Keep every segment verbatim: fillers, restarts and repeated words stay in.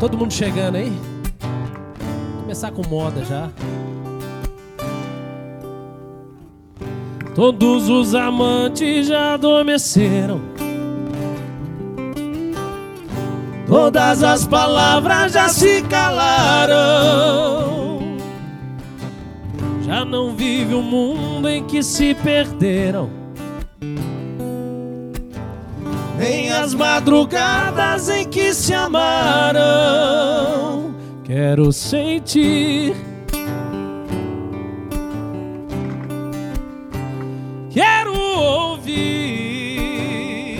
Todo mundo chegando aí? Vou começar com moda já. Todos os amantes já adormeceram. Todas as palavras já se calaram. Já não vive o mundo em que se perderam, nem as madrugadas em que se amaram. Quero sentir, quero ouvir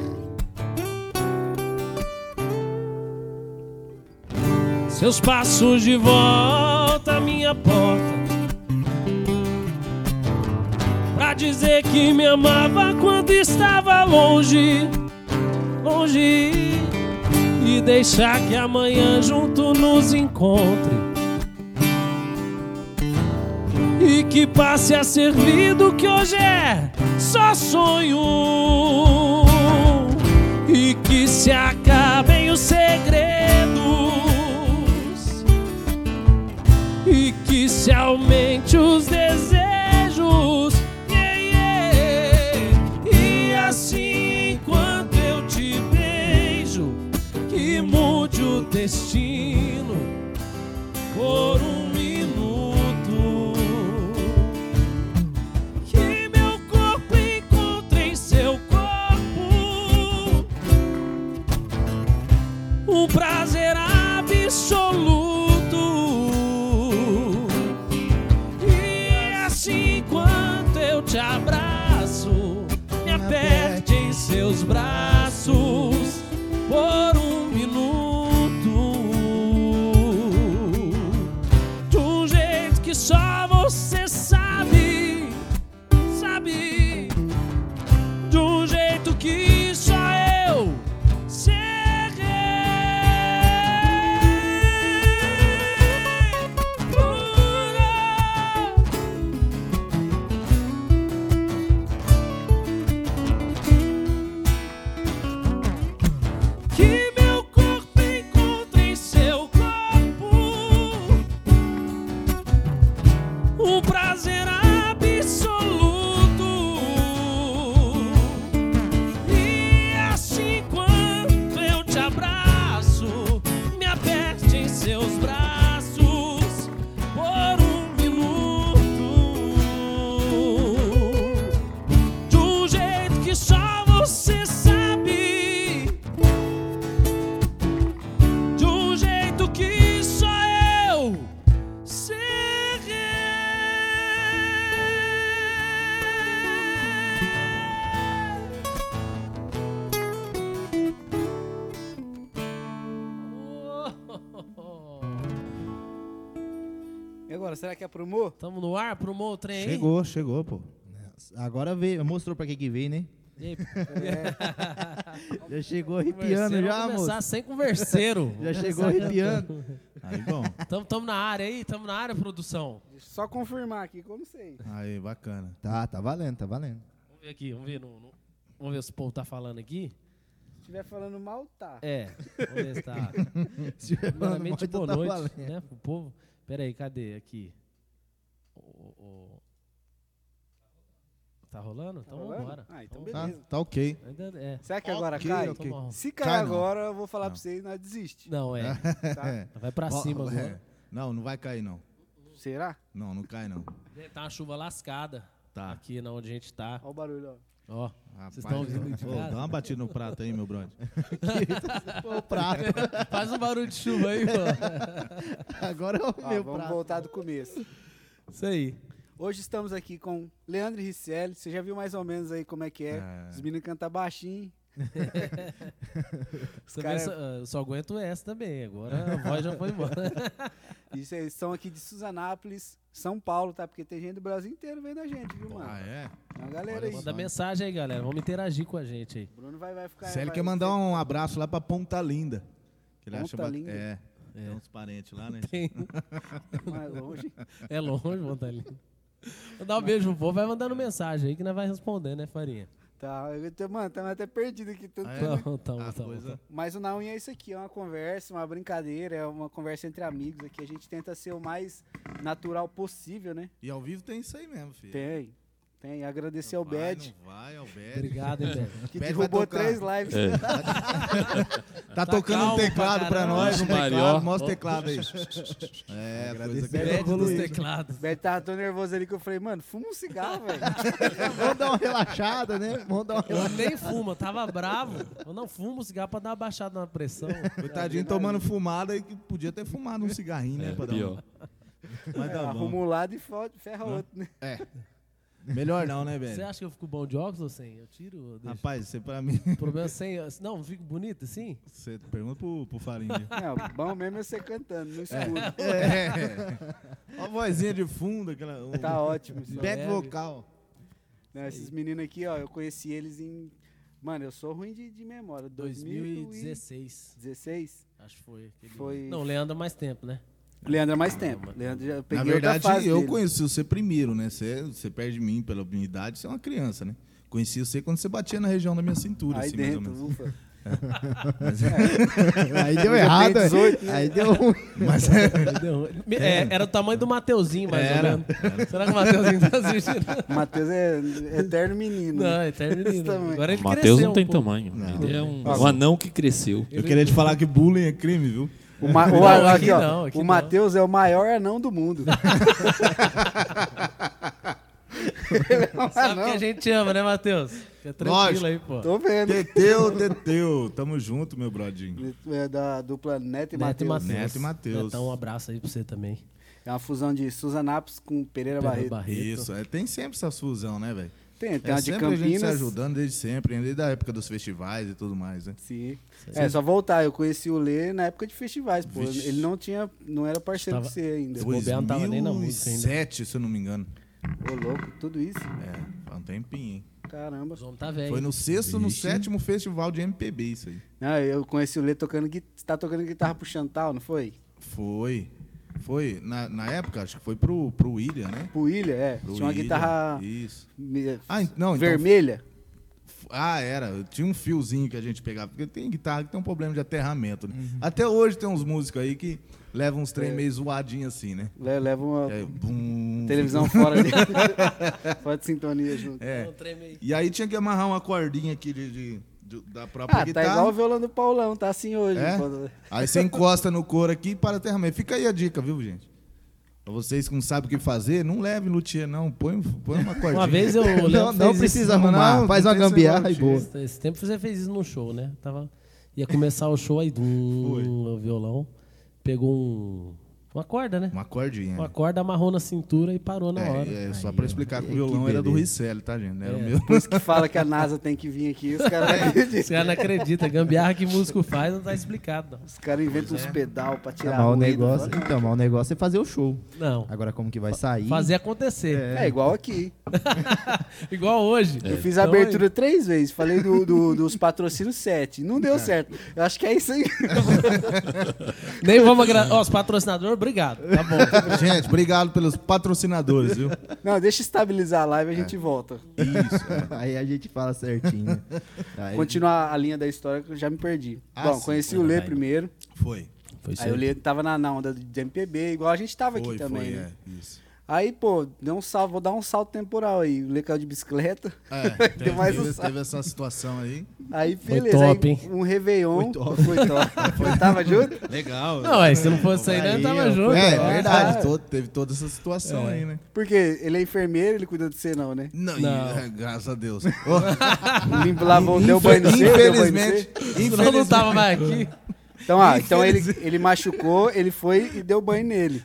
seus passos de volta à minha porta, pra dizer que me amava quando estava longe, longe, e deixar que amanhã junto nos encontre, e que passe a ser vida o que hoje é só sonho, e que se acabem os segredos, e que se aumente os desejos, yeah, yeah. E assim enquanto eu te beijo, que mude o destino por um minuto, que meu corpo encontre em seu corpo um prazer absoluto. Te abraço, me aperte em seus braços por um minuto, de um jeito que só você sabe, sabe, de um jeito que só eu sei. Será que é pro Mo? Tamo no ar, pro Mo, o trem aí? Chegou, chegou, pô. Agora veio, mostrou pra que que veio, né? É. Já chegou arrepiando já, moço. Começar sem converseiro. Já chegou arrepiando. Aí, bom. Tamo, tamo na área aí, tamo na área, produção. Só confirmar aqui que eu não sei. Aí, bacana. Tá, tá valendo, tá valendo. Vamos ver aqui, vamos ver, no, no, vamos ver se o povo tá falando aqui. Se estiver falando mal, tá. É, vamos ver se tá. Se estiver falando mal, boa tá noite, valendo. né, pro povo. Pera aí, cadê aqui? O, o... Tá rolando? Então vamos embora. Ah, então então, beleza. Tá, tá ok. ainda, é. Será que agora Ok, cai? ok. Se cair Cai não. agora, eu vou falar Não. pra vocês e nós desiste. Não, é. Tá? Vai pra cima Ó, agora. é. Não, não vai cair, não. Será? Não, não cai, não. Tá uma chuva lascada. Tá. Aqui na onde a gente tá. Olha o barulho, ó. Ó, Rapaz, vocês estão ouvindo de ô, casa? dá uma batida no prato aí, meu brother. o prato. Faz um barulho de chuva aí, pô. Agora é o Ó, meu vamos prato. voltar do começo. Isso aí. Hoje estamos aqui com Leandro e Ricelli. Você já viu mais ou menos aí como é que é. É. Os meninos cantam baixinho. Também cara- só, eu só aguento essa também. Agora a voz já foi embora. E vocês são aqui de Suzanápolis, São Paulo, tá? Porque tem gente do Brasil inteiro vendo a gente, viu, mano? Ah, é? Tem uma galera Olha aí. só. Manda mensagem aí, galera. Vamos interagir com a gente aí. Bruno vai, vai ficar... Se ele vai- quer mandar um abraço lá pra Ponta Linda. Que ele Ponta acha ba- Linda? É. É. Tem uns parentes lá, né? Tem. mais longe. É longe, Montalinho. Vou dar um beijo pro povo, vai mandando mensagem aí que nós vai responder, né, Farinha? Tá, eu tô, mano, estamos até perdido aqui. Tanto Ah, é? Então, então, A então, coisa- então. Mas o Na Unha é isso aqui, é uma conversa, uma brincadeira, é uma conversa entre amigos aqui. A gente tenta ser o mais natural possível, né? E ao vivo tem isso aí mesmo, filho. Tem, tem. Agradecer ao Vai, Bad, não vai, ao Bad. Obrigado, hein, Beto. que Bad vai derrubou tocar. três lives. É. Tá, Tá tocando calmo um teclado pra pra caramba. nós, um Maior. teclado, mostra o teclado aí. É, coisa Agradecer. que... Bad dos evoluído. teclados. O Bad tava tão nervoso ali que eu falei, mano, fuma um cigarro, velho. Vamos dar uma relaxada, né? Vamos dar uma Eu relaxada. nem fumo, eu tava bravo. Eu não fumo cigarro pra dar uma baixada na pressão. Coitadinho tomando fumada e que podia ter fumado um cigarrinho, né? É, pra dar um- pior. Mas tá Arruma bom. um lado e fo- ferra outro, né? É. Melhor não, né, Você velho? acha que eu fico bom de óculos ou sem? Eu tiro ou deixo? Rapaz, você pra mim... O problema é sem... Não, não fico bonito assim? Você pergunta pro, pro Farinha. Não, bom mesmo é você cantando no escuro. É. Ó a vozinha de fundo, aquela... um Tá ótimo. Isso. back É, vocal. Não, esses meninos aqui, ó, eu conheci eles em... Mano, eu sou ruim de, de memória. dois mil e dezesseis. dezesseis? Acho que foi. aquele- Foi- Não, Leandro há mais tempo, né? Leandro é mais tempo. Leandro já eu peguei Na verdade, outra fase eu dele. conheci você primeiro, né? Você, você perde de mim pela minha idade, você é uma criança, né? Conheci você quando você batia na região da minha cintura, Aí assim, mais ou dentro, menos. ufa. Mas, Aí deu Eu já errado. tenho dezoito, né? Aí deu ruim. mas é, Entendeu? É, era o tamanho do Mateuzinho, mais Era. ou menos. Será que o Mateuzinho tá assistindo? O Matheus é eterno menino. Não, né? é terminino. Esse tamanho. Agora ele O Matheus cresceu não tem um pouco. tamanho. Não. Ele é um, Nossa. um anão que cresceu. eu queria te falar que bullying é crime, viu? O, Ma o, Não, a- aqui aqui, ó, não, aqui o não. Matheus é o maior anão do mundo. Sabe que a gente ama, né, Matheus? Fica tranquilo Lógico. aí, pô. Tô vendo. Teteu, Teteu. Tamo junto, meu brodinho. É da dupla Neto e Neto e Matheus. Matheus. Neto e Matheus. Netão, um abraço aí pra você também. É uma fusão de Suzanápolis com Pereira Pedro Barreto. Barreto. Isso, é, tem sempre essa fusão, né, velho? Tem, tem É uma de sempre a gente se Campinas. ajudando desde sempre, desde a época dos festivais e tudo mais, né? Sim. É, só voltar. Eu conheci o Lê na época de festivais, pô. Vixe. Ele não tinha, não era parceiro Tava- de você ainda. Foi. bobear, não tava nem na música ainda. dois mil e sete, se eu não me engano. Ô, louco, tudo isso. É, faz um tempinho, hein? Caramba. Os homens tá velho. Foi no sexto, no Vixe. sétimo festival de M P B isso aí. Não, eu conheci o Lê tocando guitarra. Você tá tocando guitarra pro Chantal, não foi? Foi. Foi. Na, na época, acho que foi pro, pro William, né? Pro William, é. Pro Tinha uma William, guitarra Isso. me- Ah, en- não, então. vermelha. Ah, era. Tinha um fiozinho que a gente pegava. Porque tem guitarra que tem um problema de aterramento, né? Até hoje tem uns músicos aí que levam uns trem É. meio zoadinhos assim, né? Le- Leva uma É, bum, televisão fora ali. Fora de sintonia junto. É. Não, treme aí. E aí tinha que amarrar uma cordinha aqui de, de- de- da própria Ah, guitarra. tá igual o violão do Paulão, tá assim hoje. É? Pô. Aí você encosta no couro aqui e para aterramento. Fica aí a dica, viu, gente? Pra vocês que não sabem o que fazer, não leve luthier, não. Põe, põe uma cordinha. Uma vez eu Leandro Não, não fez precisa isso, arrumar. não, Faz não uma tem esse gambiarra e negócio boa. Esse, esse tempo você fez isso num show, né? Tava, ia começar o show aí, dum, o violão. Pegou um, uma corda, né? Uma cordinha. Uma corda, amarrou na cintura e parou na hora. É, é, só Aí, pra ó. explicar que o Que violão era do beleza. Ricelli, tá, gente? Não era É. o meu. Por isso que fala que a NASA tem que vir aqui, os caras não Os acreditam. caras não acreditam. Gambiarra que músico faz não tá explicado, não. Os caras inventam uns pedal pra tirar Mas o ruído, negócio, fala, então, mas o negócio é fazer o show. Não. Agora como que vai sair? Fazer acontecer. É igual aqui. Igual hoje. Eu fiz Então, a abertura três vezes, falei do, do- dos patrocínios sete. Não deu certo. Eu acho que é isso aí. Nem vamos agradecer. Ó, os patrocinadores, obrigado. Tá bom. Gente, obrigado pelos patrocinadores, viu? Não, deixa estabilizar a live e a gente volta. Isso. Aí a gente fala certinho. Aí- Continuar a linha da história que eu já me perdi. Ah, Bom, sim, conheci foi o Lê verdade. primeiro. Foi. Foi isso Aí o Lê tava na, na onda de M P B, igual a gente tava Foi, aqui também, foi, né? é. Isso. Aí, pô, deu um salto, vou dar um salto temporal aí. O Lê caiu de bicicleta. É, Deu teve, mais um teve, salto. teve essa situação aí. Aí, Foi beleza. top, aí, hein? um Réveillon. Foi top. Foi top. Foi, tava junto? Legal. Não, aí se não fosse aí, né, Aí, tava ó. junto. É, ó. verdade. Ah. todo- teve toda essa situação É. aí, né? Porque ele é enfermeiro, ele cuida de você não, né? Não, e- Não. é, graças a Deus. Limpo, lavou, deu banho no você, deu banho no Infelizmente, você. Senão não tava mais aqui. Então, ah, então ele, ele machucou, ele foi e deu banho nele.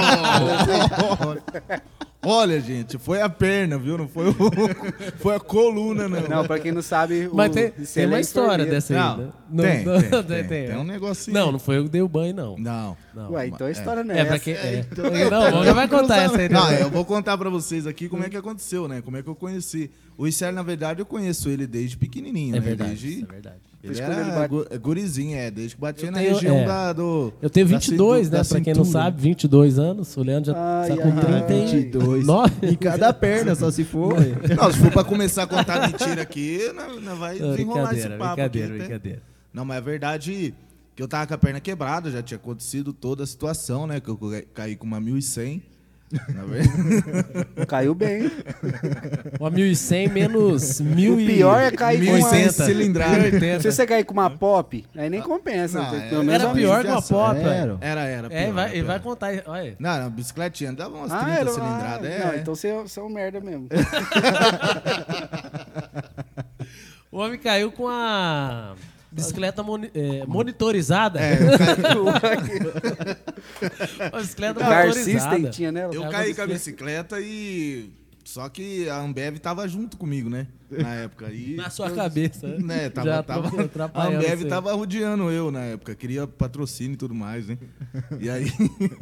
Não! Olha, gente, foi a perna, viu? Não foi, o, foi a coluna, não. Não, pra quem não sabe, o Mas tem, Gisele tem é uma história enfermeiro. dessa aí, Não, né? Não, tem, não, tem, tem, tem um negocinho. Não, não foi eu que dei o banho, não. Não. Não, Ué, então a história não é, é pra essa. quem. É. então- Não, já vai contar essa aí. Não, né? eu vou contar pra vocês aqui como é que aconteceu, né? Como é que eu conheci. O Ricelli, na verdade, eu conheço ele desde pequenininho, É né? verdade. Desde, Isso é verdade. Ele Quando ele era bate- gu- gurizinho, é, desde que batia Eu na tenho- região é. da, do... Eu tenho da vinte e dois, cintu- né? da Pra quem não cintura. sabe, vinte e dois anos. O Leandro já Ai, tá com ai, ai. trinta e vinte e dois. nove. Em cada perna, só se for. Não, se for pra começar a contar mentira aqui, não, não vai Não, desenrolar esse brincadeira, papo brincadeira, aqui. até. brincadeira. Não, mas é verdade que eu tava com a perna quebrada, já tinha acontecido toda a situação, né? Que eu ca- caí com uma mil e cem. Na verdade. Caiu bem. Uma mil e cem menos mil O e... pior é cair com mil e cem uma... cilindrada. Se você cair com uma pop, aí nem compensa. Não, Pelo é- menos Era a pior minha. que uma pop, velho. Era. Era, era. É, pior, vai, era ele vai pior. contar. Olha. Não, na bicicletinha dava umas Ah, trinta era, cilindradas. ah, é, não, é. então você, você é um merda mesmo. O homem caiu com a bicicleta moni- é, monitorizada. É, eu caí, Uma bicicleta Car monitorizada. System tinha nela. eu É, caí uma com a bicicleta e... Só que a Ambev tava junto comigo, né? Na época. E... Na sua cabeça. Né, tava, Já tava, tô a atrapalhando Ambev você. tava rodeando eu na época, queria patrocínio e tudo mais, né? E aí.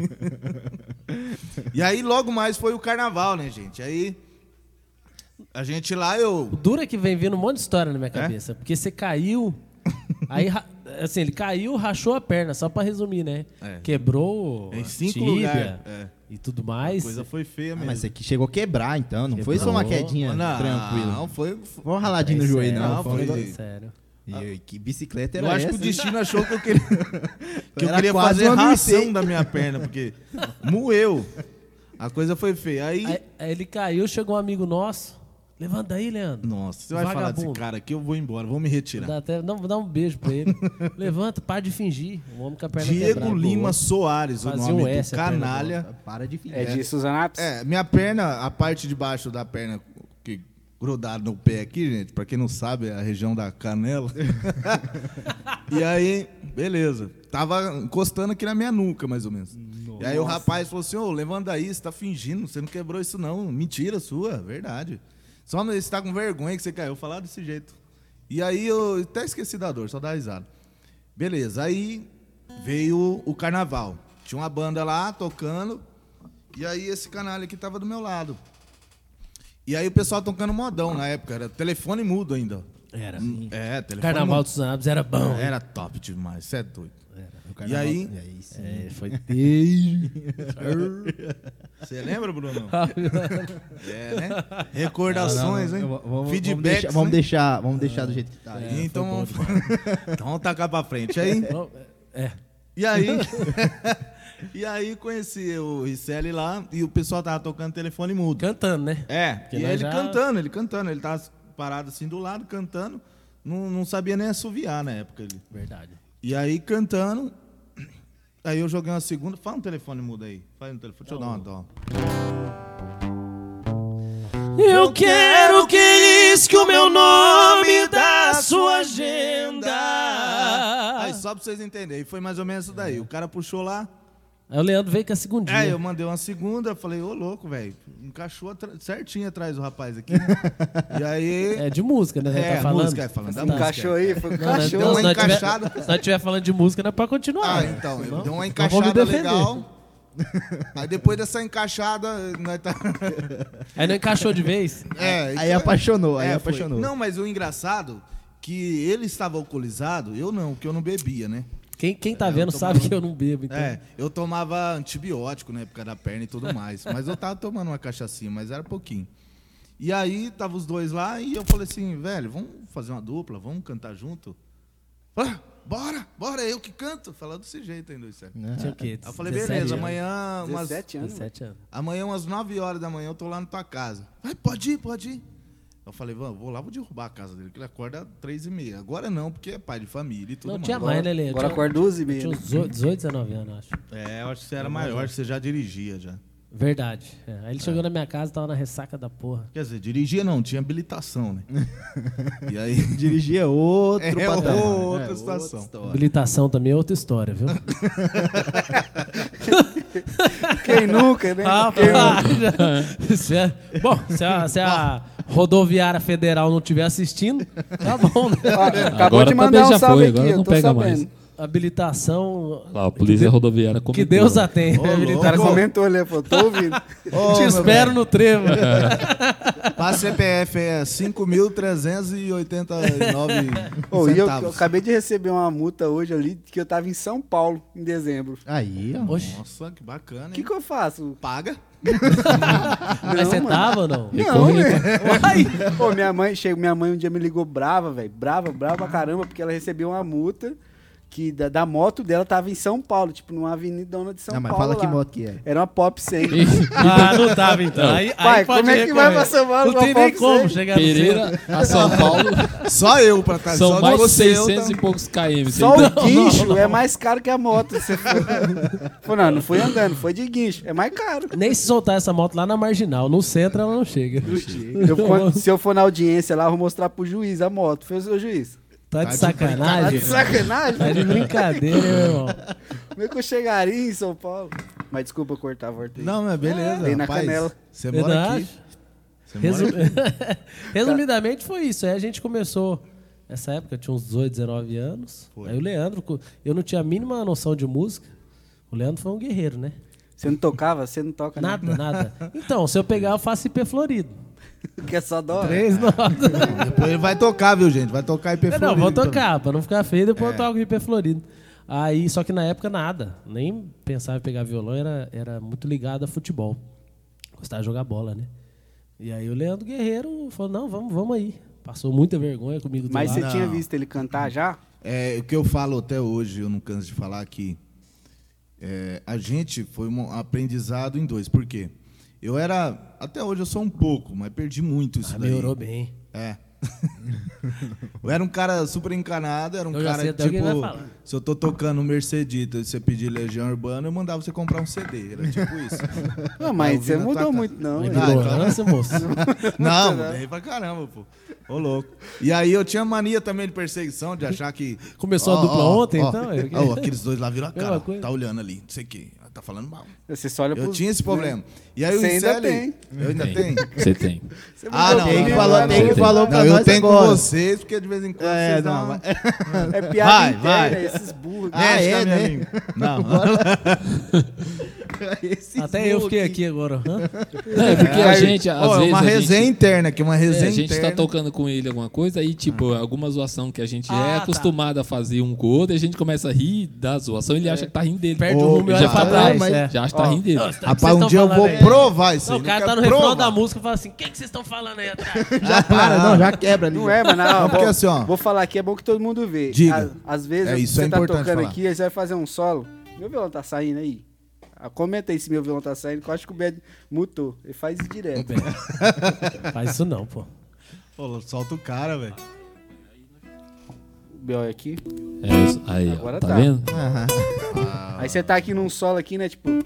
E aí logo mais foi o carnaval, né, gente? Aí a gente lá, O eu. duro é que vem vindo um monte de história na minha É? cabeça. Porque você caiu. Aí, ra- assim, ele caiu, rachou a perna, só pra resumir, né? É. Quebrou Em a cinco tíbia lugares. É. e tudo A mais. coisa foi feia Ah, mesmo. mas você que chegou a quebrar, então. Não foi só uma Quebrou. quedinha não, tranquila. Não, foi. Foi uma raladinha É no joelho, sério, não. não, Foi um foi- negócio- Sério. E que bicicleta Eu era acho que essa? o destino achou que eu queria, que eu Era queria quase fazer uma ração mil e cem. da minha perna, porque moeu. A coisa foi feia. Aí. Aí, aí ele caiu, chegou um amigo nosso. Levanta aí, Leandro. Nossa, você vai falar desse Vagabundo. cara aqui, eu vou embora, vou me retirar. Dá até, não, vou dar um beijo pra ele. Levanta, para de fingir. O homem com a perna Diego quebrada. Lima Soares, o Fazia nome um do S a perna canalha. Para de fingir. É de Suzanaps? É, minha perna, a parte de baixo da perna que grudada no pé aqui, gente, pra quem não sabe, é a região da canela. E aí, beleza. Tava encostando aqui na minha nuca, mais ou menos. E aí o rapaz falou assim, ô, levanta aí, você tá fingindo, você não quebrou isso não. Mentira sua, verdade. Só você tá com vergonha que você caiu. Eu falar desse jeito. E aí eu até esqueci da dor, só dá risada. Beleza, aí veio o carnaval. Tinha uma banda lá tocando. E aí esse canalha aqui tava do meu lado. E aí o pessoal tocando modão na época. Era telefone mudo ainda. Era. É, telefone Carnaval mudo. dos Sanabes era bom. hein? Era top demais, você é doido. O carnaval- E aí- E aí sim. É, foi. Você lembra, Bruno? É, né? Recordações, Não, não, hein? não, Vamos, Feedbacks, vamos, deixar, vamos, né? deixar, vamos deixar do jeito que tá. É, então, foi bom vamos... então vamos tacar pra frente. Aí, Bom, É. e aí, e aí conheci o Ricelli lá e o pessoal tava tocando telefone mudo. Cantando, né? É, Porque e nós ele já- cantando, ele cantando. Ele tava parado assim do lado, cantando. Não, não sabia nem assoviar na época. Ele. Verdade. E aí, cantando. Aí eu joguei uma segunda. Fala um telefone mudo aí. Fala no telefone. Deixa eu dar uma dó. Eu quero que risque o meu nome da sua agenda. Aí, só pra vocês entenderem. Foi mais ou menos isso daí. O cara puxou lá. Aí o Leandro veio com a segundinha. É, eu mandei uma segunda. Falei, ô louco, velho. Encaixou atra- certinho atrás do rapaz aqui. E aí. É de música, né? É, tá falando. música, é falando da Tá. música. Encaixou aí? Foi Não, né? encaixou. Deu uma se nós tiver- encaixada. Se nós estiver falando de música, não é pra continuar. Ah, né? então, eu Senão- dei uma nós vamos me encaixada defender. legal. Aí depois dessa encaixada, nós tá. Aí não encaixou de vez? É, Aí apaixonou, aí é, foi. apaixonou. Não, mas o engraçado que ele estava alcoolizado, eu não, porque eu não bebia, né? Quem, quem tá É, vendo eu sabe tomava- que eu não bebo, então. É, eu tomava antibiótico na época da perna e tudo mais. Mas eu tava tomando uma cachaçinha, mas era pouquinho. E aí, tava os dois lá e eu falei assim, velho, vamos fazer uma dupla, vamos cantar junto? Ah, bora, bora, eu que canto. Falando desse jeito ainda, isso. Né? Tinha o quê? Aí eu falei, dezessete beleza, anos? amanhã umas, dezessete anos. dezessete anos. amanhã umas nove horas da manhã eu tô lá na tua casa. Vai, pode ir, pode ir. Eu falei, vamos, vou lá, vou derrubar a casa dele, que ele acorda às três e meia. Agora não, porque é pai de família e tudo Não mais. tinha mais, né, Lê? Agora Tinha- acorda duas e meia. Tinha né? uns dezoito, dezenove anos, acho. É, eu acho que você era maior, acho que você já dirigia já. Verdade. É, Aí ele chegou na minha casa e tava na ressaca da porra. Quer dizer, dirigia não, tinha habilitação, né? E aí... Dirigir é outro É patamar. outra É situação. história. Habilitação também é outra história, viu? Quem nunca, né? Ah, Quem nunca? para. Se é- Bom, se a, se a rodoviária federal não estiver assistindo, tá bom, né? Ó, Acabou Agora de mandar também um já salve foi, aqui, agora eu não tô pega sabendo. mais. habilitação. Lá, a polícia que rodoviária Que comentou. Deus a tenha. Ô, O louco. cara comentou, né? Pô, tô ouvindo. Ô, Te meu espero velho, no trevo. Passa C P F é cinco mil trezentos e oitenta e nove Ô, e eu, eu centavos. acabei de receber uma multa hoje ali que eu tava em São Paulo em dezembro. Aí, ó. Oxe, Nossa, que bacana, O hein? que, que eu faço? Paga? mas você mano. tava ou não? Não, Recorre- velho. Ai, Pô, minha mãe, chega, minha mãe um dia me ligou brava, velho. Brava, brava pra caramba, porque ela recebeu uma multa que da, da moto dela tava em São Paulo, tipo, numa avenidona de São Não, mas Paulo. fala que lá. moto que é. Era uma Pop cem. ah, não tava então. Aí, Pai, aí pode como é que vai recorrer. pra São Paulo Não com tem a nem Pop como cem? chegar no Pereira a São Paulo Só eu pra trás. são só mais de você, eu seiscentos tam- e poucos km. Só Você o guincho é mais caro que a moto. Você foi... Pô, não, não foi andando, foi de guincho. É mais caro. Nem se soltar essa moto lá na marginal. No centro ela não chega. Eu for- se eu for na audiência lá, eu vou mostrar pro juiz a moto. Foi o juiz. Tá Tá de de Tá sacanagem. de sacanagem? Tá de brincadeira, hein, meu irmão. Como é que eu chegaria em São Paulo? Mas desculpa cortar a volta aí. Não, mas beleza. Bem na rapaz. canela. Você mora Verdade. aqui. Você Resu- mora aqui. Resumidamente foi isso. Aí a gente começou. Nessa época eu tinha uns dezoito, dezenove anos. Foi. Aí o Leandro, co- eu não tinha a mínima noção de música. O Leandro foi um guerreiro, né? Você não tocava? Você não toca Nada, nada. Então, se eu pegar, eu faço I P florido. Que é só dó. Três notas. Depois ele vai tocar, viu, gente? Vai tocar I P Não, Florido vou também. tocar, pra não ficar feio, depois É. eu toco I P florido. Aí, só que na época nada. Nem pensava em pegar violão, era, era muito ligado a futebol. Gostava de jogar bola, né? E aí o Leandro Guerreiro falou, não, vamos, vamos aí. Passou muita vergonha comigo do Mas você lado. tinha Não. visto ele cantar já? É, o que eu falo até hoje, eu não canso de falar que é, a gente foi um aprendizado em dois. Por quê? Eu era, até hoje eu sou um pouco, mas perdi muito isso Ah, daí. melhorou bem. É. Eu era um cara super encanado, era um Eu já cara sei que, até o que tipo, vai falar. se eu tô tocando um Mercedita e você pedir Legião Urbana, eu mandava você comprar um C D. Era tipo isso. Não, Aí mas eu vi você na mudou tua muito, cara. não. Mas hein? Ah, virou então- lance, moço. Não, mudei pra caramba, pô. Ô, louco. E aí eu tinha mania também de perseguição, de achar que... Começou a dupla ontem, então? Eu- Ó, aqueles dois lá viram a Mesma cara. coisa. Tá olhando ali, não sei o quê. Tá falando mal. Você só olha Eu pros- tinha esse problema. E aí Você o ainda Incelli... tem. Eu ainda Tem. tenho? Você tem. Você Ah, mudou não. Tem que tudo, falar, né? tem que Não, falar pra Não, eu nós tenho agora. com vocês, porque de vez em quando É, vocês não, dão... mas- É piada Vai, interna, vai. esses burros. Ah, Mexe é, na minha né? língua. Não. Esse Até eu fiquei smoke. aqui agora. hã? É, porque a Aí, gente, às ó, é vezes. uma a resenha gente, interna aqui, uma é, resenha a gente interna. tá tocando com ele alguma coisa, aí, tipo, alguma zoação que a gente já Ah, é tá. acostumado a fazer um com o outro, e a gente começa a rir da zoação, ele acha que tá rindo dele. Perde Ô, o rumo e já olha pra tá- trás. mas- é. Já acha que tá rindo dele. Nossa, Rapaz, vocês um tão dia eu falando vou aí? provar isso Não, aí. o cara quer tá no refrão provar. da música e fala assim: o que, que vocês estão falando aí atrás? Já para, não, já quebra ali. Não é, mas não, Não, porque vou, assim, ó. vou falar aqui, é bom que todo mundo vê. Diga. À- Às vezes É, isso você é tá importante tocando falar. aqui, aí você vai fazer um solo. Meu violão tá saindo aí? Ah, comenta aí se meu violão tá saindo, que eu acho que o Bad mutou. Ele faz isso direto. Faz isso não, pô. Pô, solta o cara, velho. O B O aqui. É, isso- aí, ó, Agora tá, tá. vendo? Aham. Aí você tá aqui num solo aqui, né? Tipo.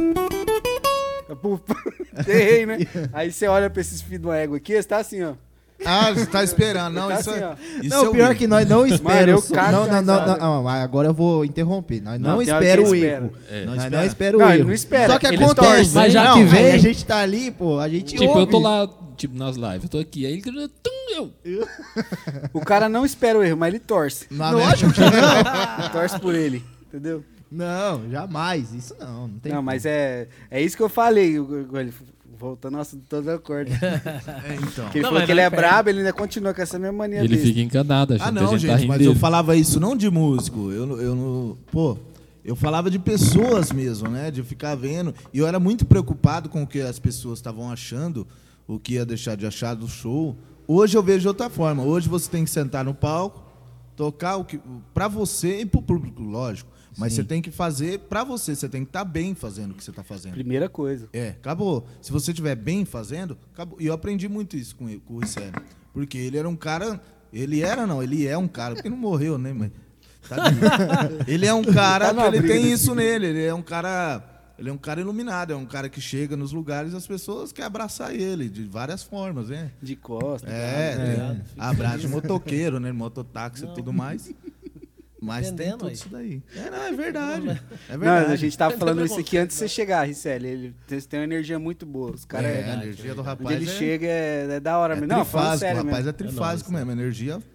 Errei, né? Aí você olha pra esses filhos de uma égua aqui, você tá assim, ó. Ah, você tá esperando. Não, Tá isso, assim, é, ó. isso Não, eu pior vi. que nós não Mano, esperamos. eu cago Não, não, não, cansado. não, não, agora eu vou interromper. Nós não, Não, tem hora esperamos que o espera. erro. É. Nós espera. não esperamos Não, o ele erro. não espera, Só que eles acontece. torcem. Mas já não, que vem- aí a gente tá ali, pô, a gente Tipo, eu ouve. tô lá, tipo, nas lives, eu tô aqui, aí ele grita, tum, eu. O cara não espera o erro, mas ele torce. Na Lógico que não. Torce por ele, entendeu? Não, jamais. Isso não, não tem Não, como. mas é, é isso que eu falei. o- o- ele- Voltando ao assunto todo acordo. É, então. Que ele Não, falou mas que ele não é perde. brabo, ele ainda continua com essa mesma mania Ele dele. fica encanado, achando Ah, que a não, gente, gente, tá rindo mas dele. eu falava isso não de músico. Eu, não- eu não. Pô, eu falava de pessoas mesmo, né? De ficar vendo. E eu era muito preocupado com o que as pessoas estavam achando, o que ia deixar de achar do show. Hoje eu vejo de outra forma. Hoje você tem que sentar no palco, tocar o que. Pra você e pro público, lógico. Mas Sim. você tem que fazer pra você. Você tem que estar bem fazendo o que você tá fazendo. Primeira coisa. É, acabou. Se você estiver bem fazendo, acabou. E eu aprendi muito isso com, ele, com o Richelle. Porque ele era um cara. Ele era, não, ele é um cara, porque não morreu, né, mas. Tadinho. Ele é um cara, Tá na ele briga tem desse isso nele. Ele é um cara. Ele é um cara iluminado, é um cara que chega nos lugares e as pessoas querem abraçar ele de várias formas, né? De costa. É, cara. tem abraço de motoqueiro, né? Mototáxi e tudo mais. Mas tem Entendendo tudo aí. isso daí. É, não, é verdade. É Não, verdade. a gente tava Tem falando isso aqui preconceito, antes de você chegar, Ricelli. Ele tem, tem uma energia muito boa. Os caras. É, É, a energia do onde rapaz ele é, chega é, é da hora é mesmo. Não, falando trifásico, sério o rapaz mesmo. é trifásico mesmo. Energia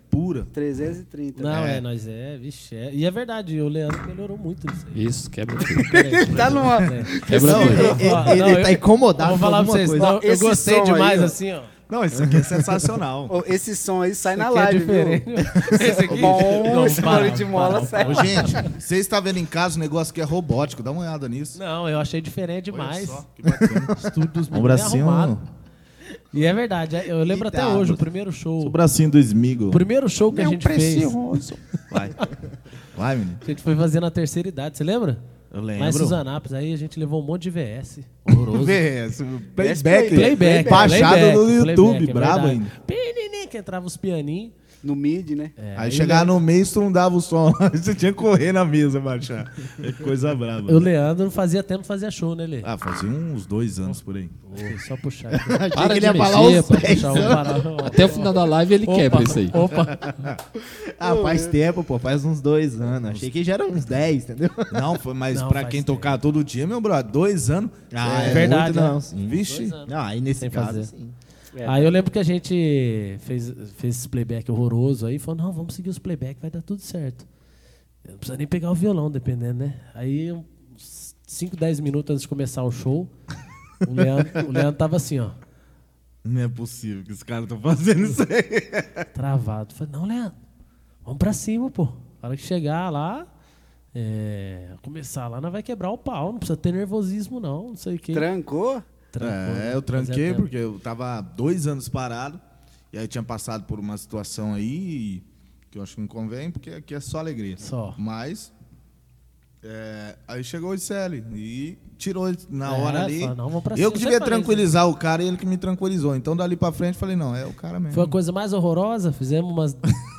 pura. trezentos e trinta. Não, É. é, nós é, vixe. É. E é verdade, o Leandro melhorou muito nisso aí. Isso, quebra tudo. Peraí, Tá numa... é. Quebra Não, tudo. ele, Ó, ele- não, ele eu- tá incomodado Vou com falar pra alguma vocês, coisa. não, eu Esse gostei som aí, demais ó. assim, ó. Não, isso aqui é sensacional. Ô, esse som aí sai Isso na aqui é live, diferente. viu? Esse aqui. Bom, Não, esse para, barulho de para, mola para, sai. Ô, gente, você está vendo em casa o negócio que é robótico, dá uma olhada nisso. Não, eu achei diferente Olha demais. só, que bacana. Estudo dos Um meninos bracinho, arrumado. E é verdade, eu lembro até Eita, hoje, o o primeiro show. o bracinho do Smigo. O primeiro show que a gente fez. Vai. Vai, menino. A gente foi fazer na terceira idade, você lembra? Eu Lá em lembro. Suzanapos, aí a gente levou um monte de V S. Horroroso. Vê, esse Playback. playback. Playback. Baixado playback, no playback, YouTube, é brabo verdade. ainda. Pequenininho, que entrava os pianinhos. No mid, né? É, Aí chegava no meio, tu não dava o som. Você tinha que correr na mesa, baixar. É coisa braba. O Leandro fazia tempo fazia show, né, Lê? Ah, fazia uns dois anos por aí. Foi só puxar. aqui. Achei Para que ele de ia falar mexer, os pô. dez Puxar um anos. parado. Até o final da live ele quebra isso aí. Opa. Ah, faz tempo, pô. Faz uns dois anos. Achei que já era uns dez, entendeu? Não, foi, mas Não, pra faz quem tempo. tocar todo dia, meu brother, dois anos. Ah, é verdade, muito não, né? sim. Vixe. Dois anos. Não, aí nesse Sem caso, fazer. sim. É. Aí eu lembro que a gente fez, fez esse playback horroroso aí, falou, não, vamos seguir os playback, vai dar tudo certo. Eu não precisa nem pegar o violão, dependendo, né? Aí, uns cinco, dez minutos antes de começar o show, o Leandro, o Leandro tava assim, ó, Não é possível que os caras estão fazendo isso aí. travado. Falei, não, Leandro, vamos pra cima, pô. Na hora que chegar lá, é, começar lá, nós vai quebrar o pau, não precisa ter nervosismo não, não sei o quê. Trancou? Trancou, né? É, eu tranquei Fazia tempo. porque eu tava dois anos parado. E aí tinha passado por uma situação aí que eu acho que não convém, porque aqui é só alegria. Só. Mas é, aí chegou o Iseli e tirou ele na É, hora ali. falou, não, vamos pra Eu cima. que Você devia falei, tranquilizar o cara e ele que me tranquilizou. Então dali pra frente falei, não, é o cara mesmo. Foi a coisa mais horrorosa, fizemos umas...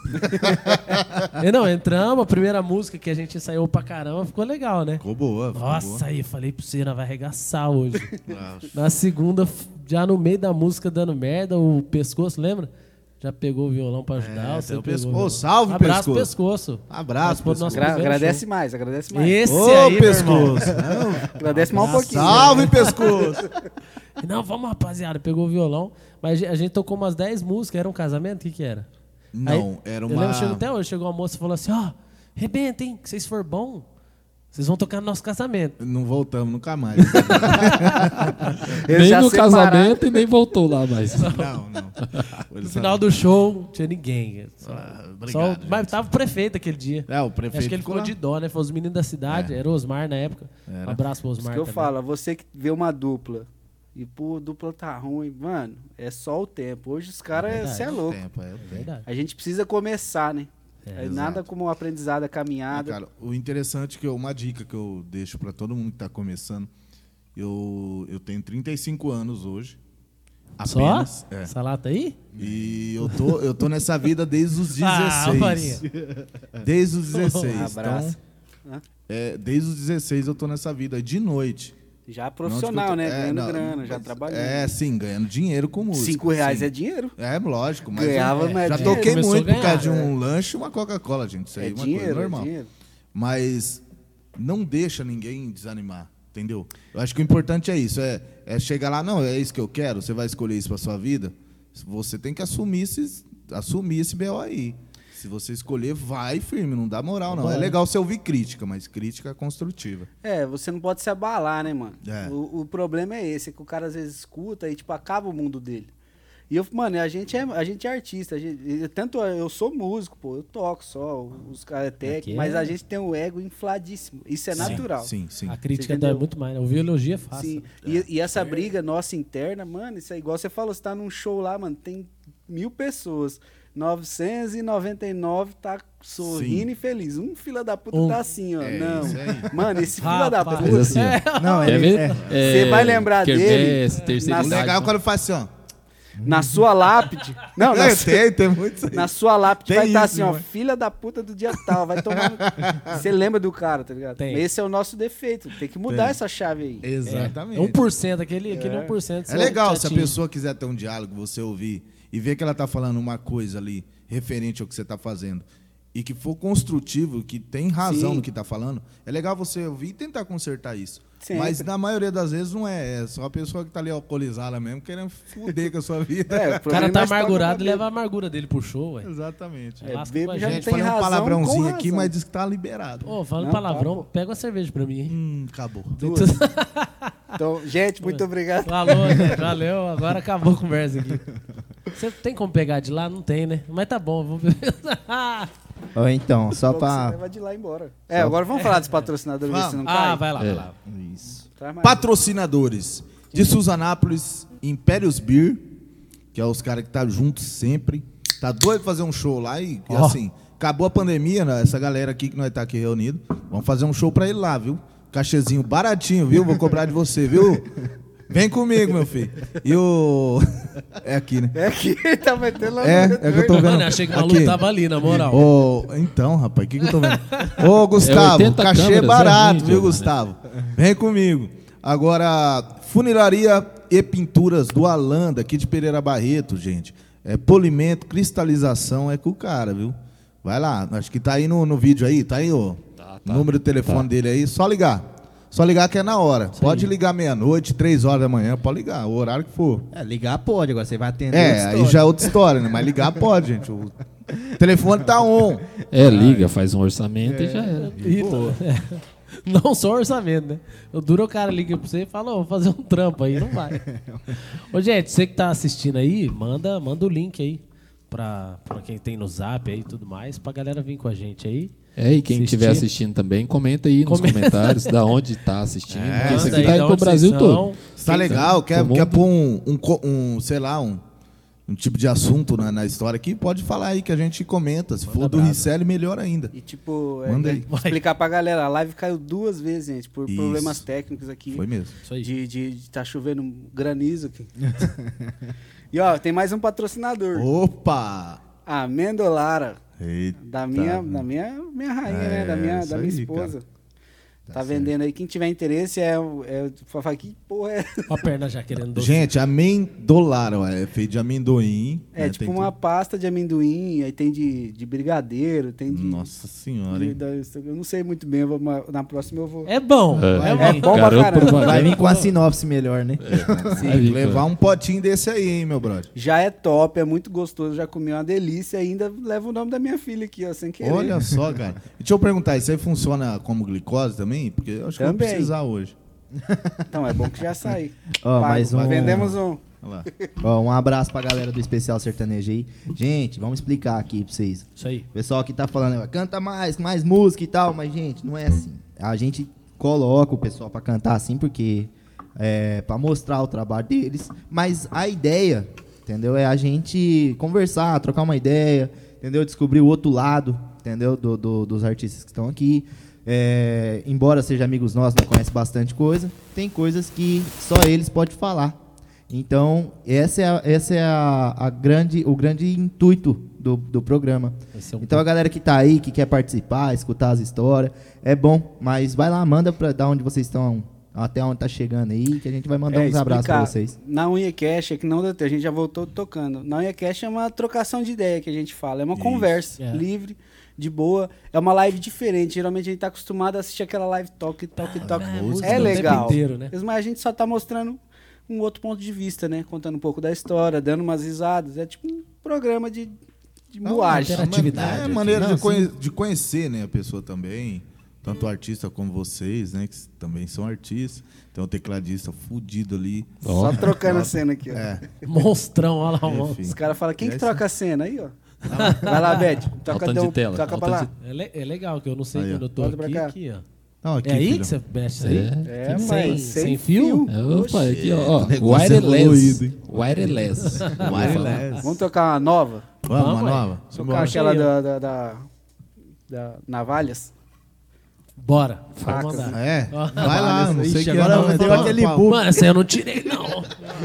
E não, entramos, a primeira música que a gente ensaiou pra caramba, ficou legal, né? Ficou boa, ficou Nossa, boa. aí, falei pra você, nós vai arregaçar hoje. Ah, Na segunda, f- já no meio da música dando merda, o pescoço, lembra? Já pegou o violão pra ajudar. É, você tem o pegou pescoço. violão. Salve, Abraço, pescoço. pescoço. Abraço, Participou do nosso pescoço. Gra- primeiro agradece show. mais, agradece mais. Esse Ô, aí, meu irmão. pescoço. Agradece mais um pouquinho. Salve, pescoço. Não, vamos, rapaziada. Pegou o violão. Mas a gente tocou umas dez músicas. Era um casamento? O que que era? Não, era Eu uma... lembro, chegou até hoje, chegou uma moça e falou assim, ó, rebenta, hein? Que vocês for bom, vocês vão tocar no nosso casamento. Não voltamos nunca mais. Eles Nem já no separaram. casamento e nem voltou lá mais. não, não. No final do show, não tinha ninguém. Só, Ah, obrigado, só- gente. mas tava o prefeito aquele dia. É, o prefeito Acho que ele ficou lá. de dó, né? Foi os meninos da cidade, É. era o Osmar na época. Era. Um abraço pro Isso Osmar que eu também. falo, você que vê uma dupla e, pô, dupla tá ruim, mano, é só o tempo. Hoje os caras, verdade. você é louco. Tempo, é, o tempo. Verdade. A gente precisa começar, né? É, Aí exato. nada como um aprendizado, a Ah, caminhada. cara, o interessante é que eu, uma dica que eu deixo pra todo mundo que tá começando, eu, eu tenho trinta e cinco anos hoje. Só? Apenas. É. Essa lata aí? E eu tô, eu tô nessa vida desde os Ah, dezesseis. Maria. Desde os dezesseis. Abraço. Então, é, desde os dezesseis eu tô nessa vida de noite. Já profissional, Onde que eu né? tô- é, Ganhando não, grana, já mas- trabalhando. É, sim, ganhando dinheiro com música. Cinco reais sim. é dinheiro. É, lógico, mas Ganhava, eu, mas é já dinheiro. toquei Começou muito a por causa de ganhar, um lanche e uma Coca-Cola, gente. Isso aí É é uma dinheiro, coisa é normal. dinheiro. Mas não deixa ninguém desanimar, entendeu? Eu acho que o importante é isso, é, é chegar lá, não, é isso que eu quero, você vai escolher isso pra sua vida, você tem que assumir esse, assumir esse B O aí. Se você escolher, vai firme, não dá moral, não. É Bora. legal você ouvir crítica, mas crítica construtiva. É, você não pode se abalar, né, mano? É. O, o problema é esse, é que o cara às vezes escuta e, tipo, acaba o mundo dele. E eu, mano, a gente é, a gente é artista, a gente, e tanto eu sou músico, pô, eu toco só, os caras é técnico, Aqui é- mas a gente tem um ego infladíssimo. Isso é natural. Sim, sim. A crítica entendeu? dói muito mais, né? Ouvir elogio é fácil. Sim. E, e essa briga nossa interna, mano, isso é igual você falou, você tá num show lá, mano, tem mil pessoas. novecentos e noventa e nove tá sorrindo Sim. e feliz. Um fila da puta Um. tá assim, ó. É não. isso aí. Mano, esse fila da Rapaz. puta. Mas assim, ó, Não, quer ele, ver? é, É, Você vai lembrar quermesse, dele terceira na- O idade, legal é então. quando faz assim, ó. Na sua lápide. Não, na, É, su- tem, tem muito isso aí. na sua lápide Tem vai estar isso, assim, ó. né? Filha da puta do dia tal. Vai tomar. no- Você lembra do cara, tá ligado? Tem. Esse é o nosso defeito. Tem que mudar Tem. essa chave aí. Exatamente. um por cento, aquele, aquele É. um por cento. É legal se a chatinho. pessoa quiser ter um diálogo, você ouvir e ver que ela tá falando uma coisa ali referente ao que você tá fazendo e que for construtivo, que tem razão Sim. no que tá falando, é legal você ouvir e tentar consertar isso. Sempre. Mas na maioria das vezes não é. É só a pessoa que tá ali alcoolizada mesmo, querendo foder com a sua vida. É, O cara tá amargurado e leva a amargura dele pro show, ué. Exatamente. É, Lasca bebo com a já gente. não Gente, tem falei um razão, palavrãozinho com aqui, razão. mas diz que tá liberado. Ô, falando Não, palavrão, tá, pô. pega uma cerveja pra mim, hein? Hum, acabou. Duas. Então, gente, muito obrigado. Falou, gente, valeu. Agora acabou a conversa aqui. Você tem como pegar de lá? Não tem, né? Mas tá bom, vou beber. Ó, então, só Você pra... leva de lá embora. É, agora vamos falar dos patrocinadores, ver se não Ah, cai. vai lá, É. vai lá. Isso. Traz mais. Patrocinadores de Suzanápolis, Impérios Beer, que é os caras que tá juntos sempre. Tá doido fazer um show lá e, e Ó. assim, acabou a pandemia, né? Essa galera aqui que nós tá aqui reunido, vamos fazer um show pra ele lá, viu? Cachezinho baratinho, viu? Vou cobrar de você, viu? Vem comigo, meu filho. E o... É aqui, né? É que ele tá metendo lá É, no é que eu tô vendo. Mano, eu achei que o maluco Aqui. tava ali, na moral. Ô, então, rapaz, o que, que eu tô vendo? Ô, Gustavo, oitenta cachê câmeras, barato, é ruim, viu, né? Gustavo? Vem comigo. Agora, funilaria e pinturas do Alanda, aqui de Pereira Barreto, gente. É polimento, cristalização, é com o cara, viu? Vai lá, acho que tá aí no, no vídeo aí, tá aí o Tá, tá. número de telefone Tá. dele aí, só ligar. Só ligar que é na hora. Pode ligar meia-noite, três horas da manhã, pode ligar, o horário que for. É, ligar pode, agora você vai atender. É, outra aí história. já é outra história, né? Mas ligar pode, gente. O telefone tá on. É, liga, faz um orçamento e já era. E- é. Não só orçamento, né? O duro o cara liga pra você e fala, ó, vou fazer um trampo aí, não vai. Ô, gente, você que tá assistindo aí, manda, manda o link aí pra, pra quem tem no Zap aí e tudo mais, pra galera vir com a gente aí. É, e quem Assistir. estiver assistindo também, comenta aí nos Comenta. comentários da onde tá assistindo. É, porque isso Manda aqui aí tá de indo pro onde Brasil vocês todo. são. Se tá legal, quer, Todo quer mundo. pôr um, um, co- um, sei lá, um, um tipo de assunto na, na história aqui, pode falar aí que a gente comenta. Se for do brasa. Ricelli, melhor ainda. E tipo, é, Manda é, aí. explicar pra galera, a live caiu duas vezes, gente, por Isso. problemas técnicos aqui. Foi mesmo. Isso aí. De, de, de tá chovendo granizo aqui. E ó, tem mais um patrocinador. Opa! A Mendolara. Eita. Da minha, da minha, minha rainha, né? Da É, minha, isso da minha aí, esposa. cara. Tá, Tá vendendo aí. Quem tiver interesse é. o- é o- fala, que porra é? Ó a perna já querendo doce. Gente, amendolara, ó, é feito de amendoim. É né, tipo tem uma tudo. pasta de amendoim, aí tem de, de brigadeiro, tem de. Nossa senhora, de- hein? da- eu não sei muito bem, eu vou- mas na próxima eu vou. É bom. É, É, é bom. bom pra Garoto caramba. propaganda. Vai vir com a sinopse melhor, né? Tem Aí, que levar cara. um potinho desse aí, hein, meu brother. Já é top, é muito gostoso, já comi uma delícia e ainda leva o nome da minha filha aqui, ó, sem querer. Olha só, cara. E deixa eu perguntar, isso aí funciona como glicose também? Porque eu acho que eu vou Também. precisar hoje. Então é bom que já sai. Ó, Pago. mais um- Vendemos um. Olha lá. Ó, um abraço pra galera do Especial Sertanejo aí. Gente, vamos explicar aqui pra vocês. Isso aí. O pessoal que tá falando, canta mais, mais música e tal, mas, gente, não é assim. A gente coloca o pessoal pra cantar assim, porque é pra mostrar o trabalho deles, mas a ideia, entendeu, é a gente conversar, trocar uma ideia, entendeu, descobrir o outro lado, entendeu, do, do- dos artistas que estão aqui. É, embora sejam amigos nossos, não conhecem bastante coisa, tem coisas que só eles podem falar. Então, essa é, a, essa é a, a grande, o grande intuito do, do programa. Esse é um Então a galera que tá aí, que quer participar, escutar as histórias, é bom, mas vai lá, manda pra dar onde vocês estão, até onde tá chegando aí, que a gente vai mandar É, uns abraços pra explicar. vocês. Na Unha Cash, é que não deu tempo, a gente já voltou tocando. Na Unha Cash é uma trocação de ideia que a gente fala, é uma Isso. conversa É. livre, de boa. É uma live diferente. Geralmente a gente tá acostumado a assistir aquela live toque, toque, toque. é, É, música o tempo legal. inteiro, né? Mas a gente só tá mostrando um outro ponto de vista, né? Contando um pouco da história, dando umas risadas. É tipo um programa de, de moagem. interatividade É aqui. maneira Não, de, conhe- de conhecer, né, a pessoa também. Tanto o artista como vocês, né, que s- também são artistas. Tem um tecladista fudido ali. Só Ó, trocando a cena aqui, ó. É, Monstrão, olha lá o Enfim. monstro. Os caras falam, quem E que aí, troca a cena? Aí, ó. Vai lá, Beth. Toca, Altando deu- de tela, toca pra altando lá. É, le- é legal, que eu não sei Aí, ó. quando eu tô Volta pra aqui, cá. aqui, ó. Não, aqui, É aí filho. que você mexe isso aí? É. É, Sem- mas sem fio? É, opa, aqui, ó. ó, negócio é wireless. evoluído, hein? Wireless. Wireless. Vamos tocar uma nova? Vamos, uma Vamos, ué. nova? Tocar Bora. aquela Aí, ó. da, da, da, da Navalhas? Bora. Facas, Pode mandar. É, Ó, vai lá, não Ixi, sei que agora é, não, mas deu fala, aquele fala. bug. Mano, essa aí eu não tirei, não.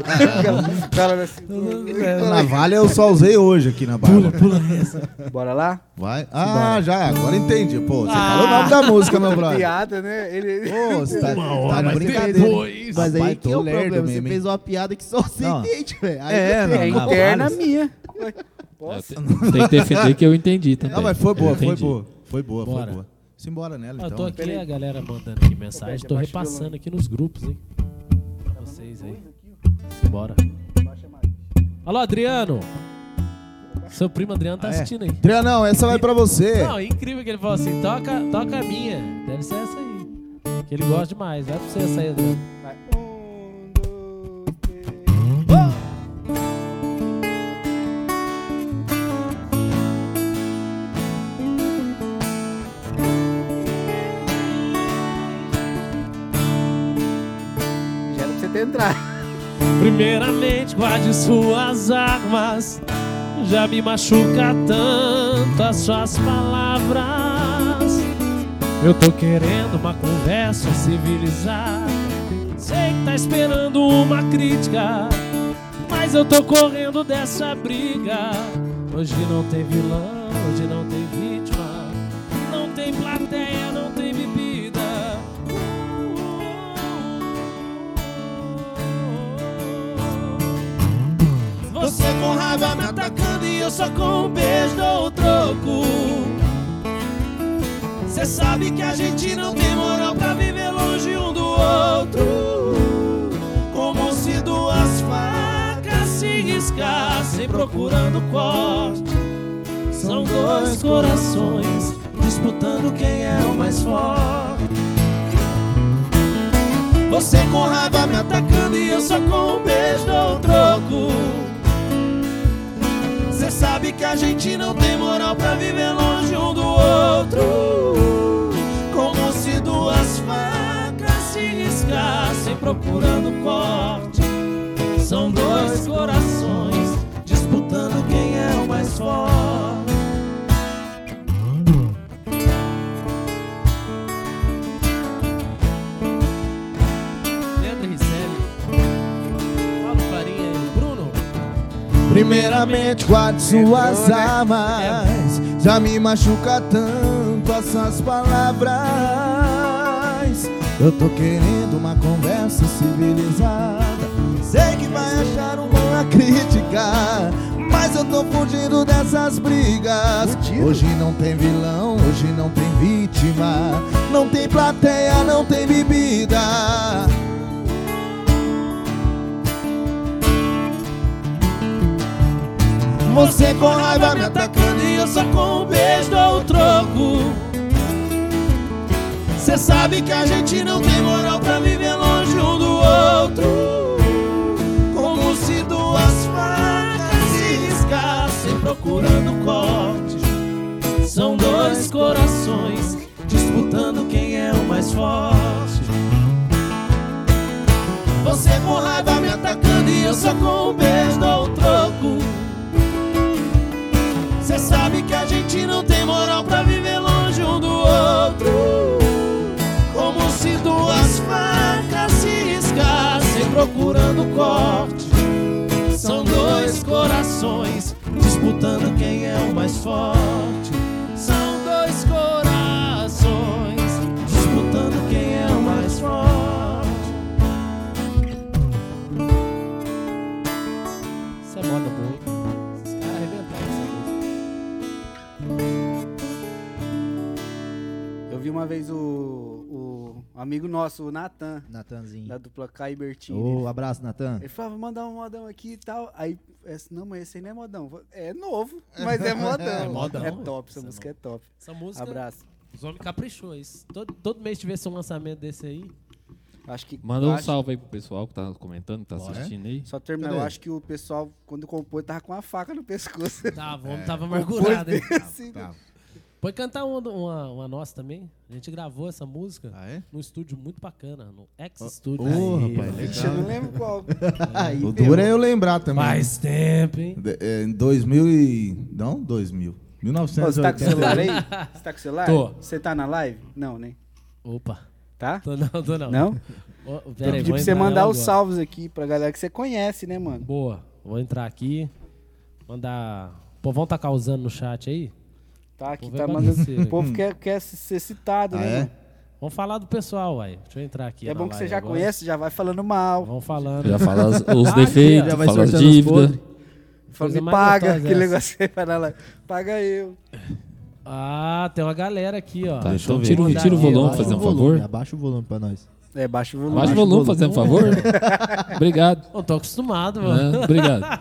Cara da cintura. Na navalha eu só usei hoje aqui na barba. Pula essa. Bora lá? Vai. Ah, já, agora entendi. Pô, você falou o nome da música, meu brother. Piada, né? Ele... Pô, você tá, Uma tá hora de mas brincadeira. depois. Mas aí Rapaz, que é tô o lerdo problema, você mesmo, hein? fez uma piada que só você Não. entende, velho. Aí É, não não, É não. interna vários. minha. Posso? Eu Tem que defender que eu entendi também. Não, mas foi boa, Eu foi entendi. boa. Foi boa, Bora. foi boa. Simbora nela, Ó, eu então. tô aqui, Peraí. a galera mandando aqui mensagem, Roberto, tô abaixa o repassando violão. aqui nos grupos, hein? Pra vocês aí. Simbora. Baixa mais. Alô, Adriano! Seu primo Adriano tá Ah, é? assistindo aí. Trianão, essa vai pra você. Não, é incrível que ele falou assim, toca, toca a minha. Deve ser essa aí. Que ele gosta demais. Vai pra você essa aí, Adriano. Vai. Um, dois, três. Já era pra você ter entrado. Primeiramente, guarde suas armas. Já me machuca tanto as suas palavras. Eu tô querendo uma conversa civilizada. Sei que tá esperando uma crítica, mas eu tô correndo dessa briga. Hoje não tem vilão, hoje não tem vítima. Não tem plateia, não tem bebida. Você com raiva me atacando e eu só com um beijo dou o troco. Cê sabe que a gente não tem moral pra viver longe um do outro. Como se duas facas se riscassem procurando corte. São dois corações disputando quem é o mais forte. Você com raiva me atacando e eu só com um beijo dou o troco. Cê sabe que a gente não tem moral pra viver longe um do outro. Como se duas facas se riscassem procurando corte. São dois corações disputando quem é o mais forte. Leandro Ricelli. Fala Farinha aí, Bruno. Primeiramente, guarde suas Entrou, né? armas. Já me machuca tanto essas palavras. Eu tô querendo uma conversa civilizada. Sei que vai achar uma crítica, mas eu tô fugindo dessas brigas. Fugido? Hoje não tem vilão, hoje não tem vítima. Não tem plateia, não tem bebida. Você com raiva me atacando e eu só com um beijo dou o troco. Cê sabe que a gente não tem moral pra viver longe um do outro. Como se duas facas se riscassem procurando corte. São dois corações disputando quem é o mais forte. Você com raiva me atacando e eu só com um beijo dou o troco. Cê sabe que a gente não tem moral pra viver longe um do outro. Como se duas facas se riscassem procurando corte. São dois corações disputando quem é o mais forte. São dois corações disputando quem é o mais forte. Isso é moda boa, hein? Esses caras arrebentaram essa música. Eu vi uma vez o, o amigo nosso, o Natan, Natanzinho. da dupla Caio Bertini. Ô, abraço, Natan. Ele falava, mandar um modão aqui e tal. Aí, esse, não, mas esse aí não é modão. É novo, mas é modão. É modão. É top, essa Essa música é top. Essa música, Abraço. os homens caprichou isso. Todo, todo mês tivesse um lançamento desse aí. Acho que. Manda um acho- salve aí pro pessoal que tá comentando, que tá Bora. assistindo aí. Só terminar, Cadê? eu acho que o pessoal, quando compôs, tava com a faca no pescoço. Tava, o homem tava amargurado, hein? Assim, Tá. Pode cantar uma, uma, uma nossa também. A gente gravou essa música Ah, é? num estúdio muito bacana, no X Studio. Ô, Aí, rapaz, Ixi, eu não lembro qual. Aí, O duro é eu lembrar também. Faz tempo, hein? De- é, Em dois mil e... Não, dois mil. Ô, você tá com o mil novecentos e oitenta. celular aí? Você tá com o celular? Tô. Você tá na live? Não, né? Opa. Tá? Tô não, tô não. Não? Ó, Eu pera aí, pedi vou pra você entrar mandar nela os agora. salvos aqui pra galera que você conhece, né, mano? Boa. Vou entrar aqui. Mandar... O povão tá causando no chat aí? Tá aqui, Vou ver tá pra mandando. você. O povo quer, quer ser citado, Ah, né? é? mano? Vamos falar do pessoal, uai. Deixa eu entrar aqui. É na bom que você live já agora. conhece, já vai falando mal. Vamos falando. Já fala as- os Ah, defeitos, já vai fala as sortando os dívidas. podres. Falou, Coisa me mais paga, gostosa aquele essa. negócio aí, para lá. Paga eu. Ah, tem uma galera aqui, ó. Tá, Deixa então eu ver tira, o- aqui. tira o volume, Abaixa fazer o um volume, favor. Abaixa o volume pra nós. É, baixa o volume. Baixa o Baixa o volume, fazer um favor. Obrigado. Eu tô acostumado, mano. É, obrigado.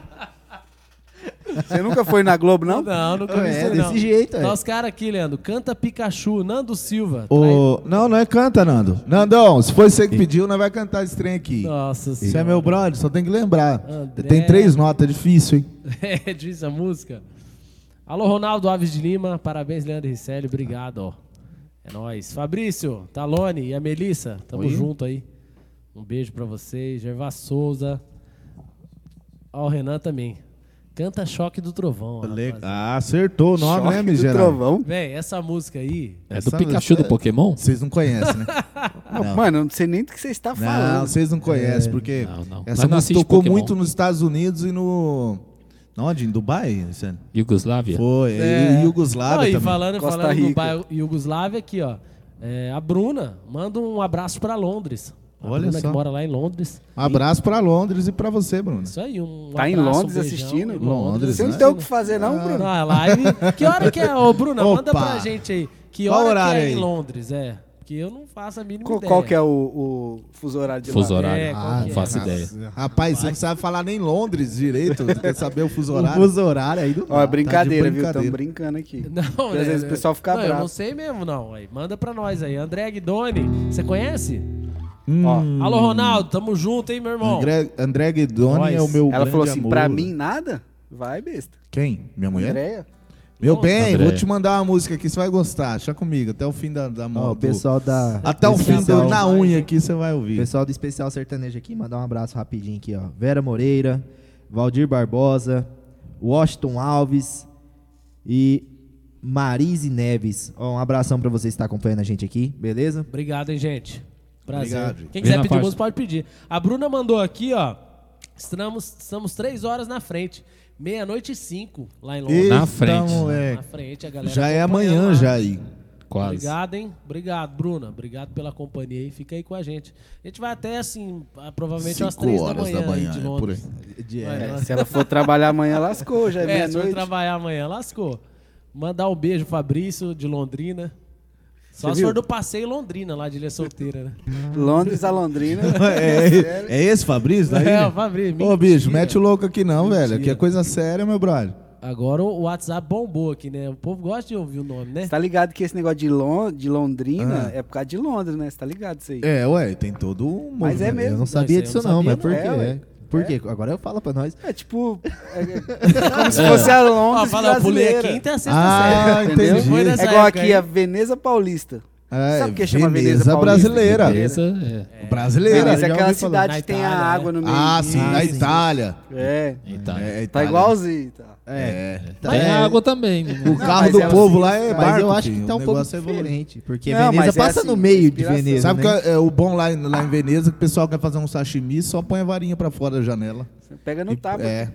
Você nunca foi na Globo, não? Não, nunca vi É, isso, desse não. jeito, é. Tá os caras aqui, Leandro. Canta Pikachu, Nando Silva. Ô, não, não é canta, Nando. Nandão, se foi você que pediu, nós vai cantar esse trem aqui. Nossa Você é senhora. meu brother, só tem que lembrar. André. Tem três notas, é difícil, hein? É difícil a música. Alô, Ronaldo Alves de Lima. Parabéns, Leandro Risselli. Obrigado, ó. É nóis. Fabrício, Talone e a Melissa. Tamo Oi. junto aí. Um beijo pra vocês. Gervas Souza. Ó, o Renan também. Canta Choque do Trovão. rapaziada. Ah, acertou o nome, Choque né, do miserável? trovão. Véi, essa música aí. É Essa- do Pikachu do Pokémon? Vocês não conhecem, né? Não, mano, eu não sei nem do que você está Não, falando. vocês não conhecem, porque Não, não. essa Mas não música assiste tocou Pokémon. muito nos Estados Unidos e no... Onde? Em Dubai? Sério? Yugoslávia? Foi, É. e Iugoslávia Não, e também. falando, Costa falando do Rica. bairro Iugoslávia aqui, ó. É, a Bruna, manda um abraço pra Londres. A Olha Bruna só. que mora lá em Londres. Um abraço pra Londres e pra você, Bruno. Isso aí, um Tá em abraço, Londres um beijão. assistindo? Em Londres, Você não né? tem o que fazer, não, Bruno? Não, a live. Que hora que é, ô Bruna? Manda Opa. pra gente aí. Que Qual hora horário que é aí? em Londres? É. Que eu não faço a mínima Qual, ideia. qual que é o, o fuso horário de Fuso lá? horário. É, qual não que é? faço ideia. Rapaz, você não sabe falar nem Londres direito, você quer saber o fuso O horário? fuso horário aí do Ó, é brincadeira, viu? brincadeira. Estamos brincando aqui. Não, Porque às vezes o pessoal fica não, eu bravo. não sei mesmo, não. Aí, manda pra nós aí. André Guidoni, você conhece? Hum, Ó, Alô, Ronaldo, tamo junto, hein, meu irmão? André, André Guidoni Nós. é o meu Ela grande falou assim, amor. pra mim nada? Vai, besta. Quem? Minha mulher? Andréia? Meu bem, André. vou te mandar uma música aqui, você vai gostar. Deixa comigo, até o fim da, da Ó, moto. o pessoal da... Até o do fim especial- do Na Unha aqui, você vai O ouvir. pessoal do Especial Sertanejo aqui, mandar um abraço rapidinho aqui, ó. Vera Moreira, Valdir Barbosa, Washington Alves e Marise Neves. Ó, um abração pra vocês que estão acompanhando a gente aqui, beleza? Obrigado, hein, gente. Prazer. Obrigado. Quem Vem quiser na pedir parte- música, pode pedir. A Bruna mandou aqui, ó. Estamos, estamos três horas na frente. Meia-noite e cinco, lá em Londres. Eita, Na frente. moleque. Na frente, a galera Já é acompanhando amanhã, lá. já aí. Quase. Obrigado, hein? Obrigado, Bruna. Obrigado pela companhia aí. Fica aí com a gente. A gente vai até, assim, ah, provavelmente às Cinco três da horas manhã, da manhã, aí de é, por Londres. De- Vai, é, nós- Se ela for trabalhar amanhã, lascou, já é, É, se for meia-noite. trabalhar amanhã, lascou. Mandar um beijo, Fabrício, de Londrina. Só Você se for viu? do passeio Londrina, lá de Ilha Solteira, né? Londres a Londrina. É, é esse Fabrício daí? É, o Fabrício. Ô, bicho, mentira. mete o louco aqui não, velho. Aqui é Mentira. coisa séria, meu brother. Agora o WhatsApp bombou aqui, né? O povo gosta de ouvir o nome, né? Você tá ligado que esse negócio de, Lon de Londrina Ah. é por causa de Londres, né? Você tá ligado isso aí? É, ué, tem todo um Mas é movimento. mesmo. Eu não sabia isso aí eu disso não não, sabia, mas por não. quê? É, ué. É. Por quê? Agora eu falo pra nós. É tipo. É, é como se fosse a Ó, Londres fala, eu pulei a brasileira. quinta e a sexta Ah, série. entendi. Foi É nessa igual época aqui aí. a Veneza Paulista. É, Sabe o que chama Veneza Veneza Paulista? brasileira. Beleza? É. Brasileira. Veneza é já aquela ouvi falar. cidade Na que tem a Itália, água no meio. Ah, sim, Ah, na sim. Itália. É. Então, É, Tá Itália. igualzinho. Tá. É. tem É. água também. né? O carro mas do é povo assim, lá é Mas barco, eu acho filho. que tá O um pouco negócio é evoluir. diferente. Porque Não, Veneza mas é passa assim, no meio de inspiração. Veneza, Sabe né? que é, o bom lá, em- lá em Veneza que o pessoal quer fazer um sashimi só põe a varinha pra fora da janela. Você pega no tapa. É,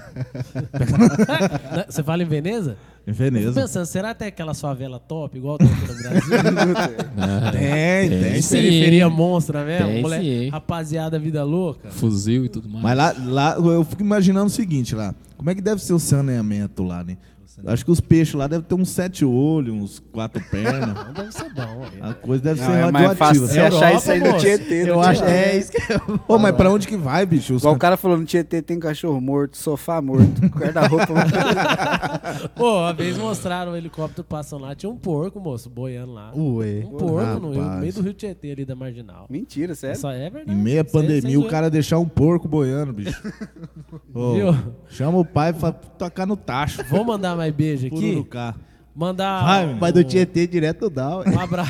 Né? Você fala em Veneza? em Eu fico Veneza. pensando, será até aquelas favelas top, igual tem aqui no Brasil? Ah, Tem, tem. Tem sim. Periferia monstra mesmo? Tem Moleque, sim. rapaziada, vida louca. Fuzil e tudo mais. Mas lá, lá eu fico imaginando o seguinte lá. Como é que deve ser o saneamento lá, né? Acho que os peixes lá devem ter uns sete olhos, uns quatro pernas. Não deve ser bom. ó. A coisa deve Não, ser é mais fácil radioativa. você Europa, achar isso aí no moço. Tietê. Eu no acho, Tietê. é isso que eu Ô, mas pra onde que vai, bicho? Os Igual o ca- cara falou, no Tietê tem cachorro morto, sofá morto, guarda-roupa morto. Pô, uma vez mostraram o helicóptero passando lá, tinha um porco, moço, boiando lá. Ué. Um porco no, rio- no rapaz. meio do Rio Tietê ali da Marginal. Mentira, sério? Só é verdade. Em meia Sem- sem pandemia, o zoeira. cara deixar um porco boiando, bicho. Ô, Viu? chama o pai pra tocar no tacho. Vou mandar mais beijo aqui. Pururucá. Mandar Vai, um, menino. Vai do Tietê direto dá. ué. um abraço.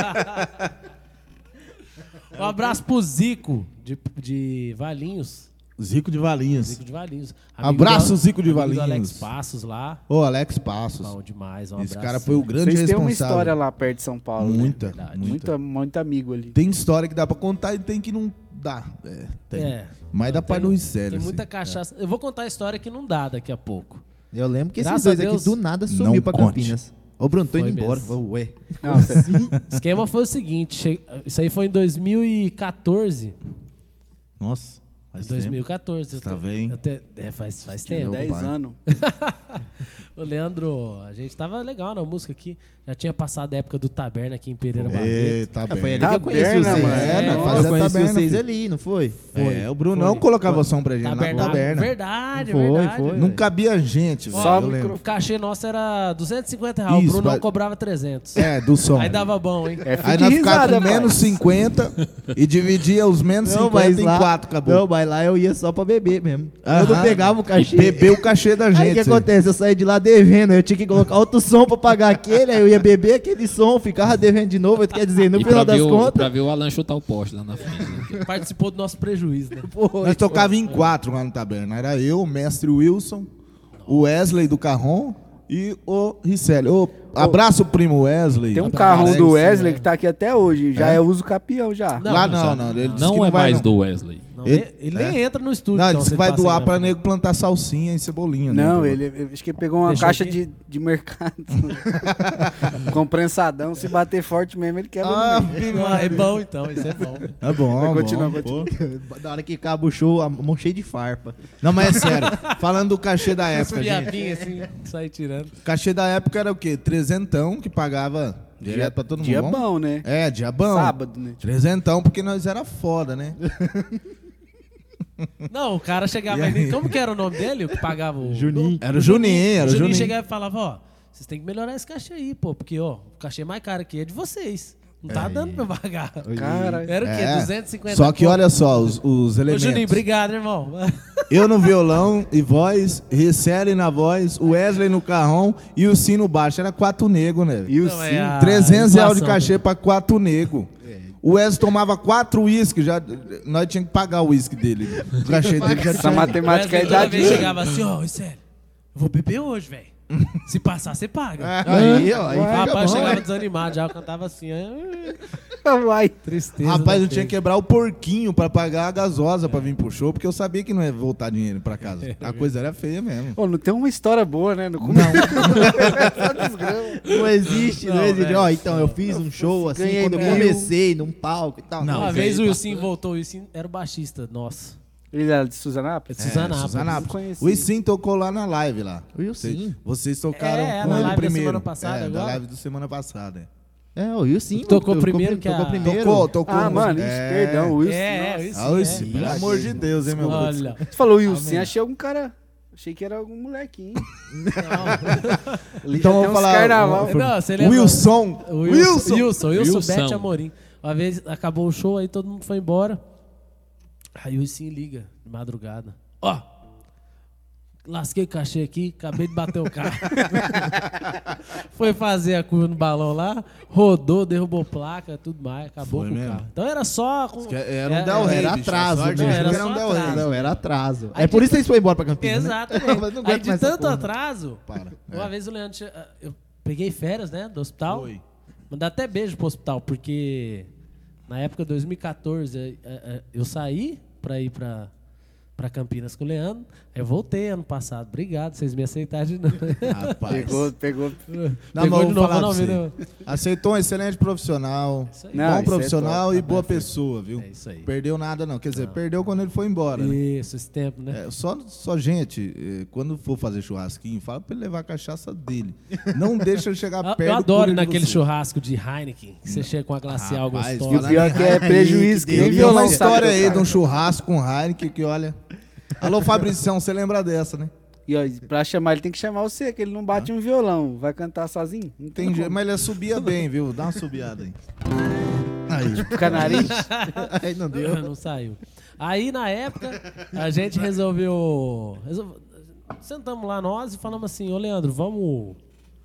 um abraço pro Zico de, de Valinhos. Zico de Valinhos. Zico de Valinhos. Abraço, do- Zico de amigo do Valinhos. Alex Passos lá. Ô, Alex Passos. Bom demais, um Esse abraço. cara foi o grande Vocês têm uma responsável. história lá perto de São Paulo, Muita, né? Verdade. muita. Muito, muito amigo ali. Tem história que dá pra contar e tem que não dá. É, tem. É. Mas dá pra Tem- não ir sério. Tem assim. muita cachaça. Eu vou contar a história que não dá daqui a pouco. Eu lembro que esses Graças a dois aqui Deus, do nada não sumiu pra conte. Campinas. Ô, Bruno, tô indo Foi embora. mesmo. Ué. Não, sério. O esquema foi o seguinte: che- isso aí foi em dois mil e quatorze. Nossa. Faz dois mil e quatorze. Você tá eu tô- bem? eu te- é, faz, faz Tinha tempo. dez pai. anos. O Leandro, a gente tava legal na música aqui. Já tinha passado a época do Taberna aqui em Pereira Ei, Barreto. tá É, bem. foi ali Tá que eu conheci Taberna, vocês. mano. É, É, nós eu conheci taberna, vocês filho. ali, não foi? É, o Brunão foi. colocava som pra gente Taberna, na taberna. Verdade, Foi, verdade. foi. Não cabia gente, velho. Só eu o lembro. O cachê nosso era duzentos e cinquenta reais, Isso, o Bruno vai- cobrava trezentos. É, do som. Aí dava bom, hein? É Aí fim de nós ficava risada, com menos pai. cinquenta e dividia os menos cinquenta em quatro, acabou. Não, mas lá eu ia só pra beber mesmo. Eu Aham. não pegava o cachê. Bebeu o cachê da Aí o gente. que acontece? Eu saí de lá devendo, eu tinha que colocar outro som pra pagar aquele, aí eu ia beber aquele som, ficava devendo de novo, quer dizer, no E final pra ver, das o, contas... pra ver o Alan chutar o poste lá na frente. né? Participou do nosso prejuízo, né? Foi, Nós tocava em quatro lá no taberna. Era eu, o mestre Wilson, o Wesley do Carrom e o Ricelli. Ô, abraço, primo Wesley. Tem um Abraço, carrão Alex. do Wesley que tá aqui até hoje. Já É? é uso capião já. Não, Lá não, não, não. Ele disse Não que é vai, mais não. do Wesley. Não, Ele- ele ele nem entra no estúdio. Não, ele então, disse se que vai passa doar grana. pra nego plantar salsinha e cebolinha. né? Não, ele, ele- acho que ele pegou uma Deixou caixa aqui? de, de mercado. Com prensadão. Se bater forte mesmo, ele quebra Ah, no meio. Ah, é bom então, isso é bom. É bom, Vai bom, continuar, pô. Da hora que acaba o show, a mão cheia de farpa. Não, mas é sério. Falando do cachê da Os época, gente. fiapinhos assim, sai tirando. O cachê da época era o quê? Trezentão que pagava direto pra todo mundo. Dia Vamos? bom, né? É, dia bom. Sábado, né? Trezentão, porque nós era foda, né? Não, o cara chegava aí. Como que era o nome dele? O que pagava o. Juninho. Era o Juninho, era o O Juninho Juninho. chegava e falava: ó, vocês têm que melhorar esse cachê aí, pô, porque, ó, o cachê mais caro aqui é de vocês. Não tá dando pra eu pagar. Cara, Era o quê? É. duzentos e cinquenta Só que conto? olha só, os, os Ô, elementos. Juninho, obrigado, irmão. Eu no violão e voz, Ricelli na voz, o Wesley no carrão e o Sim no baixo. Era quatro nego, né? e o Não, é sim. a- trezentos reais de inflação, cachê pra quatro nego. O Wesley tomava quatro uísques, já, nós tínhamos que pagar o uísque dele. O cachê dele já Essa tinha... matemática é Wesley toda vez idade. chegava assim, ó, sério, eu vou beber hoje, velho. Se passar, você paga. Aí, ó, aí O fica rapaz bom, chegava né? desanimado já, eu cantava assim, aí, Vai. tristeza. Rapaz, da eu tinha que feia. quebrar o porquinho pra pagar a gasosa pra vir pro show, porque eu sabia que não ia voltar dinheiro pra casa. A coisa era feia mesmo. Pô, não tem uma história boa, né? No começo. Só desgrama. Não existe, não, Não, existe. velho. Ó, então, eu fiz um show assim, Ganhei quando eu mil. comecei, num palco e tal. Não, Uma ganhei vez o pra- Wilson voltou, o Wilson era o baixista, nossa. Ele era de Suzanápolis? É de Suzanápolis. Não Suzanápolis. conheci. O Isim tocou lá na live lá. O Wilson. Vocês, vocês tocaram É, com na ele live da primeiro. semana passada é, da agora. live da semana passada. é. É, o Wilson. Tocou mano, primeiro que a- tocou primeiro. Tocou, tocou. Ah, mano, isso, é. perdão, o Wilson. É, é, nossa. Wilson. Ah, o Isim, É, pelo isso. amor de Deus, hein, meu irmão. Olha. Você falou Wilson, Amém. achei algum cara. Achei que era algum molequinho. Ali Então já vamos tem uns falar- carnaval. vamos- Não, você lembra? Wilson. O Wilson. Wilson. Wilson, Wilson, Wilson. Bete Amorim. Uma vez acabou o show, aí todo mundo foi embora. Aí o Wilson liga, de madrugada. Ó, lasquei o cachê aqui, acabei de bater o carro. Foi fazer a curva no balão lá, rodou, derrubou placa, tudo mais, acabou Foi com mesmo? o carro. Então era só... Com... Que Era um É, Del Rey, Era bicho, atraso, a sorte né? era Era um só Del atraso. Rey. Não, era atraso. Aí É por de- isso que eles foram embora pra Campinas, né? Exatamente. Mas não Aí aguento de mais essa tanto porra. atraso, Para. uma vez o Leandro... che- Eu peguei férias, né, do hospital. Foi. Mandar até beijo pro hospital, porque na época de dois mil e catorze eh, eh, eu saí pra ir pra, pra Campinas com o Leandro. Aí eu voltei ano passado. Obrigado, vocês me aceitaram de novo. Rapaz. Pegou, pegou. Não, Pegou mas de vou novo, falar não, pra você. viu? Aceitou um excelente profissional, Isso aí. Não, bom isso é profissional top, e boa rapaz. pessoa, viu? É isso aí. Perdeu nada não, quer dizer, perdeu quando ele foi embora, né? Isso, esse tempo, né? É, só, só, gente, eh, quando for fazer churrasquinho, fala pra ele levar a cachaça dele. Não deixa ele chegar Eu- perto eu adoro de naquele você. churrasco de Heineken, que você chega com a glacial Rapaz, E o gostosa. pior que é prejuízo, que nem Eu vi uma violão história sabe aí de tocar. um churrasco com Heineken que, olha... Alô, Fabricião, você lembra dessa, né? E ó, pra chamar, ele tem que chamar você, que ele não bate um violão. Vai cantar sozinho? Não Tem tem jeito, como. mas ele subia bem, viu? Dá uma subiada aí. Aí. Canarinho. Aí não deu. Não saiu. Aí, na época, a gente resolveu... resol- Sentamos lá nós e falamos assim, ô Leandro, vamos...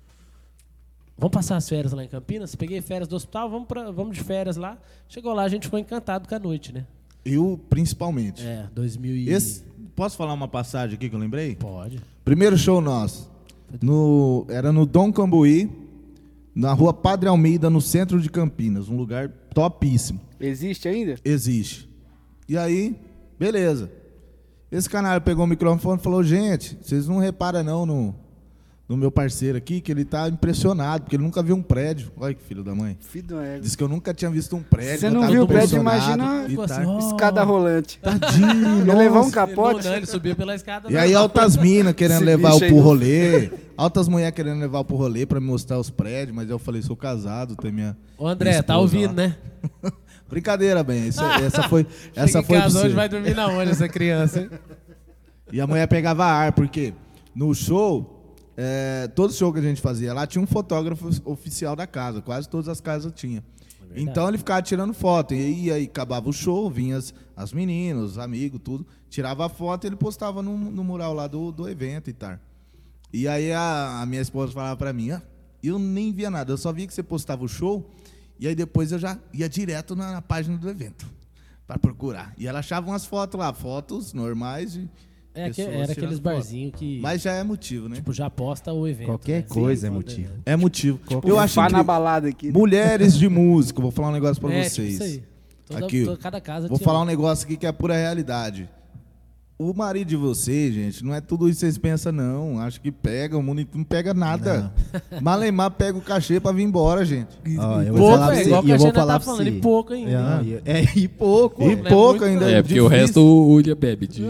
Vamos passar as férias lá em Campinas? Peguei férias do hospital, vamos, pra, vamos de férias lá. Chegou lá, a gente ficou encantado com a noite, né? Eu, principalmente. É, dois mil e... Esse, posso falar uma passagem aqui que eu lembrei? Pode. Primeiro show nosso. No, era no Dom Cambuí, na rua Padre Almeida, no centro de Campinas. Um lugar topíssimo. Existe ainda? Existe. E aí, beleza. Esse canal pegou o microfone e falou, gente, vocês não reparam não no, do meu parceiro aqui, que ele tá impressionado, porque ele nunca viu um prédio. Olha que filho da mãe. Filho do ego. Diz que eu nunca tinha visto um prédio. Você eu não tava viu o prédio, impressionado imagina e Ficou tá- assim, ó. escada rolante. Tadinho, Ia levar um nossa. capote. Não, não, ele subia pela escada. E aí normal. altas minas querendo Esse levar bicho eu aí pro não- rolê. Altas mulheres querendo levar eu pro rolê pra me mostrar os prédios, mas eu falei, sou casado, tem minha... Ô, André, minha tá esposa ouvindo, lá. né? Brincadeira, bem. Essa, essa foi, essa Chega em foi pra casa você. hoje, vai dormir na onde essa criança, hein? E a mulher pegava ar, porque no show, é, todo show que a gente fazia lá tinha um fotógrafo oficial da casa, quase todas as casas tinham. Então ele ficava tirando foto, e aí acabava o show, vinha as, as meninas, os amigos, tudo, tirava a foto e ele postava no, no mural lá do, do evento e tal. E aí a, a minha esposa falava pra mim, ah, eu nem via nada, eu só via que você postava o show, e aí depois eu já ia direto na, na página do evento, pra procurar. E ela achava umas fotos lá, fotos normais de É, que, pessoas era tirando aqueles foto. barzinhos que, Mas já é motivo, né? tipo, já posta o evento. Qualquer né? coisa é Sim, motivo. foda, É motivo. Tipo, eu acho vá que na balada aqui. mulheres de música, vou falar um negócio pra né? É, tipo vocês. isso aí. Toda, Aqui, toda- cada casa Vou tinha falar um negócio aqui que é pura realidade. O marido de vocês, gente, não é tudo isso que vocês pensam, não. Acho que pega, o mundo não pega nada. Malemar pega o cachê pra vir embora, gente. Ó, eu vou Pouco, falar pra é, você, igual e que a eu vou gente falar tá pra falando, você. e pouco ainda. É, e- é, e pouco. E não é pouco muito, ainda. não. É, porque o difícil. resto o William bebe. De...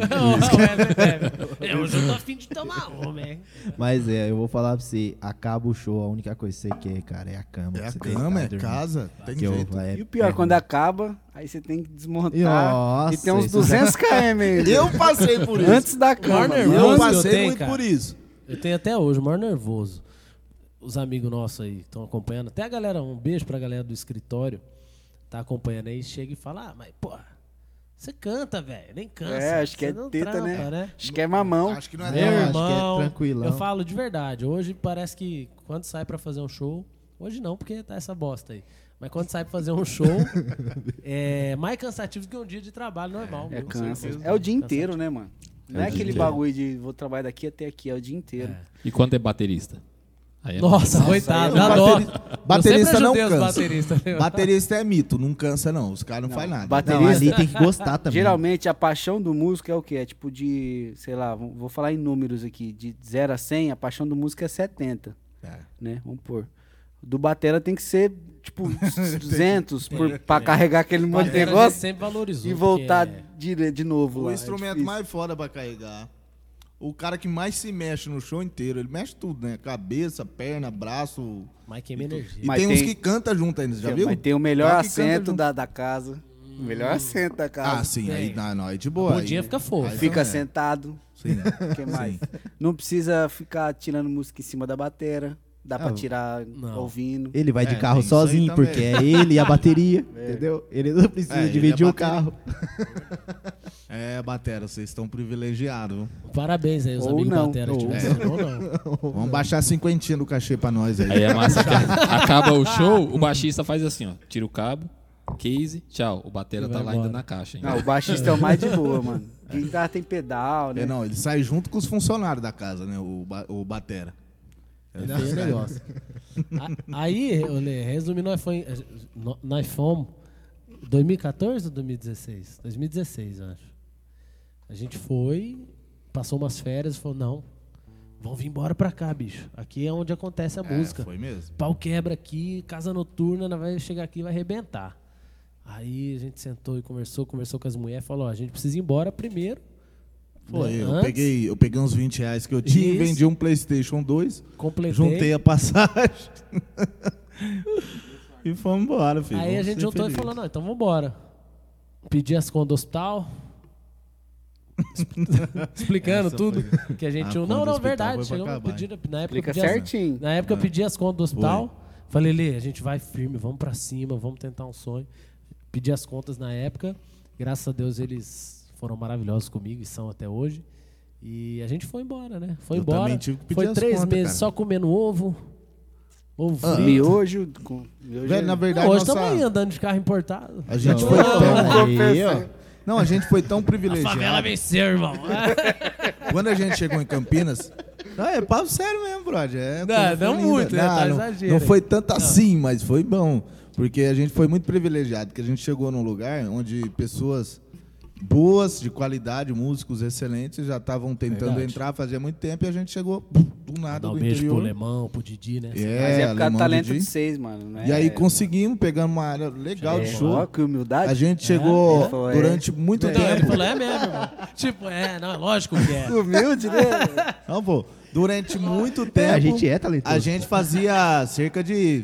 É, eu já tô afim de tomar uma, hein? Mas é, eu vou falar pra você, acaba o show, a única coisa que você quer, cara, é a cama. É pra a você cama, deitar é e dormir. casa. Tem Que eu- jeito. é- E o pior, é quando ruim. acaba, aí você tem que desmontar. Nossa, e tem uns isso- duzentos quilômetros. Eu passei por isso. Antes da cama. Maior mano. Eu nervoso que eu passei tenho, muito cara. por isso. Eu tenho até hoje, o maior nervoso. Os amigos nossos aí estão acompanhando. Até a galera, um beijo pra galera do escritório. Tá acompanhando aí, chega e fala: ah, mas, pô, você canta, velho. Nem cansa. É, acho que você é não teta, trampa, né? Acho que é mamão. Acho que não é Meu Eu tão- acho que é irmão, tranquilão. eu falo de verdade. Hoje parece que quando sai pra fazer um show, hoje não, porque tá essa bosta aí. Mas quando sai pra fazer um show, é mais cansativo que um dia de trabalho normal. É viu? cansa. Cansativo. É o dia inteiro, né, mano? Não É é, o dia aquele inteiro. bagulho de vou trabalhar daqui até aqui, é o dia inteiro. É. E quando é baterista? Aí é Nossa, coitado, aí é dá dó. bateri- baterista Eu sempre não ajudei os cansa. bateristas, né? Baterista é mito, não cansa não. Os caras não, Não, fazem nada. bate- Não, baterista- ali tem que gostar também. Geralmente a paixão do músico é o quê? É tipo de, sei lá, vou vou falar em números aqui, de zero a cem, a paixão do músico é setenta, É. né? Vamos pôr. Do batera tem que ser tipo duzentos por, pra carregar aquele monte de Batera a gente negócio sempre valorizou. e voltar porque é- de, de novo O lá. É instrumento difícil. mais foda pra carregar. O cara que mais se mexe no show inteiro. Ele mexe tudo, né? Cabeça, perna, braço. Mas queima energia. E Mas tem, uns tem- que canta junto ainda, já Tem- viu? Mas tem o melhor Cara que canta assento junto. da, da casa. O melhor assento da casa. Ah, sim, aí Tem. não, não, aí de boa. A aí- bundinha fica fofa. aí Fica também. sentado. Sim. O que mais? Não precisa ficar tirando música em cima da batera. Dá pra Ah, tirar não. ouvindo. Ele vai de É, carro tem isso aí sozinho, também. porque é ele e a bateria, entendeu? Ele não precisa É, ele dividir e a o carro. É, batera, vocês estão privilegiados. viu? Parabéns aí, os Ou amigos não. batera. Ou- Tipo, É. ou não. Vamos baixar cinquentinha do cachê pra nós aí. Aí é massa que acaba o show, o baixista faz assim, ó. Tira o cabo, case, tchau. O batera E tá vai lá ainda embora. na caixa. hein? Não, o baixista é o mais de boa, mano. Guitarra tem pedal, né? É, não, ele sai junto com os funcionários da casa, né? O, ba- o batera. É feio o negócio. A- Aí, olê, resumindo, nós foi, nó- nós fomos dois mil e quatorze ou dois mil e dezesseis? dois mil e dezesseis, eu acho. A gente foi, passou umas férias e falou, não, vamos vir embora pra cá, bicho. Aqui é onde acontece a É, música. foi mesmo. Pau quebra aqui, casa noturna, nós vai chegar aqui e vai arrebentar. Aí a gente sentou e conversou, conversou com as mulheres, falou, ó, a gente precisa ir embora primeiro. Foi, né, eu antes, peguei, eu peguei uns vinte reais que eu tinha, Isso. vendi um PlayStation dois, completei. juntei a passagem e fomos embora, filho. Aí a Vamos gente ser juntou felizes. e falou, não, então vamos embora. Pedi as contas do hospital. Explicando Essa tudo foi- que a gente A tinha. conta Não, do não, hospital verdade. foi pra Chegamos a acabar, pedir, na época Explica eu pedi as- certinho. Na época eu É. pedi as contas do hospital. Falei, Lê, a gente vai firme, vamos pra cima, vamos tentar um sonho. Pedi as contas na época. Graças a Deus eles foram maravilhosos comigo e são até hoje. E a gente foi embora, né? Foi Eu embora. também tive que pedir Foi as três contas, meses cara. só comendo ovo. Ovo Ah, frito. Miojo. Com, miojo Velho, na é- verdade, Não, hoje nossa- estamos aí andando de carro importado. a gente Não, foi não, tão... aí, ó. Não, a gente foi tão A favela privilegiado. venceu, irmão. Quando a gente chegou em Campinas... Não, é papo sério mesmo, brother. É, Não, foi- não foi muito, linda. né? Tá não, exagero não aí. foi tanto assim, mas foi bom. Porque a gente foi muito privilegiado, porque a gente chegou num lugar onde pessoas boas, de qualidade, músicos excelentes, já estavam tentando Verdade. entrar fazia muito tempo e a gente chegou pum, do nada Dá um do beijo pro interior. Alemão, pro Didi, né? Mas É, é por causa do Alemão talento Didi. de vocês, mano. Não é, E aí conseguimos, pegando uma área legal de é, show. Ó, que humildade. A gente chegou ele falou, é. durante muito Não, ele tempo. falou, é mesmo, irmão. Tipo, é, não, é lógico que é. Humilde, né? Não, pô. Durante muito tempo. A gente é talentoso. A gente fazia cerca de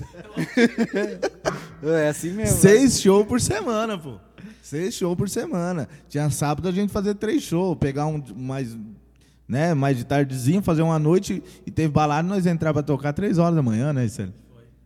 É assim mesmo. seis shows por semana, pô. Seis shows por semana. Tinha sábado a gente fazer três shows, pegar um mais, né, mais de tardezinho, fazer uma noite e teve balada, nós entrar pra tocar três horas da manhã, né, Célio?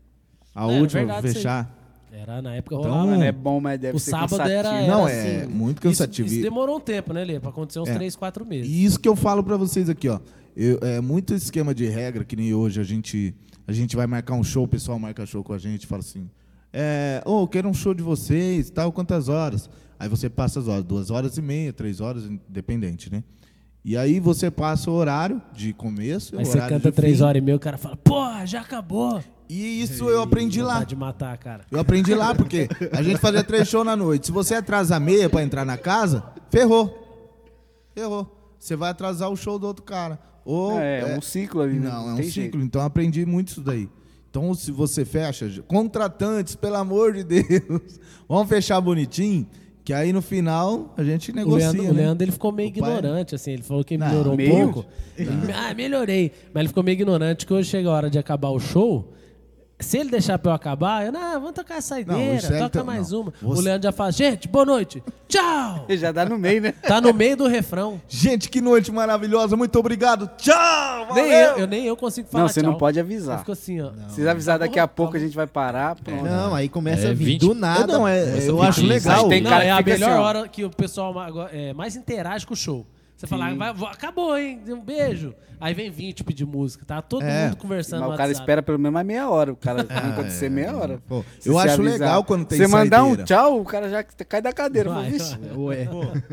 A É, última, verdade, pra fechar. Era, na época Então, rolava. Mano, né? é bom, mas deve O ser sábado cansativo. era, era Não, assim, é muito isso- cansativo. Isso, demorou um tempo, né, Lê? Pra acontecer uns É. três, quatro meses. E isso que eu falo pra vocês aqui, ó. Eu, é muito esquema de regra, que nem hoje a gente, a gente vai marcar um show, o pessoal marca show com a gente, fala assim, é, ô, eu quero um show de vocês, tal, quantas horas? Aí você passa as horas, duas horas e meia, três horas, independente, né? E aí você passa o horário de começo e o Aí você horário canta de três fim. horas e meia, o cara fala, porra, já acabou. E isso eu aprendi lá. Vontade de matar, cara. Eu aprendi lá, porque a gente fazia três shows na noite. Se você atrasa meia pra entrar na casa, ferrou. Ferrou. Você vai atrasar o show do outro cara. Ou, É, é um ciclo ali, né? Não, é um Tem ciclo. jeito. Então eu aprendi muito isso daí. Então, se você fecha, contratantes, pelo amor de Deus, vamos fechar bonitinho, que aí no final a gente O negocia. Leandro, o né? Leandro ele ficou meio O pai- ignorante, assim, ele falou que Não, melhorou um meio? pouco. Ele, ah, melhorei. Mas ele ficou meio ignorante que hoje chega a hora de acabar o show. Se ele deixar pra eu acabar, eu, não, vamos tocar a Não, saideira, isso é toca então- mais não. uma. Você- O Leandro já fala, gente, boa noite, tchau. Ele já dá no meio, né? Tá no meio do refrão. Gente, que noite maravilhosa, muito obrigado. Tchau! Nem valeu! eu, eu nem eu consigo falar Não, você não tchau. pode Eu avisar. fico assim, ó. Se vocês avisar daqui a pouco, a gente vai parar. Pronto. Não, aí começa É, a vir vinte do nada. Não, é, Nossa, eu acho vinte, legal. tem Não, cara é que a fica melhor assim, ó. hora que o pessoal ma- agora, é, mais interage com o show. Você fala, vai, vai, acabou, hein? Um beijo. Aí vem vinte pedir música, tá todo É. mundo conversando Mas no o cara WhatsApp. espera pelo menos mais meia hora. O cara vai acontecer meia hora. Pô, Se eu você acho avisar. legal quando tem Você mandar um saideira. tchau, o cara já cai da cadeira. Vai, Fala, "Vixe, vai. Ué.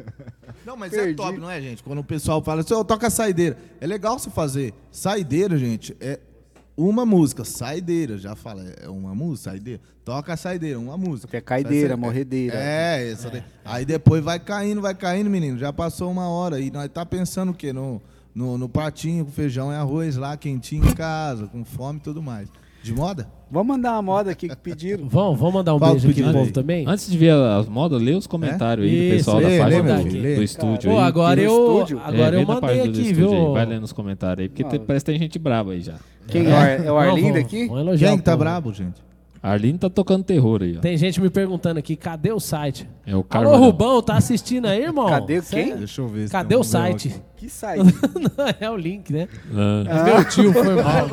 Não, mas Perdi. é top, não é, gente? Quando o pessoal fala assim, ô, toca saideira. É legal você fazer. Saideira, gente, é uma música. Saideira, já fala. É uma música, saideira. Toca a saideira, uma música. Que é caideira, Sai- morredeira. É, essa daí. Aí depois vai caindo, vai caindo, menino. Já passou uma hora. E nós tá pensando o quê? No, no, no pratinho com feijão e arroz lá, quentinho em casa, com fome e tudo mais. De moda? Vamos mandar uma moda aqui que pediram. Vamos, vamos mandar um Fala beijo o aqui pro pedido povo aí. também? Antes de ver as modas, lê os comentários aí do Isso, pessoal lê, da lê, página meu do, filho, lê. do estúdio Pô, aí. agora E no eu, estúdio? agora É, eu vê na mandei página do aqui, estúdio viu? aí. Vai lendo os comentários aí, porque Não. tem- parece que tem gente braba aí já. Quem é o Ar- é o Não, Arlindo vamos- aqui? vamos elogiar Quem o que tá povo. brabo, gente? A Arline tá tocando terror aí, ó. Tem gente me perguntando aqui, cadê o site? É o Alô, Carvalho. Rubão, tá assistindo aí, irmão? Cadê quem? Cê- Deixa eu ver. se Cadê tem um o site? aqui. Que site? Não, é o link, né? Ah, Meu tio foi mal.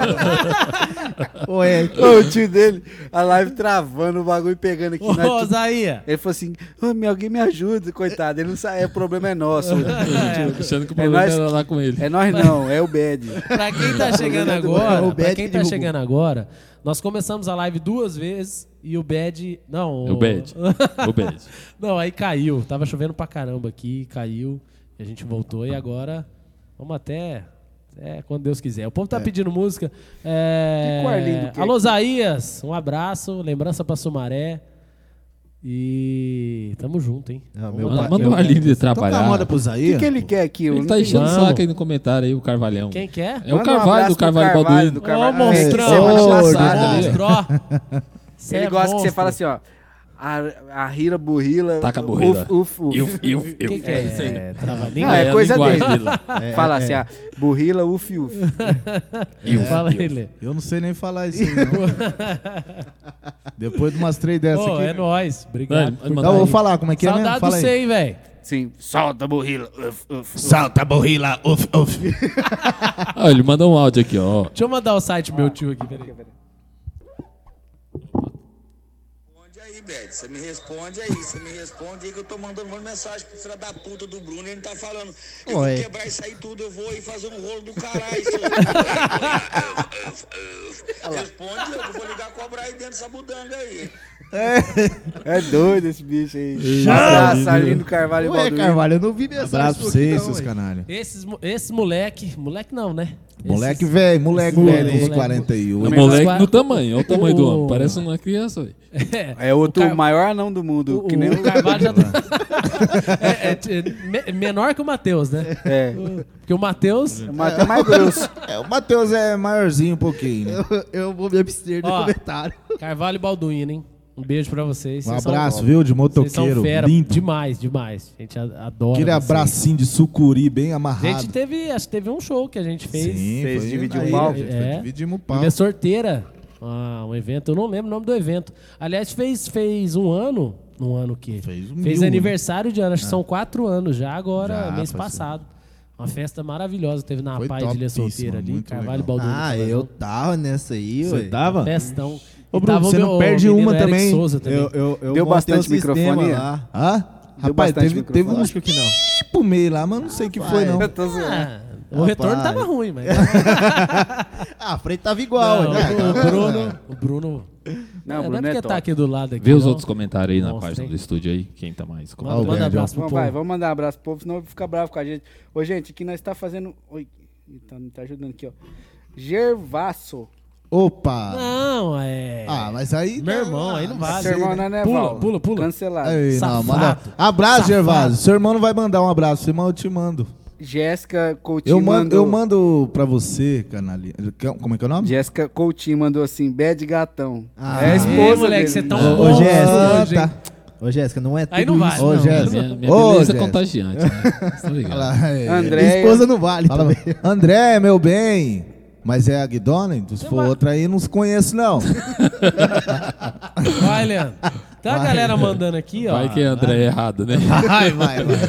Ué, Ô, o tio dele, a live travando, o bagulho pegando aqui. Ô, nós tudo- Zaia. Ele falou assim: "Ô, meu, alguém me ajuda, coitado. Ele não sabe, o problema é nosso. achando que o É problema nós- era lá com ele. É nós não, é o Bad. Pra quem tá chegando É agora, o pra Bad quem que tá derrubou. chegando agora, nós começamos a live duas vezes e o Bad... Não, O Bad. O Bad. Não, aí caiu. Tava chovendo pra caramba aqui, caiu. E a gente voltou e agora vamos até... É, quando Deus quiser. O povo tá pedindo música. É... Que Arlindo quer Alô, aqui? Zaías, um abraço. Lembrança pra Sumaré. E tamo junto, hein? Não, Vamos meu lá. Manda, pai- manda o Arlindo Toca trabalhar. a moda pro O Zaia. que, que ele quer aqui? Eu Ele não tá entendi. enchendo o Vamos. saco aí no comentário aí, o Carvalhão. Quem que é? É o Manda um Carvalho, abraço do Carvalho pro Balduino. do Ô, Carvalho. monstrão, Semana Ô, passada, passada. monstro, ó. Cê Ele é gosta que você monstro. fala assim, ó. A, a Rira Burrila. Taca a burrila. Uf, uf, uf. Eu, eu, O eu. que, que é isso aí? É, Trava-língua? Não, é a coisa linguagem dele. dele lá. Fala assim, ó. Burrila, uf, uf. Fala aí, Lê. Eu não sei nem falar isso aí, não. Depois de umas três dessas Ô, aqui. é nóis. Obrigado. Mano, por manda Não, tá eu vou aí. falar como é que é mesmo. Saudade do Fala aí. sei, velho. Sim, solta a burrila. Uf, uf. Salta, borrila, uf, uf. Ah, ele mandou um áudio aqui, ó. Deixa eu mandar o site pro meu tio aqui, peraí. Responde aí, Bed. Você me responde aí. Você me responde aí que eu tô mandando uma mensagem pro filho da puta do Bruno. Ele tá falando. Eu Oi. vou quebrar isso aí tudo. Eu vou aí fazer um rolo do caralho. seu- Responde, eu vou ligar a cobrar aí dentro dessa budanga aí. É doido esse bicho aí. Já. Abraço, Arlindo Carvalho e Ué, Balduino. Carvalho, eu não vi mensagem Abraço pra sua aqui, vocês, não, seus ué. canalha. Esses, mo- esse moleque... Moleque não, né? Moleque Esses- velho, moleque Moleque, velho, uns moleque. quarenta e O oito. Também moleque faz no qua- tamanho, olha o tamanho do O- homem. Parece uma criança, velho. É outro O Car- maior anão do mundo. O, que nem o Carvalho já tá... É, é, é, me- menor que o Matheus, né? É. Porque o Matheus... O Matheus é mais grosso. É, o Matheus é maiorzinho um pouquinho, né? Eu, eu vou me abster do Ó, comentário. Carvalho e Balduino, hein? Um beijo pra vocês. Um Vocês são- abraço, viu, de Vocês são motoqueiro. fera. Lindo. Demais, demais. A gente a- adora Aquele vocês. abracinho de sucuri bem A amarrado. gente teve, acho que teve um show que a gente fez. Sim, Vocês foi dividiram aí, o palco? a gente É. Dividimos o palco. Ilha Sorteira. Ah, um evento, eu não lembro o nome do evento. Aliás, fez, fez um ano. Um ano o quê? Fez um Fez mil, aniversário de ano, acho que são quatro anos já, agora, Já, mês faz passado. Uma festa maravilhosa, teve na Foi Paz de Ilha topíssima, Solteira ali, muito Carvalho e legal. Balduino. Ah, Fazendo eu tava nessa aí, Você ué. tava? Festão. Ô, E Bruno, tava o você meu- não perde o uma menino Eric também. Souza também. Eu, eu, eu Deu montei bastante um sistema microfone? lá. Hã? Deu Rapaz, bastante teve, microfone. teve uns Acho que não. pro meio lá, mas não sei o que foi, não. Eu tô zoando. Ah, o retorno Rapaz. tava ruim, mas. Ah, a frente tava igual. Não, né? o Bruno. O Bruno. Não, é, o Bruno não é porque é tá top. aqui do lado aqui. Vê os não. outros comentários aí na Nossa, página hein? do estúdio aí. Quem tá mais Manda, comentando. manda Ó, abraço pro Vamos, povo. vai, vamos mandar um abraço pro povo, senão eu vou ficar bravo com a gente. Ô, gente, aqui nós tá fazendo... Oi, tá, me tá ajudando aqui, ó. Gervasso. Opa! Não, é. Ah, mas aí... Meu irmão, aí não vale. Seu irmão não é né, Pula, Val? pula, pula. Cancelado. Aí, não, Safado. manda... Abraço, Safado. Gervásio. Seu irmão não vai mandar um abraço, irmão, eu te mando. Jéssica Coutinho Eu mando, mandou... eu mando pra você, canalinha. Como é que é o nome? Jéssica Coutinho mandou assim, bad gatão. Ah. é a Ei, esposa moleque, dele. você é tão Ô, bom ô, Jéssica, hoje, tá. hein? Ô, Jéssica, não é tudo Aí não vale. isso. Ô, não. Jéssica. Minha, minha Ô, beleza é Jéssica. contagiante, né? Vocês tão ligados? Fala, é, André- Minha esposa não vale fala, também. André, meu bem. Mas é a Guidona? Se for vai- outra aí, não se conheço, não. Vai, Leandro. Tem uma galera mandando aqui, ó. Vai que é André é errado, né? Vai, vai, vai.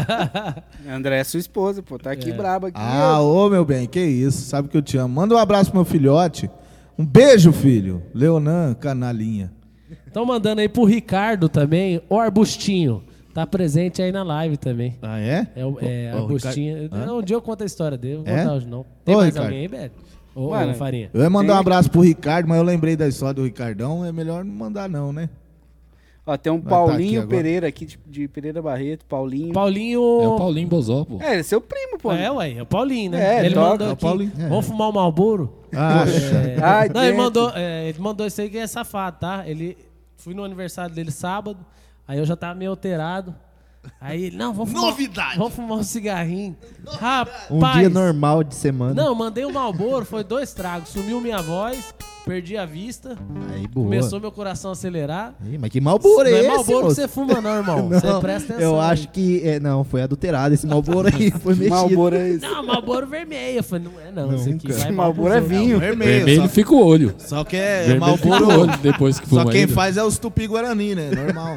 André é sua esposa, pô. Tá aqui braba aqui. Ah, ô, meu bem, que isso. Sabe que eu te amo. Manda um abraço pro meu filhote. Um beijo, filho. Leonan, canalinha. Estão mandando aí pro Ricardo também, o Arbustinho. Tá presente aí na live também. Ah, é? É, o é Ô, ô, Arbustinho. Ricardo- Não, um dia eu conto a história dele. Não vou É? contar hoje, não. Tem Ô, mais Ricardo. alguém aí, Beto? Ô, Mano, ô, Farinha. Eu ia mandar Tem- um abraço pro Ricardo, mas eu lembrei da história do Ricardão. É melhor não mandar, não, né? Ó, tem um Vai tá aqui Paulinho agora. Pereira aqui, de, de Pereira Barreto. Paulinho. Paulinho. É o Paulinho Bozó, pô. É, ele é seu primo, pô. É, ué, é o Paulinho, né? É, ele toca. mandou É o aqui. Paulinho. É. Vamos fumar o Marlboro? Acha. É. Ai, Não, ele dentro. mandou, é, ele mandou isso aí que é safado, tá? Ele fui no aniversário dele sábado, aí eu já tava meio alterado. Aí ele, não, vamos fumar, Novidade! vamos fumar um cigarrinho. Rapaz, Um dia normal de semana. Não, mandei um Marlboro, foi dois tragos, sumiu minha voz, perdi a vista, Aí, boa. começou meu coração a acelerar. Ih, mas que Malboro é Não é esse, Marlboro que moço? você fuma não, irmão. Não, Você presta atenção. eu aí. acho que... É, não, foi adulterado esse Malboro aí. Foi mexido. Malboro é esse. Não, Marlboro vermelho. Eu falei, não é não, esse aqui Nunca. vai Malboro é mal pros outros. vinho. Vermelho fica o olho. Só que é Vermelho fica o Malboro. olho depois que fuma Só quem ainda. faz é os Tupi-Guarani, né? Normal.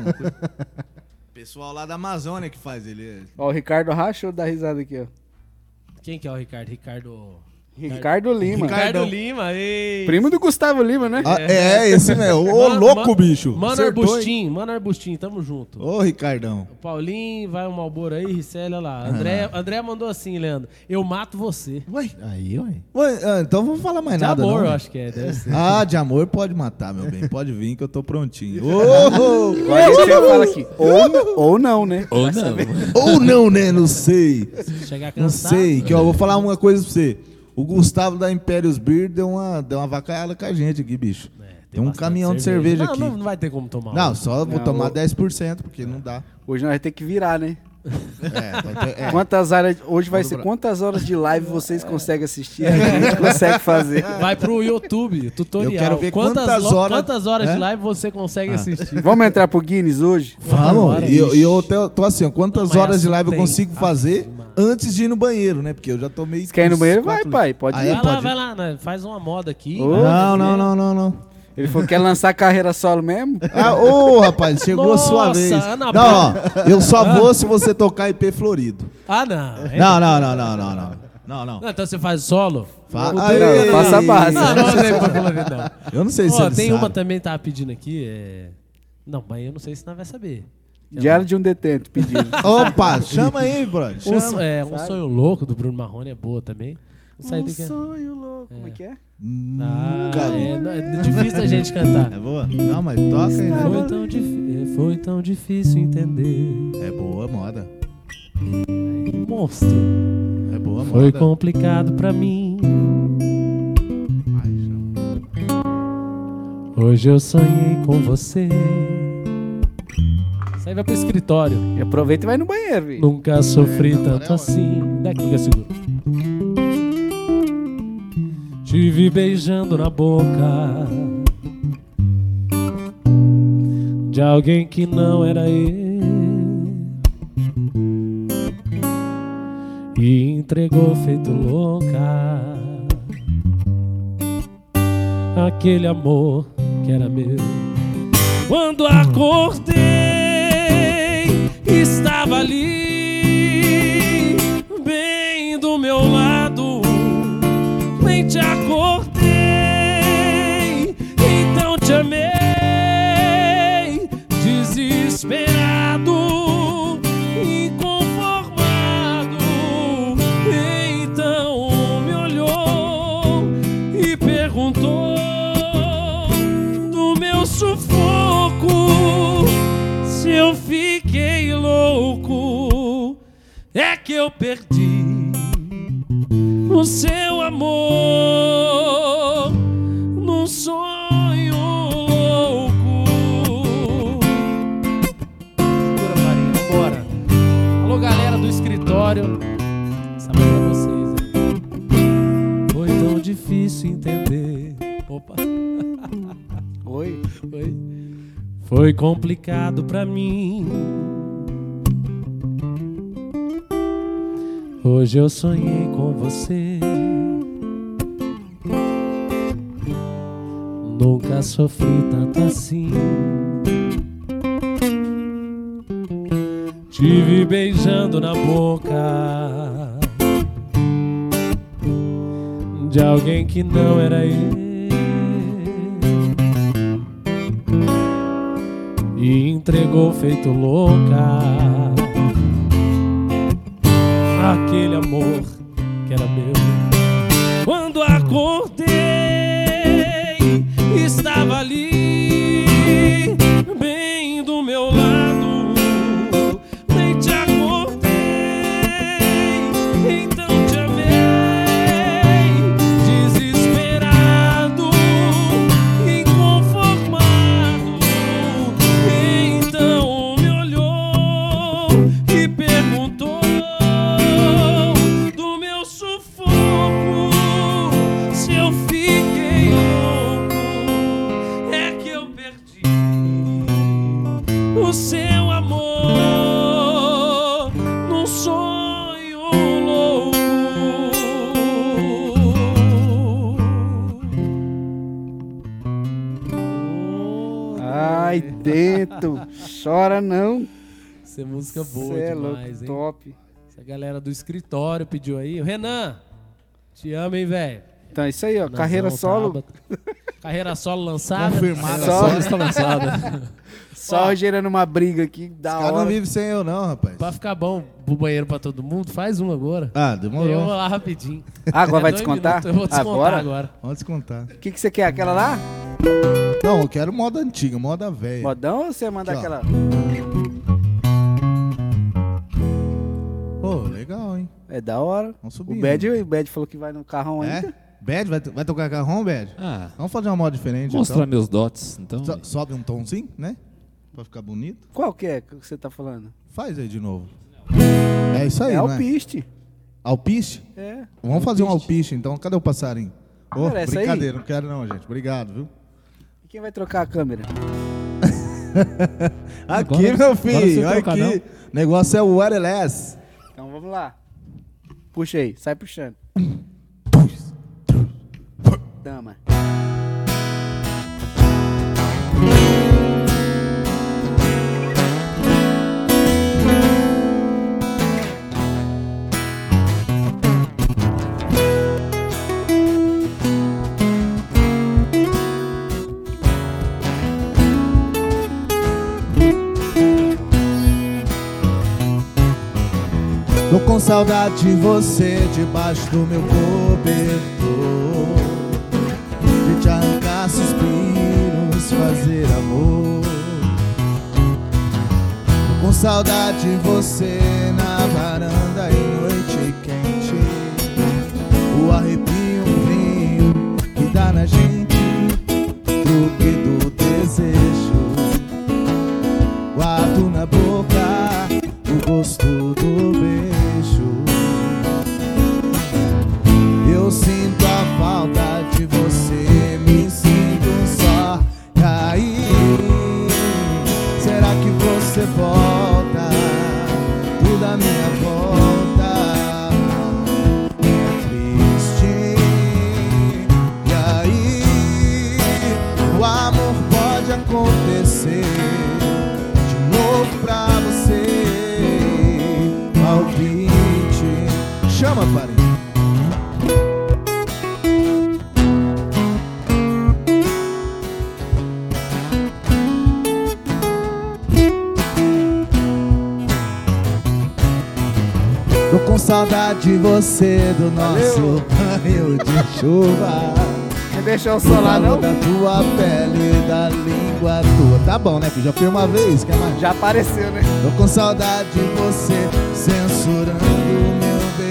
Pessoal lá da Amazônia que faz ele. Ó, o Ricardo rachou da risada aqui, ó. Quem que é o Ricardo? Ricardo... Ricardo Lima. Ricardo Ricardão. Lima, ei. Primo do Gustavo Lima, né? Ah, é, esse mesmo. Ô, Mano, louco, mano, bicho. Mano Acertou, hein? Arbustinho, Mano Arbustinho, tamo junto. Ô, Ricardão. O Paulinho, vai o Malboro aí, Ricelli, olha lá. André, André mandou assim, Leandro. Eu mato você. Ué, Aí, ué. ué, ah, então vamos falar mais De nada, amor, não, eu né? acho que é, deve ser. Ah, de amor pode matar, meu bem. Pode vir que eu tô prontinho. Ô, Agora a gente sempre fala aqui. Ou, ou não, né? Ou não. ou não, né? Não sei. Chegar Não cansado. sei. Que, ó, eu vou falar uma coisa pra você. O Gustavo da Impérios Beer deu uma, deu uma vacaiada com a gente aqui, bicho. É, Tem um bastante caminhão de cerveja não, aqui. Não, não vai ter como tomar. Não, hoje. só vou Não, tomar o- dez por cento, porque não dá. Hoje nós vamos ter que virar, né? É, vai ter- é. Quantas horas, hoje vai Quando ser bra- quantas horas de live vocês conseguem assistir? A gente consegue fazer. Vai pro YouTube, tutorial. Eu quero ver quantas, quantas lo- horas- Quantas horas É? de live você consegue assistir? Vamos entrar pro Guinness hoje? Vamos. Bora, E eu, bicho. e eu tô, tô assim, ó, quantas Não, mas horas de live eu tem. consigo fazer Aff, mano. antes de ir no banheiro, né? Porque eu já tomei. Você quer ir no uns banheiro? quatro Vai, pai, litros. pode Ah, ir. é? Vai lá, Pode vai ir? lá, né? Faz uma moda aqui. Ô, Não, não, não, não, não. Ele falou que quer lançar carreira solo mesmo? Ah, ô, rapaz, chegou a sua Nossa, vez. Ana Não, ó, eu só vou se você tocar I P Florido. Ah, não. É? Não, não, não, não, não, não. Não, não. Não, então você faz solo? Fa- O Aê! duro- Não, faça a base. Não, não sei pra falar a verdade, não. Eu não sei se Ó, ele tem sabe. uma também que tava pedindo aqui. É... Não, mas eu não sei se nós vai saber. Diário de um detento pedindo. Opa, chama aí, brother. Um, Chama. é, um sonho louco do Bruno Marrone é boa também. Não sei Um do que é. sonho louco. Como é que é? Ah, Garoto. é, não, é difícil a gente cantar. É boa? Não, mas toca aí, né? Foi tão, dif- foi tão difícil entender. É boa moda. Que monstro. É boa Foi moda. complicado pra mim. Ai, chama. Hoje eu sonhei com você. Isso aí vai pro escritório. E aproveita e vai no banheiro, filho. Nunca sofri É, tanto agora é assim. Daqui que eu seguro. Te vi beijando na boca de alguém que não era eu e entregou feito louca aquele amor que era meu. Quando acordei, estava ali, bem do meu lado. Nem te acordei, então te amei, desesperado, inconformado. Então me olhou e perguntou do meu sufoco se eu fiquei louco. É que eu perdi o seu amor num sonho louco. Segura, Marinha, bora. Alô, galera do escritório. Essa mão pra vocês, hein? Foi tão difícil entender. Opa. Oi. Foi. Foi complicado pra mim. Hoje eu sonhei com você. Nunca sofri tanto assim. Te vi beijando na boca de alguém que não era eu e entregou feito louca aquele amor que era meu. Quando acordei, estava ali, bem do meu lado. Nem te acordei, então te amei, desesperado, inconformado. Então me olhou e perguntou do meu sufoco se eu fiquei louco. É que eu perdi o seu amor num sonho louco. Ai, Teto. Chora não. Essa é música boa Cê é demais, louco, hein? top. Essa galera do escritório pediu aí. O Renan, te amo, hein, velho? Então é isso aí, ó. Renanzão, Carreira solo. Tábua. Carreira solo lançada. Confirmada, Só- só está lançada. Só gerando uma briga aqui, da Os caras não hora. vivem sem eu, não, rapaz. Pra ficar bom pro banheiro pra todo mundo, faz um agora. Ah, Eu vou demorou. lá rapidinho. Ah, agora É vai dois descontar? minutos, eu vou descontar Agora? agora. Vamos descontar. O que, que você quer? Aquela lá? Não, eu quero moda antiga, moda velha. Modão ou você manda Aqui, ó. aquela? Pô, legal, hein? É da hora. Vamos O subir. Bad, o Bad falou que vai no carrão ainda. É? Bad? Vai, vai tocar carrão, Bad? Ah, Vamos fazer uma moda diferente, mostrar então. meus dots, então. So- Sobe um tomzinho, né? Pra ficar bonito. Qual que é que você tá falando? Faz aí de novo. É isso aí, é não alpiste. Alpiste? É. Vamos fazer um alpiste, então. Cadê o passarinho? Ô, Cara, essa aí? brincadeira, não quero não, gente. Obrigado, viu? E quem vai trocar a câmera? Aqui, Agora- meu agora filho, você olha troca, aqui. O negócio é o wireless. Então vamos lá. Puxa aí, sai puxando. Dama. Tô com saudade de você debaixo do meu cobertor, de te arrancar suspiros, fazer amor. Tô com saudade de você na varanda em noite quente, o arrepio frio que dá na gente, truque do desejo, guardo na boca de você, do nosso banho de chuva. Você deixou o solar, não? Da tua pele e da língua tua. Tá bom, né, filho? Já fui uma vez, quer mais? Já apareceu, né? Tô com saudade de você, censurando o meu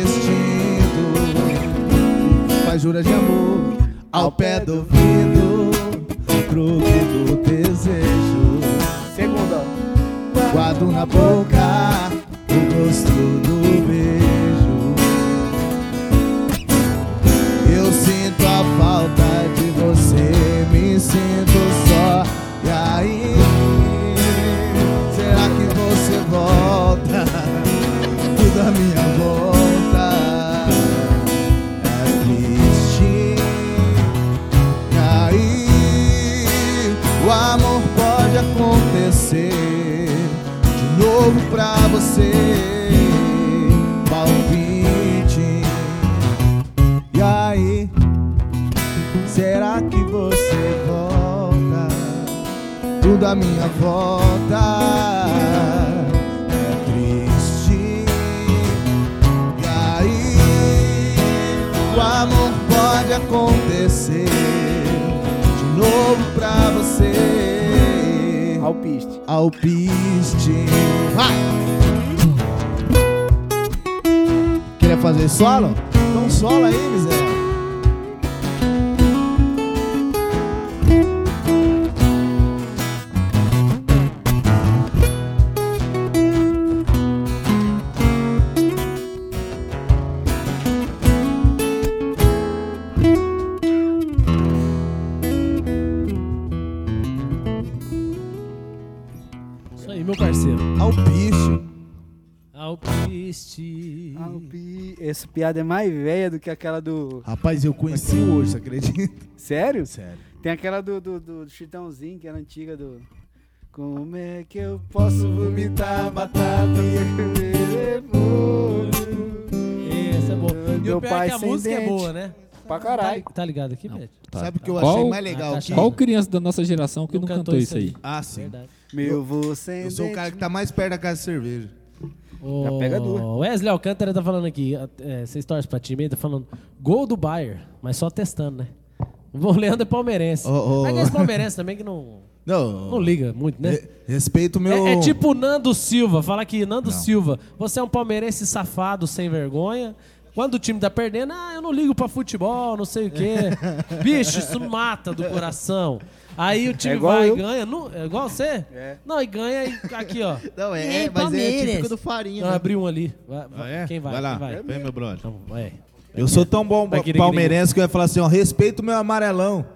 vestido. Faz juras de amor ao pé do ouvido, truque do desejo. Segunda. Guardo na boca o gosto do beijo. Eu sinto a falta de você, me sinto só. E aí, será que você volta? Tudo à minha volta é triste. E aí, o amor pode acontecer de novo pra você. Palpite. E aí, será que você volta? Tudo à minha volta é triste. E aí, o amor pode acontecer de novo pra você. Alpiste. Alpiste. Vai! Queria fazer solo? Então solo aí, miséria. Isso aí, meu parceiro. Alpiste. Alpiste. Alpi... Essa piada é mais velha do que aquela do... Rapaz, eu conheci hoje, você acredita? Sério? Sério. Tem aquela do, do, do Chitãozinho, que era antiga do... Como é que eu posso vomitar batata? Essa é boa. E Meu o pior pai é que a sem música é dente. boa, né? Pra Tá, caralho. li- tá ligado aqui, Beto? Sabe o que eu Qual- achei mais legal a aqui? Qual criança da nossa geração que não, Não cantou, cantou isso isso aí? Ah, sim. Verdade. Meu você Eu sou o cara que tá mais perto da casa de cerveja. O Já pega duas. Wesley Alcântara tá falando aqui, é, vocês torcem pra time, ele tá falando gol do Bayern, mas só testando, né? O Leandro é palmeirense. Ô, ô, Mas é esse palmeirense também que não, Não, não liga muito, né? Re- Respeito o meu... É, é tipo o Nando Silva, fala aqui, Nando Não. Silva, você é um palmeirense safado, sem vergonha. Quando o time tá perdendo, ah, eu não ligo pra futebol, não sei o quê. Bicho, isso mata do coração. Aí o time É igual vai eu. e ganha. Não, é igual você? É. Não, e ganha e aqui, ó. Não, é, É, mas é Palmeiras. típico do Farinha. Não, né? abriu um ali. Vai, Ah, é? Quem vai? Vai lá. Quem vai? Vem, meu brother. Então, vai. Eu sou tão bom Vai querer palmeirense que eu ia falar assim, ó, respeita o meu amarelão.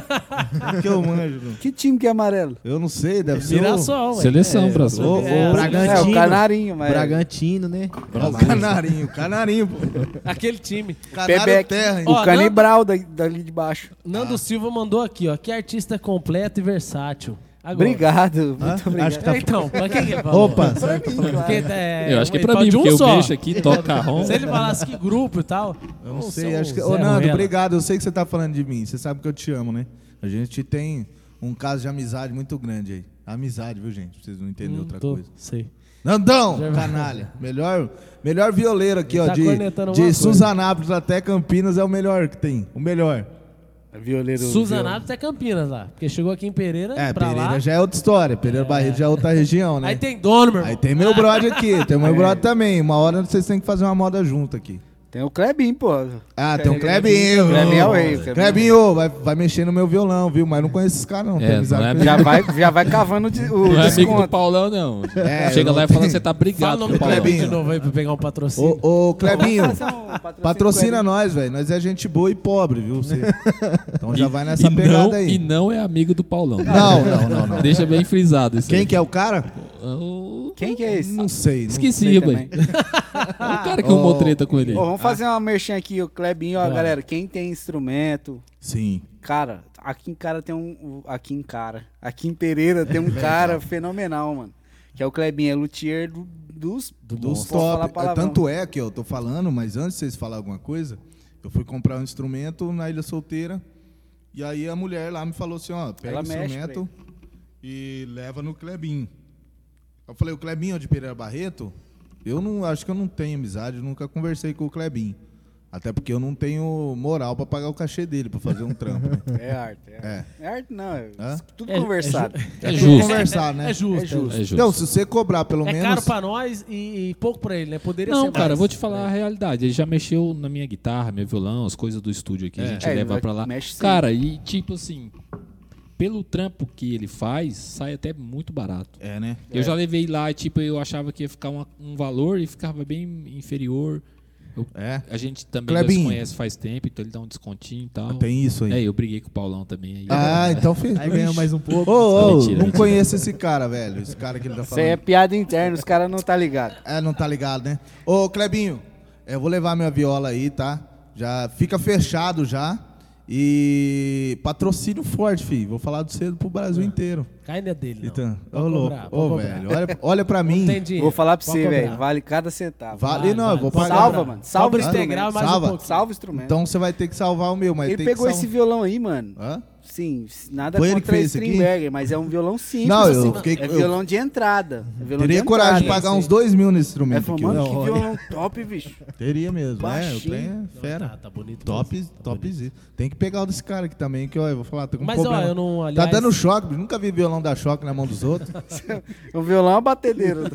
É que eu manjo. não. Que time que é amarelo? Eu não sei, deve ser o... Mirassol, ué. Seleção, Brasil. o- É, o Bragantino. É, o Canarinho, mas... Bragantino, né? É o canarinho, canarinho, pô. Aquele time. Canário Pebeck. terra, hein? Ó, O canibral da- dali de baixo. Nando Silva mandou aqui, ó. Que artista completo e versátil. Agora. Obrigado, muito Hã? obrigado. Acho que tá- É, então, pra quem que ele falou? Opa, Pra mim, claro. Porque, é, Eu acho que é ele pra fala mim, de um porque o só. bicho aqui toca carrom. Se ele falasse que grupo e tal. Eu não ô, sei, seu acho que... Zé Ô, Nando, Ruela. obrigado. Eu sei que você tá falando de mim. Você sabe que eu te amo, né? A gente tem um caso de amizade muito grande aí. Amizade, viu, gente? Pra vocês não entenderem Hum, outra tô- coisa. Sei. Nandão, Já- canalha. Melhor, melhor violeiro aqui, Ele ó. tá De, cornetando de alguma coisa. Suzanápolis até Campinas é o melhor que tem. O melhor. Violeiro. Suzanato é Campinas lá. Porque chegou aqui em Pereira, É, pra Pereira lá. já é outra história. Pereira Barreto já é outra região, né? Aí tem dono, meu irmão. Aí tem meu brother aqui, tem meu brother também. Uma hora vocês têm que fazer uma moda junto aqui. Tem o Klebinho, pô. Ah, tem o Clebinho. Clebinho. Clebinho é o rei, o Clebinho. Clebinho, vai, vai mexer no meu violão, viu? Mas eu não conheço esses caras, não. É, Tem amizade não é com eles. Já vai, já vai cavando de- o Não é amigo do desconto. Paulão, não. É, Chega eu lá não e fala tenho. que você tá Fala o brigado nome com o do Paulão. Clebinho de Clebinho. novo aí pra pegar um patrocínio. Ô, ô, Clebinho, Vamos fazer um patrocínio patrocina com nós, velho. Nós é gente boa e pobre, viu? Você... Então já E- vai nessa e pegada não, aí. E não é amigo do Paulão. Não, não, não, não. Deixa bem frisado isso Quem aí. que é o cara? O Quem que é esse? Não sei. Não... Esqueci, Sei velho. também. O cara que arrumou Ô, treta com ele. Ô, vamos fazer uma merchan aqui, o Klebinho, ó, Vai. galera. Quem tem instrumento, Sim. cara, aqui em cara tem um. Aqui em cara. Aqui em Pereira tem um cara fenomenal, mano. Que é o Klebinho, é luthier do, dos. Dos posso falar top. palavrão. Tanto é que eu tô falando, mas antes de vocês falarem alguma coisa, eu fui comprar um instrumento na Ilha Solteira. E aí a mulher lá me falou assim, ó, pega Ela o mexe instrumento e leva no Clebinho. Eu falei, o Clebinho é de Pereira Barreto? eu não acho que eu não tenho amizade, eu nunca conversei com o Clebinho. Até porque eu não tenho moral pra pagar o cachê dele, pra fazer um trampo. Né? É arte, é arte. É, é arte não, é Hã? tudo É- conversado. É Tem que justo. conversar, né? É justo. É justo. É justo. Então, se você cobrar pelo É menos... caro pra nós e, e pouco pra ele, né? Poderia Não, ser cara, mais. eu vou te falar a realidade. Ele já mexeu na minha guitarra, meu violão, as coisas do estúdio aqui, a gente É, ele leva vai- pra lá. mexe sempre. Cara, e tipo assim, pelo trampo que ele faz, sai até muito barato. É, né? Eu já levei lá e tipo, eu achava que ia ficar uma- um valor e ficava bem inferior. Eu- É. A gente também já se Clebinho. conhece faz tempo, então ele dá um descontinho e tal. Tem isso aí. É, eu briguei com o Paulão também. Aí, Ah, então fez. Aí ganha mais um pouco. Ô, ô, Mentira, não mentira. conheço esse cara, velho. Esse cara que ele tá Isso aí é falando. piada interna, os caras não tá ligado. É, não tá ligado, né? Ô, Clebinho, eu vou levar minha viola aí, tá? Já fica fechado já. E patrocínio forte, filho. Vou falar do cedo pro Brasil inteiro. Cai na dele, não. Então, Pode ô, louco. cobrar, Ô, pode cobrar. velho, olha, olha pra mim. Não tem dinheiro. Vou falar pra Pode você, cobrar. velho, vale cada centavo. Vale, não, eu vou pode pagar. Salva, cobrar. mano. Salva Cobra o instrumento. integral mais Salva. um pouco. Salva o instrumento. Então você vai ter que salvar o meu, mas Ele tem pegou que esse salvar. violão aí, mano. Hã? Sim, nada Foi ele que contra fez esse aqui? Stringberger, mas é um violão simples. Não, eu assim, fiquei- é eu- violão de entrada. É violão Teria de coragem de entrada. pagar uns dois mil nesse É, instrumento falou, aqui. mano, hoje. que violão top, bicho. Teria mesmo, é, o Baixinho. trem é Não, fera. Tá, tá bonito. Top, mesmo, tá top bonito. existe. Tem que pegar o desse cara aqui também, que ó, eu vou falar, tô com um Mas, ó, problema. eu não, aliás- Tá dando choque, bicho. Nunca vi violão dar choque na mão dos outros. O violão é uma batedeira.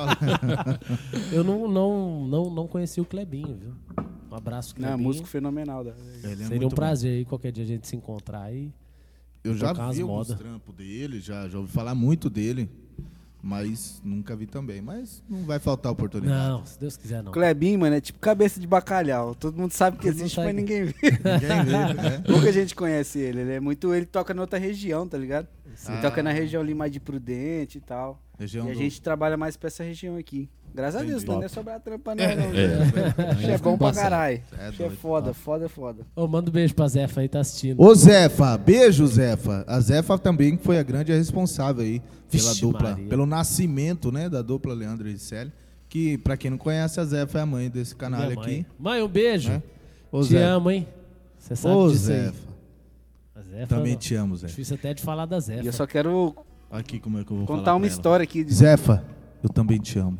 Eu não, não, não, não conheci o Clebinho, viu? Um abraço, Não, é Clebinho. músico fenomenal. Da... Ele é Seria um muito prazer aí qualquer dia a gente se encontrar e Eu já tocar as vi alguns modas. trampos dele, já, já ouvi falar muito dele, mas nunca vi também. Mas não vai faltar oportunidade. Não, se Deus quiser não. Clebinho, mano, é tipo cabeça de bacalhau. Todo mundo sabe que Todo mundo existe, sabe mas que- ninguém vê. Ninguém vê, né? Pouca gente conhece ele. Ele é muito. Ele toca em outra região, tá ligado? Ele Ah. toca na região ali mais de Prudente e tal. Região e a do- gente trabalha mais pra essa região aqui. Graças a Deus, Entendi. não é sobrar trampa não, não. É. Bicho é bom pra Embaçado. caralho. É Bicho é doido. foda, foda, foda. Ô, manda um beijo pra Zefa aí, tá assistindo. Ô Zefa, beijo Zefa. A Zefa também foi a grande responsável aí pela Vixe dupla, Maria. pelo nascimento, né, da dupla Leandro e Gisele, que pra quem não conhece, a Zefa é a mãe desse Minha canal mãe. aqui. Mãe, um beijo. Né? Ô Te Zefa. amo, hein? Você sabe Ô disso aí. Zefa. A Zefa, Também não. te amo, Zefa. Difícil até de falar da E Zefa. eu só quero Aqui como é que eu vou falar contar uma pra ela. história aqui. De... Zefa, eu também te amo.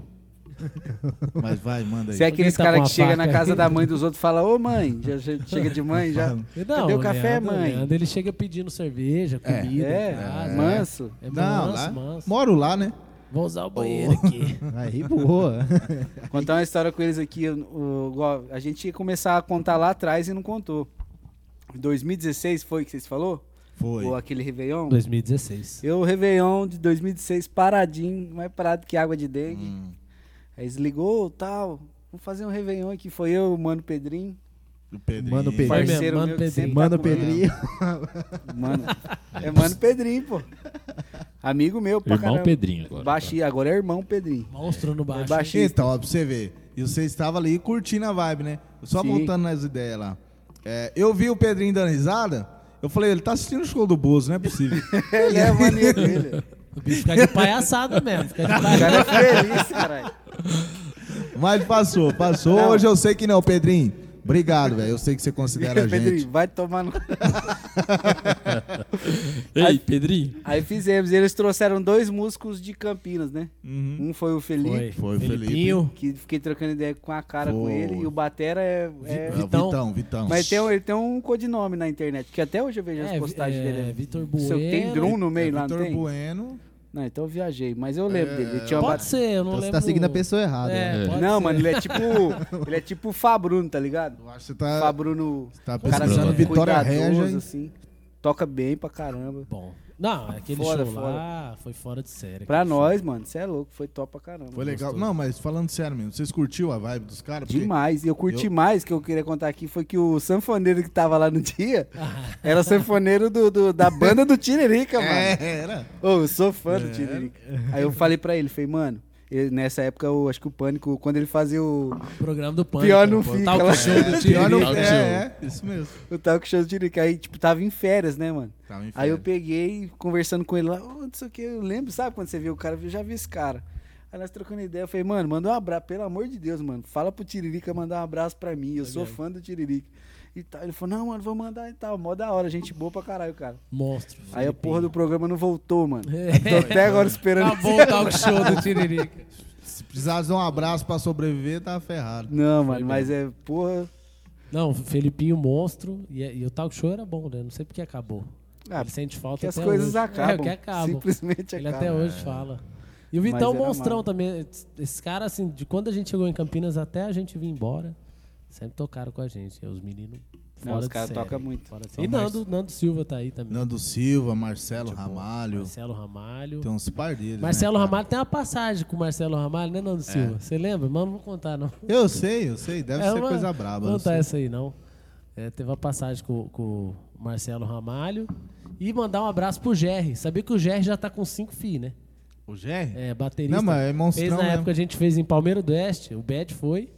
Mas vai, manda aí. Você é aqueles Alguém tá caras com que a chega faca na casa aí? da mãe dos outros e fala, ô mãe, já, já chega de mãe, já. Não, Cadê o café, Leandro, mãe? Leandro, ele chega pedindo cerveja, É. comida É, em casa. manso. É Não, manso, lá, manso. moro lá, né? Vou usar o banheiro aqui. Aí, boa. Contar uma história com eles aqui. o- o- igual, a gente ia começar a contar lá atrás e não contou. Em dois mil e dezesseis foi que vocês falou? Foi. Ou aquele Réveillon? dois mil e dezesseis. Eu, o Réveillon de dois mil e dezesseis, paradinho, mais parado que água de dengue. Hum, Aí desligou tal. Vamos fazer um Réveillon aqui. Foi eu, o Mano Pedrinho. o Pedrinho. Mano Pedrinho. Foi mesmo, Parceiro Mano meu que Pedrinho. sempre Mano tá comigo. Pedrinho. Mano, é Mano Pedrinho, pô. Amigo meu, pra Irmão caramba. Pedrinho agora. Baixinho, agora é irmão Pedrinho. Monstro no baixo. baixinho. Então, ó, pra você ver. E você estava ali curtindo a vibe, né? Só Sim. voltando nas ideias lá. É, eu vi o Pedrinho dando risada. Eu falei, ele tá assistindo o show do Bozo, não é possível. Ele é maneiro dele. O bicho fica de palhaçada mesmo. Fica de O palhaçada. cara é feliz, caralho. Mas passou, passou. Não. Hoje eu sei que não, Pedrinho. Obrigado, velho. Eu sei que você considera a Pedrinho, gente. vai tomar no... Ei, Pedrinho. Aí fizemos. E eles trouxeram dois músicos de Campinas, né? Uhum. Um foi o Felipe, Foi. Foi o Felipinho. que fiquei trocando ideia com a cara com Foi. ele. E o Batera é... é- É, o Vitão. Vitão, Vitão. Mas tem, um- ele tem um codinome na internet, que até hoje eu vejo as É, postagens é, dele. Vitor Seu- Tem Bueno. Drum no meio é, lá, não Vitor tem? Bueno. Não, então eu viajei, mas eu lembro É, dele. Ele tinha uma Pode bat- ser, eu não Então você lembro. tá seguindo a pessoa errada. É, né? pode Não, ser. mano, ele é tipo. Ele é tipo o Fabruno, tá ligado? Eu acho que você tá, Fabruno, tá cara pesquisando assim, Vitória cuidadoso, Regia. hein? assim. Toca bem pra caramba. Bom. Não, aquele Foda, show foda. lá foi fora de série. Pra aquele nós, mano, você é louco, foi top pra caramba. Foi legal. Gostoso. Não, mas falando sério mesmo, vocês curtiu a vibe dos caras? Porque Demais. E eu curti Eu- mais, que eu queria contar aqui, foi que o sanfoneiro que tava lá no dia era o sanfoneiro do, do- da banda do Tiririca, mano. É, era. Ô, eu sou fã do Tiririca. Aí eu falei pra ele, falei, mano, ele- nessa época, eu acho que o Pânico, quando ele fazia o, O programa do Pânico. Pior não pô, fica talk lá. show do Pior Tiririca. não Talk é, show. é, isso mesmo. o talk show do Tiririca, aí, tipo, tava em férias, né, mano? Tava em Aí eu férias. peguei, conversando com ele lá, oh, não sei o que, eu lembro, sabe quando você viu o cara, eu já vi esse cara. Aí nós trocando ideia, eu falei, mano, manda um abraço, pelo amor de Deus, mano, fala pro Tiririca mandar um abraço pra mim, eu sou fã do Tiririca. E tal. Ele falou, não, mano, vou mandar e tal, mó da hora, gente boa pra caralho, cara. Monstro. Aí a porra do programa não voltou, mano. É. Tô até agora esperando. Acabou o talk show do Tiririca. Se precisasse de um abraço pra sobreviver, tava ferrado. Não, mano, mas é, porra... Não, Felipinho monstro. E, e o talk show era bom, né? Não sei porque acabou. Ah, Ele sente falta que as até coisas hoje. acabam. É, que acabam. Simplesmente Ele acabam. até hoje fala. E o Mas Vitão era monstrão mal. também. Esses caras, assim, de quando a gente chegou em Campinas até a gente vir embora, sempre tocaram com a gente. E os meninos fora Não, os de caras série, tocam muito. fora de São série. E mais- Nando, Nando Silva tá aí também. Nando Silva, Marcelo Tipo, Ramalho. Marcelo Ramalho. Tem uns par deles. Marcelo né, cara? Ramalho tem uma passagem com o Marcelo Ramalho, né, Nando Silva? Você lembra? Mas não vou contar, não. Eu sei, eu sei. Deve É ser uma- coisa braba. Não eu contar sei. essa aí, não. É, teve uma passagem com, com o Marcelo Ramalho. E mandar um abraço pro Gerry. Sabia que o Gerry já tá com cinco filhos, né? O Jerry? É, baterista. Não, mas é monstrão Fez na mesmo. época a gente fez em Palmeira do Oeste. O Bad foi.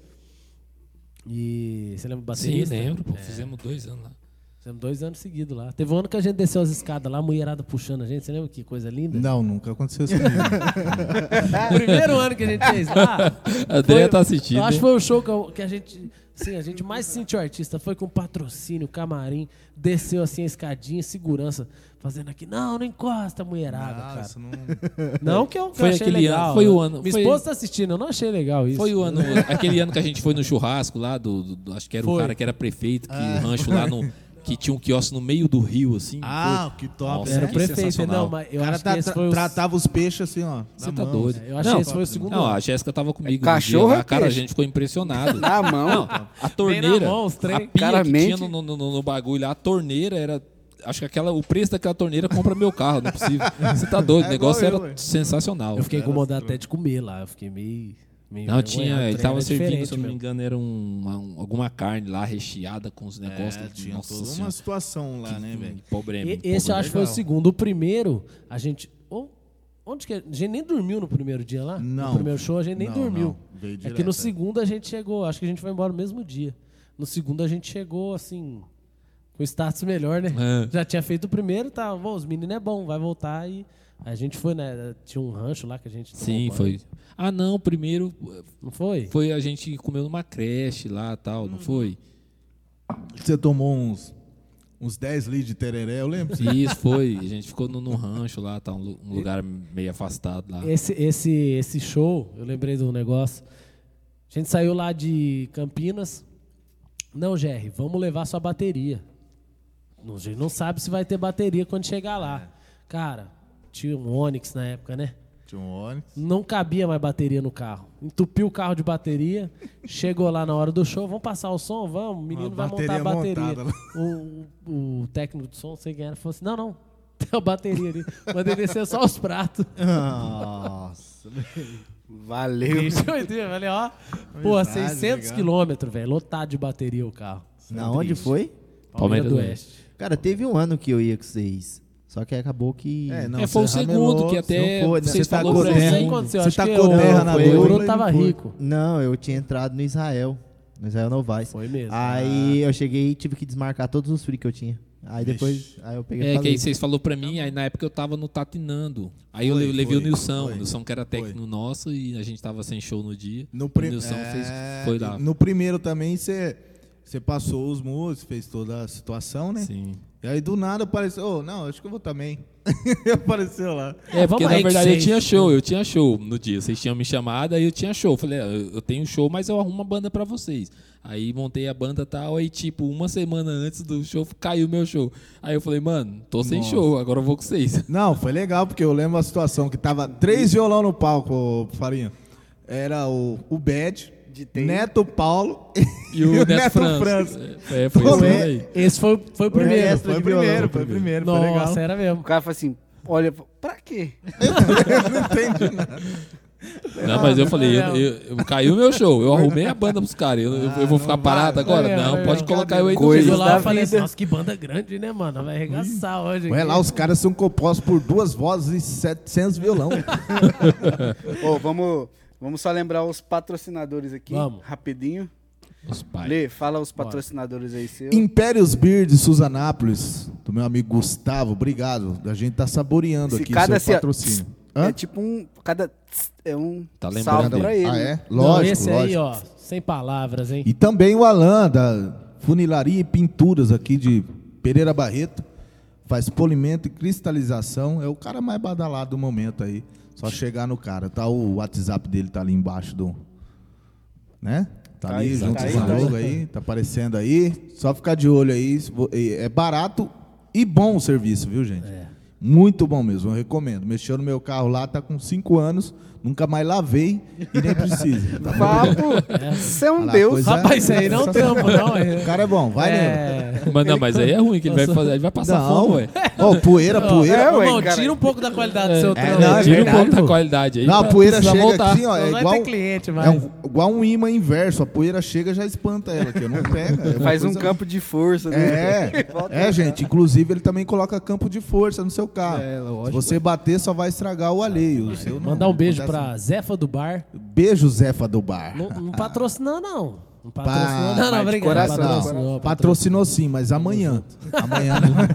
E você lembra o Sim, baterista? lembro, pô. É, Fizemos dois anos lá. fizemos dois anos seguidos lá. Teve um ano que a gente desceu as escadas lá, a mulherada puxando a gente. Você lembra que coisa linda? Não, nunca aconteceu isso comigo. O primeiro ano que a gente fez lá. A Andréia foi- tá assistindo. Eu acho que foi o show que, eu- que a gente. Sim, a gente mais sentiu artista. Foi com patrocínio, camarim. Desceu assim a escadinha, segurança. Fazendo aqui. Não, não encosta, mulherada, Ah, cara. isso não... Não que eu, que Foi eu achei aquele legal. ano- foi o ano- Minha foi- esposa tá assistindo, eu não achei legal isso. Foi o ano, aquele ano que a gente foi no churrasco lá, do, do- do- acho que era o Foi. cara que era prefeito, que o rancho lá no. Que tinha um quiosque no meio do rio, assim. Ah, que top. Nossa, Era que o prefeito, sensacional. não, mas eu O cara acho tá- que esse tra- foi o... tratava os peixes assim, ó. Você na tá mão. doido. Eu achei Não, que esse foi o segundo Não, ano. a Jéssica tava comigo. É no cachorro dia ou lá. Cara, a peixe? gente ficou impressionado. Na mão. Não, a torneira, Bem na mão, os a trem. pia que Claramente. tinha no, no, no- no bagulho lá, a torneira era... Acho que aquela, o preço daquela torneira compra meu carro, não é possível. Você tá doido, o É negócio igual eu, era ué. sensacional. Eu fiquei incomodado até de comer lá. Eu fiquei meio... meio Não, envergonhado. tinha, O ele trem tava era servindo, diferente se eu não me mesmo. engano, era um- uma- um- alguma carne lá recheada com os negócios. É, de- tinha nossa toda senhora. uma situação lá, né, velho? Problema. E- Esse eu acho que foi o segundo. O primeiro, a gente... ou- Onde que... A gente nem dormiu no primeiro dia lá? Não. No primeiro show a gente nem Não, dormiu. não. Veio É direto, que no é. segundo a gente chegou... Acho que a gente foi embora no mesmo dia. No segundo a gente chegou, assim... Com status melhor, né? É. Já tinha feito o primeiro, tá? Bom, os meninos é bom, vai voltar e... A gente foi, né? Tinha um rancho lá que a gente tomou Sim, banho. foi. Ah, não, primeiro Não foi? foi a gente comeu numa creche lá e tal, não foi? Você tomou uns, uns dez litros de tereré, eu lembro. Isso, foi. A gente ficou no, no rancho lá, tá, um, lu- um lugar meio afastado lá. Esse, esse, esse show, eu lembrei de um negócio. A gente saiu lá de Campinas. Não, Jerry, vamos levar sua bateria. Não, a gente não sabe se vai ter bateria quando chegar lá. Cara, tinha um Onix na época, né? Tinha um Onix. Não cabia mais bateria no carro. Entupiu o carro de bateria. Chegou lá na hora do show. Vamos passar o som? Vamos. O menino Uma vai montar a bateria bateria. montada O, o, o técnico de som, sei quem era, falou assim: não, não. Tem a bateria ali. Mandei descer só os pratos. Nossa. Valeu. Deixa eu entender, falei, ó. Pô, Verdade, seiscentos legal. quilômetros, velho. Lotado de bateria o carro. Na onde foi? Palmeiras do Oeste. Cara, teve um ano que eu ia com vocês. Só que acabou que. É, não, é, foi o você segundo ramelou, que até não foi, né? vocês Você tá falaram com pra Não terra, sei o mim. que aconteceu. Você Acho tá que com o, terra na o dor, Bruno ele tava não foi. rico. Não, eu tinha entrado no Israel. No Israel Novaes. Foi mesmo. Aí eu cheguei e tive que desmarcar todos os free que eu tinha. Aí depois. Vixe. Aí eu peguei e É, que falei. aí vocês falaram pra mim, aí na época eu tava no Tatinando. Aí eu Foi, le- levei foi, o Nilson, foi. o Nilson que era técnico nosso e a gente tava sem show no dia. No, O pri- Nilson é, fez, foi lá. no primeiro também você você passou os músicos, fez toda a situação, né? Sim. E aí do nada apareceu, oh, não, acho que eu vou também. Apareceu lá. É, porque vamos na aí com verdade eu vocês. tinha show, eu tinha show no dia. Vocês tinham me chamado, aí eu tinha show. Falei, ah, eu eu tenho show, mas eu arrumo uma banda pra vocês. Aí montei a banda e tal, aí tipo, uma semana antes do show caiu meu show. Aí eu falei, mano, tô sem Nossa. show, agora eu vou com vocês. Não, foi legal, porque eu lembro a situação que tava três violão no palco, ô, Farinha. Era o, o Bad, De T I. Neto Paulo E o Neto, França. É, é, foi Pô, isso é. aí. Esse foi, foi o primeiro. resto Foi de o primeiro, violão, foi o primeiro, foi legal. Nossa, era mesmo. O cara falou assim, olha, pra quê? Não entendi nada. Não, mas eu falei, eu, eu, eu- caiu meu show, eu arrumei a banda pros caras. Eu, eu- eu vou não ficar vai, parado agora? vai, não, vai, pode vai. colocar eu aí do Coisas Chegou jeito. lá da e falei assim, vida. nossa, que banda grande, né, mano? Vai arregaçar hoje. Ué, aqui. lá os caras são compostos por duas vozes e setecentos violão. Ô, vamos, vamos só lembrar os patrocinadores aqui, Vamos. rapidinho. Os pais. Lê, fala os patrocinadores aí seus. Impérios Beer de Suzanápolis, do meu amigo Gustavo, obrigado. A gente tá saboreando Se aqui cada seu se- patrocínio. É Hã? tipo um, cada tss é um Tá lembrando salve aí. pra ele. Ah, né? é? Não, Lógico, esse lógico. aí, ó, sem palavras, hein? E também o Alan, da Funilaria e Pinturas aqui de Pereira Barreto. faz polimento e cristalização. É o cara mais badalado do momento aí. Só chegar no cara. Tá, o WhatsApp dele tá ali embaixo do... Né? Tá, Tá ali, aí, junto tá aí, com o tá aí. logo aí. Tá aparecendo aí. Só ficar de olho aí. É barato e bom o serviço, viu, gente? É. Muito bom mesmo, eu recomendo. Mexeu no meu carro lá, tá com cinco anos. Nunca mais lavei e nem precisa. Tá bom? Papo, você é um Olha lá, Deus. coisa- Rapaz, isso aí não tem trampo, não. O cara é bom, vai nele. É. Mas não, mas aí é ruim, que ele vai fazer, ele vai passar Não. fome, ué. Ó, poeira, poeira. É, ué, Irmão, cara. tira um pouco da qualidade do seu É, trampo. não, é tira verdade, um pouco da pô. qualidade aí. Não, a pra poeira precisar chega voltar. assim, ó. Não É vai igual, ter cliente é mais. um, igual um imã inverso. A poeira chega e já espanta ela, que eu não pega. É uma Faz um coisa- campo de força. É, Volta é, pra gente. Inclusive, ele também coloca campo de força no seu carro. É, lógico. Se você bater, só vai estragar o alheio. O seu não. Mandar um beijo Acontece- pra Zefa do Bar. Beijo, Zefa do Bar. Não, não patrocinou, não. Não patrocinou, Pa- não, mas não, de obrigado. coração, Patrocinou, Patrocinou sim, mas amanhã. Amanhã.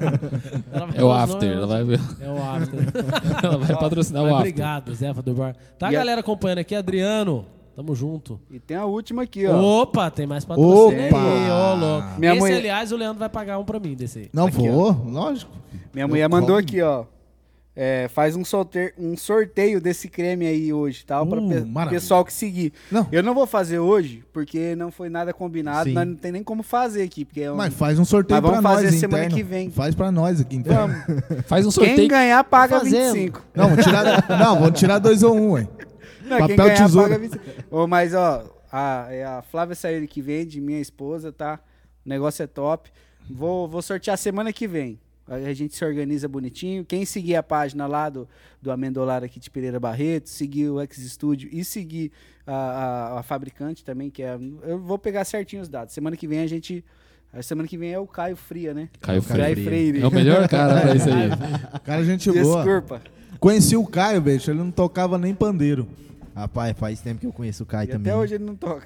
Ela vai É o patrocinar, after, ela vai ver. É o after. Ela vai patrocinar Mas o after. obrigado, Zefa do Bar. Tá a E a- galera acompanhando aqui, Adriano. Tamo junto. E tem a última aqui, ó. Opa, tem mais patrocínio Opa! aí, ô louco. Minha Esse, mãe- aliás, o Leandro vai pagar um pra mim desse aí. Não Aqui, vou, lógico. Minha Eu mulher mandou como. aqui, ó. É, faz um sorteio, um sorteio desse creme aí hoje, tá? Para Uh, o maravilha. pessoal que seguir. Não. Eu não vou fazer hoje, porque não foi nada combinado, Sim. nós não tem nem como fazer aqui, porque é um... Mas faz um sorteio Mas vamos pra nós fazer semana interno. que vem. Faz pra nós aqui interno. Faz um Quem sorteio. ganhar paga Tá fazendo. vinte e cinco. Não, vamos tirar, não, vamos tirar dois ou um, ué. Não, Papel, quem ganhar tesoura. paga vinte e cinco. Ô, mas, ó, a, é a Flávia Saíri que vende, minha esposa, tá? O negócio é top. Vou, vou sortear semana que vem. A gente se organiza bonitinho. Quem seguir a página lá do, do Amendolar aqui de Pereira Barreto, seguir o X Studio e seguir a, a, a fabricante também, que é... Eu vou pegar certinho os dados. Semana que vem a gente... A semana que vem é o Caio Fria, né? Caio Caio Freire. Freire. É o melhor cara pra isso aí. Cara, gente boa. Desculpa. Conheci o Caio, bicho, ele não tocava nem pandeiro. Rapaz, faz tempo que eu conheço o Caio E também. até hoje ele não toca.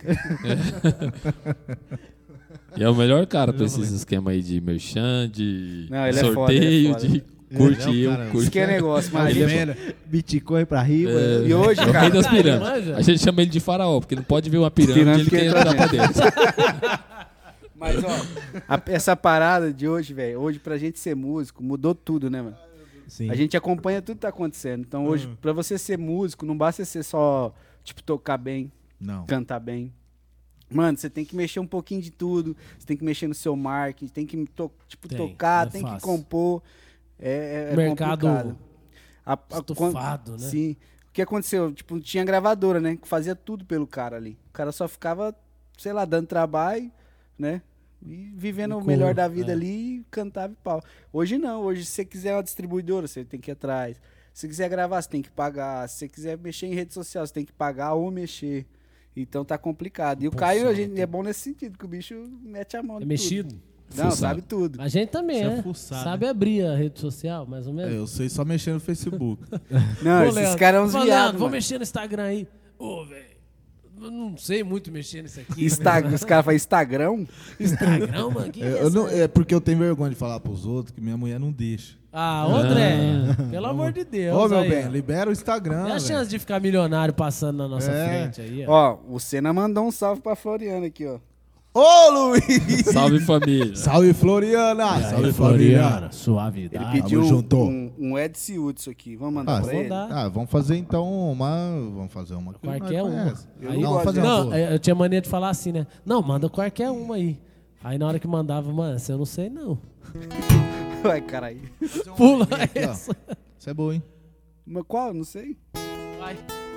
E é o melhor cara pra esses esquemas aí de merchan, de Não, ele é foda, ele sorteio, é foda. de curte Ele é o eu, cara. Isso curte. que é negócio, mas Ele é gente, Bitcoin pra riba. É, E hoje, é o cara- rei das Ah, ele pirâmides. manja? A gente chama ele de faraó, porque não pode ver uma pirâmide, Pirâmide ele que quer entra entrar pra dentro. Mas, ó, a- essa parada de hoje, velho, hoje pra gente ser músico, mudou tudo, né, mano? Sim. A gente acompanha tudo que tá acontecendo. Então, hoje, pra você ser músico, não basta ser só, tipo, tocar bem, Não. cantar bem. Mano, você tem que mexer um pouquinho de tudo, você tem que mexer no seu marketing, tem que, to- tipo, Tem, tocar, não é tem que fácil. compor. É, é, é Mercado complicado. A- a- estufado, quan- né? Sim. O que aconteceu? Tipo, tinha gravadora, né? Que fazia tudo pelo cara ali. O cara só ficava, sei lá, dando trabalho, né? E vivendo E o com- melhor da vida é. ali e cantava e pau. Hoje não. Hoje, se você quiser uma distribuidora, você tem que ir atrás. Se você quiser gravar, você tem que pagar. Se você quiser mexer em rede social, você tem que pagar ou mexer. Então tá complicado. E o Caio, a gente, é bom nesse sentido, que o bicho mete a mão É em tudo. mexido. Não, Fuçado. sabe tudo. A gente também, Você é né? fuçado. Sabe abrir a rede social, mais ou menos? É, eu sei só mexer no Facebook. Não, Ô, esses Leandro, caras são uns fala, viados, Leandro, vou mano. mexer no Instagram aí. Ô, velho, eu não sei muito mexer nisso aqui. Insta- Os caras fazem Instagram. Instagram, mano? Que que É, é eu não- essa- é porque eu tenho vergonha de falar pros outros que minha mulher não deixa. Ah, André, pelo amor de Deus. Ô, meu aí, bem, ó. libera o Instagram. É a velho. chance de ficar milionário passando na nossa É. frente aí, ó. Ó, o Senna mandou um salve pra Floriana aqui, ó. Ô, Luiz! Salve família. Salve, Floriana! Salve, Floriana! Suavidade. Ele pediu Tamo junto. um, um Edson Hudson aqui. Vamos mandar Ah, pra vou ele? dar. Ah, vamos fazer então uma. Vamos fazer uma que Qualquer nós uma. conhece. Eu Aí- não não, gosto fazer de- uma Não, boa. eu tinha mania de falar assim, né? Não, manda qualquer uma aí. Aí na hora que mandava, mano, eu não sei não. Ué, caralho. Pula Aqui, ó. essa. Isso é boa, hein? Mas qual? Não sei. Vai.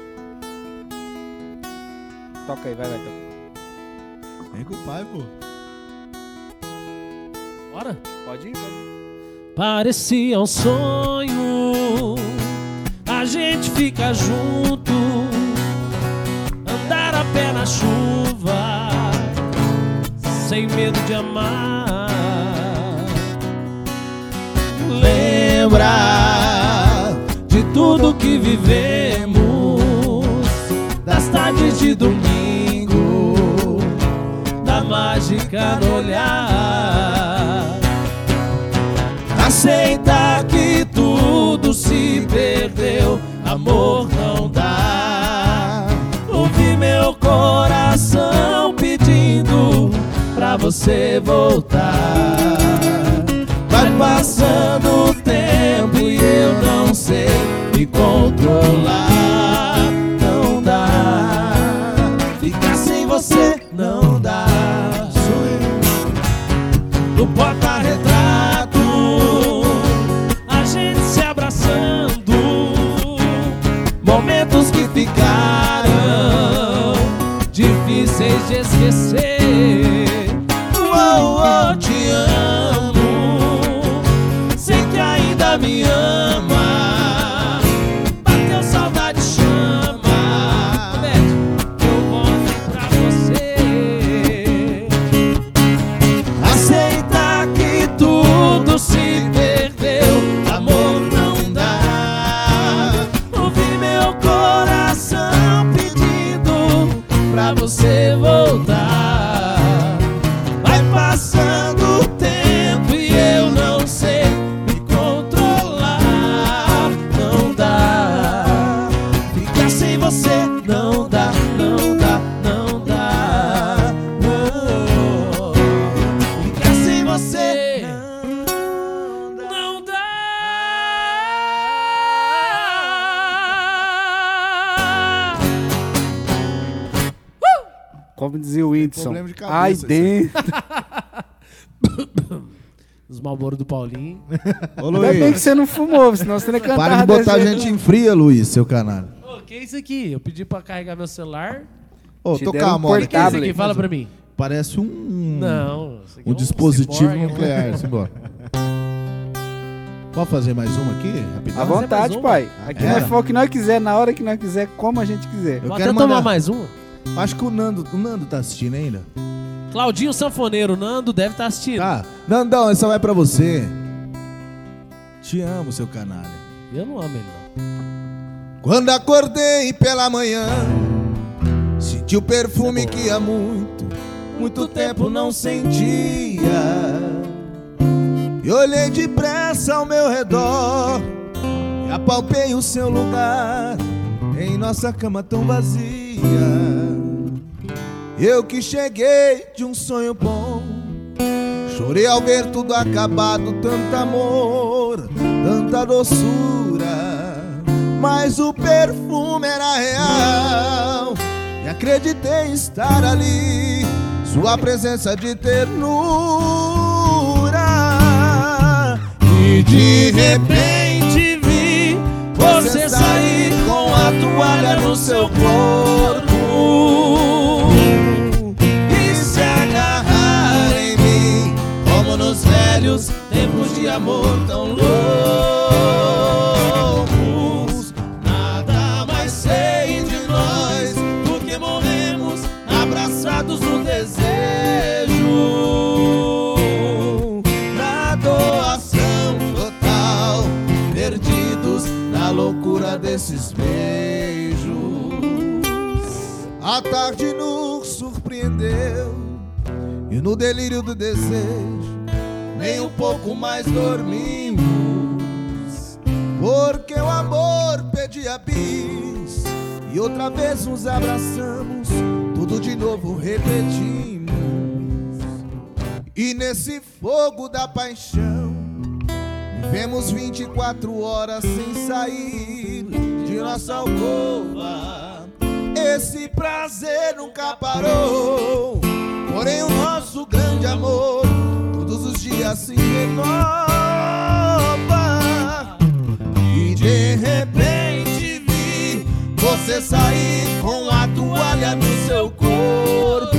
Toca aí, vai, vai. Toca. Vem com o pai, pô. Bora. Pode ir, pode ir. Parecia um sonho, a gente fica junto, andar a pé na chuva, sem medo de amar. Lembra de tudo que vivemos, das tardes de domingo, da mágica no olhar. Aceita que tudo se perdeu, amor não dá. Ouvi meu coração pra você voltar. Vai passando Como dizia o Whindersson. problema de cabeça, Ai, isso aí. dentro. Os Malboro do Paulinho. Ô, Ainda bem que Luiz, você não fumou, senão você não ia cantar. para de botar a desse gente jeito. em fria, Luiz, seu canalha. Ô, que é isso aqui? Eu pedi pra carregar meu celular. Ô, Te tocar deram a um moda O que, que é isso Tablet. aqui? Fala pra mim. Parece um... Não. isso aqui é Um dispositivo ciborgue, nuclear. Simbora. Pode fazer mais uma aqui? Rapidão? À mais vontade, uma? pai. Aqui Era. nós falamos o que nós quiser, na hora que nós quiser, como a gente quiser. Eu Vou quero até tomar mandar- mais uma. Acho que o Nando, o Nando tá assistindo ainda. Claudinho Sanfoneiro, Nando deve estar assistindo. Tá. Nandão, essa vai pra você. Te amo, seu canalha. Eu não amo ele, não. Quando acordei pela manhã, senti o perfume que há muito, muito tempo não sentia. E olhei depressa ao meu redor e apalpei o seu lugar em nossa cama tão vazia. Eu que cheguei de um sonho bom, chorei ao ver tudo acabado, tanto amor, tanta doçura. Mas o perfume era real e acreditei estar ali, sua presença de ternura. E de repente vi você sair com a toalha no seu corpo e se agarrar em mim, como nos velhos tempos de amor tão loucos. Nada mais sei de nós, porque morremos abraçados no desejo, na doação total, perdidos na loucura desses beijos. A tarde nos surpreendeu e no delírio do desejo nem um pouco mais dormimos, porque o amor pedia bis e outra vez nos abraçamos, tudo de novo repetimos. E nesse fogo da paixão vivemos vinte e quatro horas sem sair de nossa alcova. Esse prazer nunca parou, porém o nosso grande amor todos os dias se renova. E de repente vi você sair com a toalha no seu corpo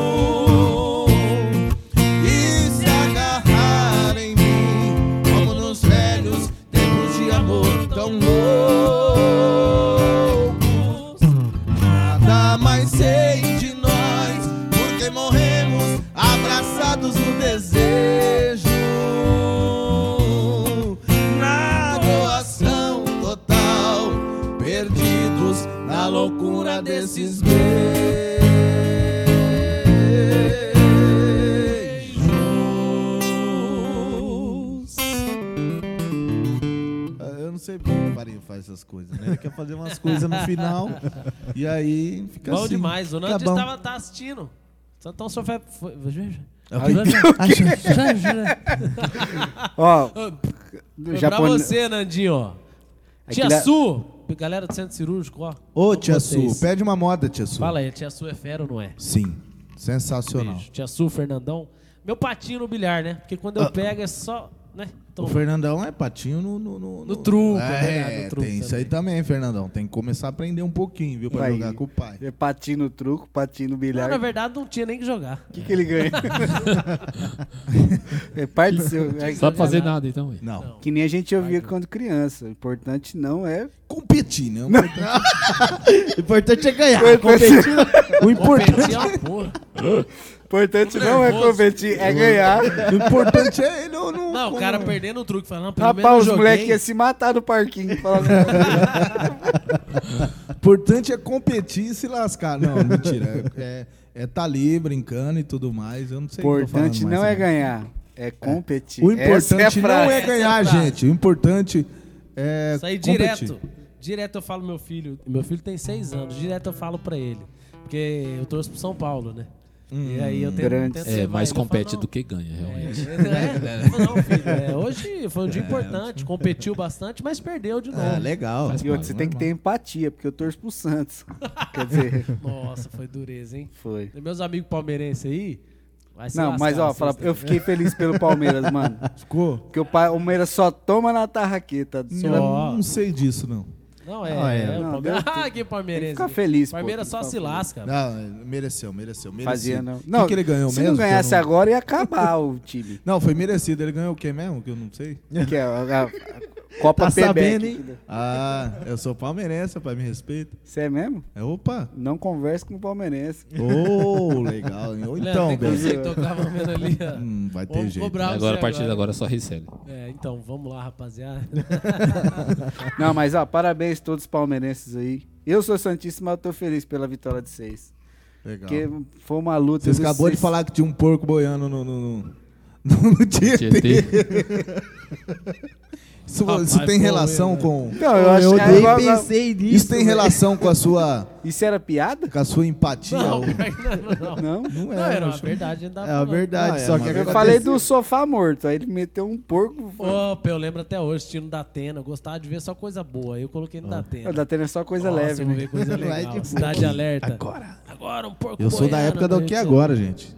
e se agarrar em mim, como nos velhos tempos de amor tão loucos. Nada mais sei de nós, porque morremos abraçados no desejo, na doação total, perdidos na loucura desses beijos. Eu não sei porque o Marinho faz essas coisas, né? Ele quer fazer umas coisas no final e aí fica Bom assim. demais. O Fica Nando bom. estava tá assistindo. Então só foi... foi... Ó, Foi Japone- pra você, Nandinho, ó. Tia Aquilo é- Su, galera do centro cirúrgico, ó. Ô, Com tia Su, vocês. pede uma moda, tia Su. Fala aí, a tia Su é fera ou não é? Sim, sensacional. Beijo. Tia Su, Fernandão. Meu patinho no bilhar, né? Porque quando eu pego é só, né? Então, O Fernandão é patinho no... No, no, No truco, é é, verdade, no truco tem isso aí também, Fernandão. Tem que começar a aprender um pouquinho, viu? Pra Vai. jogar com o pai. É patinho no truco, patinho no não, bilhar. na verdade não tinha nem que jogar. O que, que ele ganha? É parte do seu. É, Sabe fazer nada, então. ué. Não. Não. que nem a gente ouvia quando criança. O importante não é. Competir, né? O importante é ganhar. O importante, O importante Competir é uma porra. importante não é nervoso. competir, é ganhar. O importante é ele ou não. Não, o cara perdendo o truque, falando, não, pelo Rapaz, menos os eu moleques joguei. iam se matar no parquinho. Falando, O importante é competir e se lascar. Não, mentira. É, é tá ali brincando e tudo mais. Eu não sei o o que eu tô falando importante mais, não é né? ganhar, é competir. O Essa importante é a não frase. é ganhar, Essa é a frase. gente. O importante é Isso aí competir. direto. Direto eu falo meu filho. Meu filho tem seis anos. Direto eu falo pra ele. Porque eu torço pro São Paulo, né? E aí eu tento, Grande. tento É, ser mais eu compete falo, do que ganha, realmente. É, é, não, filho, é, hoje foi um dia importante, competiu bastante, mas perdeu de novo. É, legal. Faz E outro, você tem que ter empatia, porque eu torço pro Santos. Quer dizer, Nossa, foi dureza, hein? foi. E meus amigos palmeirenses aí, vai se Não, lascar, mas ó, vocês fala, também. eu fiquei feliz pelo Palmeiras, mano. Ficou? Porque o Pa- o Palmeiras só toma na tarraqueta. Só. Eu não sei disso, não. Não, é, Ah, é. é, o Não, Palmeiras. deu- Ah, que Tem que palmeirense. ficar feliz, pô. Palmeiras tem só que se ficar feliz. lasca. Não, mereceu, mereceu, merecido. Fazia, não. O Não, que, que ele ganhou se mesmo? não que eu ganhasse não- agora, ia acabar o time. Não, foi merecido. Ele ganhou o quê mesmo? Que eu não sei. Que é a, a Copa Tá Pebec. sabendo, hein? Ah, eu sou palmeirense, rapaz, me respeita. Você é mesmo? É, opa. Não converse com o palmeirense. Ô, legal. hein? Ou então, Leandro, tem bem. você que tocava vendo ali, ó. Hum, vai ter Vamos jeito. cobrar você Agora, a partir de agora, é só recebe. É, então, vamos lá, rapaziada. Não, mas ó, parabéns a todos os palmeirenses aí. Eu sou santista, mas eu tô feliz pela vitória de vocês. Legal. Porque foi uma luta. Vocês eu acabou de vocês- falar que tinha um porco boiando no, no, no, no Tietê. Tietê. Isso, Rapaz, isso tem pô, relação eu- com... Não, eu acho eu que é nem igual- pensei nisso. Isso tem velho. relação com a sua, Isso era piada? com a sua empatia? Não, ou- não, não. Não. Não Não, é, era uma acho- verdade, ainda É a verdade, Ah, é, só mas que eu Eu aconteceu. falei do sofá morto, aí ele meteu um porco. Opa, eu lembro até hoje, assistindo da Atena, eu gostava de ver só coisa boa. Aí eu coloquei no da Atena. O da tênis é só coisa Nossa, leve, eu vou né? ver coisa Vai legal. de Cidade Alerta. Agora. Agora um porco Eu sou da boiando, época do né, que gente? agora, gente.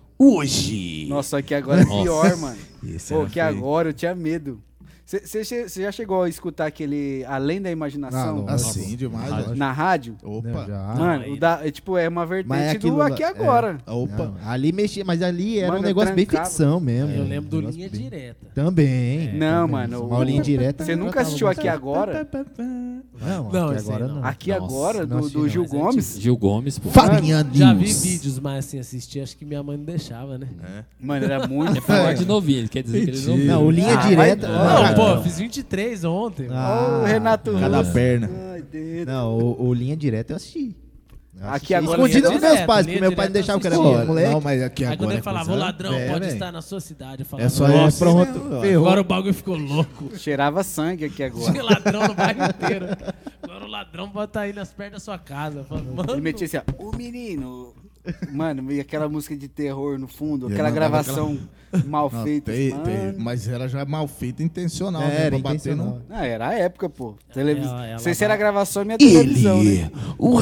Hoje. Nossa, que agora é Nossa. pior, mano. Esse Pô, era que feio. agora eu tinha medo. Você já chegou a escutar aquele Além da Imaginação Ah, Assim, demais. Rádio. ó. na rádio? Opa. Não, já. Mano, aí- o da, é, tipo, é uma Mas é vertente aquilo do lá- Aqui é. Agora. Opa. Não, ali mexia, mas ali era Mano, um negócio bem trancava. ficção mesmo. Eu É, lembro do um negócio Linha bem- Direta. Também. Não, também. mano, Uma aulinha o- direta. Você nunca tratava assistiu Aqui bastante. Agora? Não, Não, aqui esse aí agora não. não. Aqui Nossa, Agora, não do, assisti do não, Gil mas é Gomes. Gil Gomes, pô. Farinha Já vi News. vídeos, mas assim, assistir, acho que minha mãe não deixava, né? Mano, era muito É falar forte. de novinho, ele quer dizer que ele não Mentira. Não, o linha Ah, direta. vai Não, Ah, pô, não. eu fiz vinte e três ontem. Ah, Ó, o Renato Cada Russo. perna. Ai, dentro. Não, o, o linha direta eu assisti. Eu Aqui assisti agora escondido linha dos meus direta, pais, linha porque meu pai não direta deixava que era assisti. menino, moleque. Não, mas aqui Aí agora quando ele é falava, o coisa- ladrão É, pode velho. estar na sua cidade, eu falava, É só nossa, é pronto. ferrou. agora o bagulho ficou louco. Cheirava sangue aqui agora. Tinha ladrão no bairro inteiro. Agora o ladrão pode estar aí nas pernas da sua casa. Eu falo, mano, Ele metia assim, ó, o menino. Mano, e aquela música de terror no fundo, E aquela mandava gravação mal Não, feita. tem- mano. tem- mas era já mal feita, intencional. É, né, era pra bater intencional. no... Não, era a época, pô. Televisão. Ela- ela Não sei se era a vai- gravação e minha televisão, né? o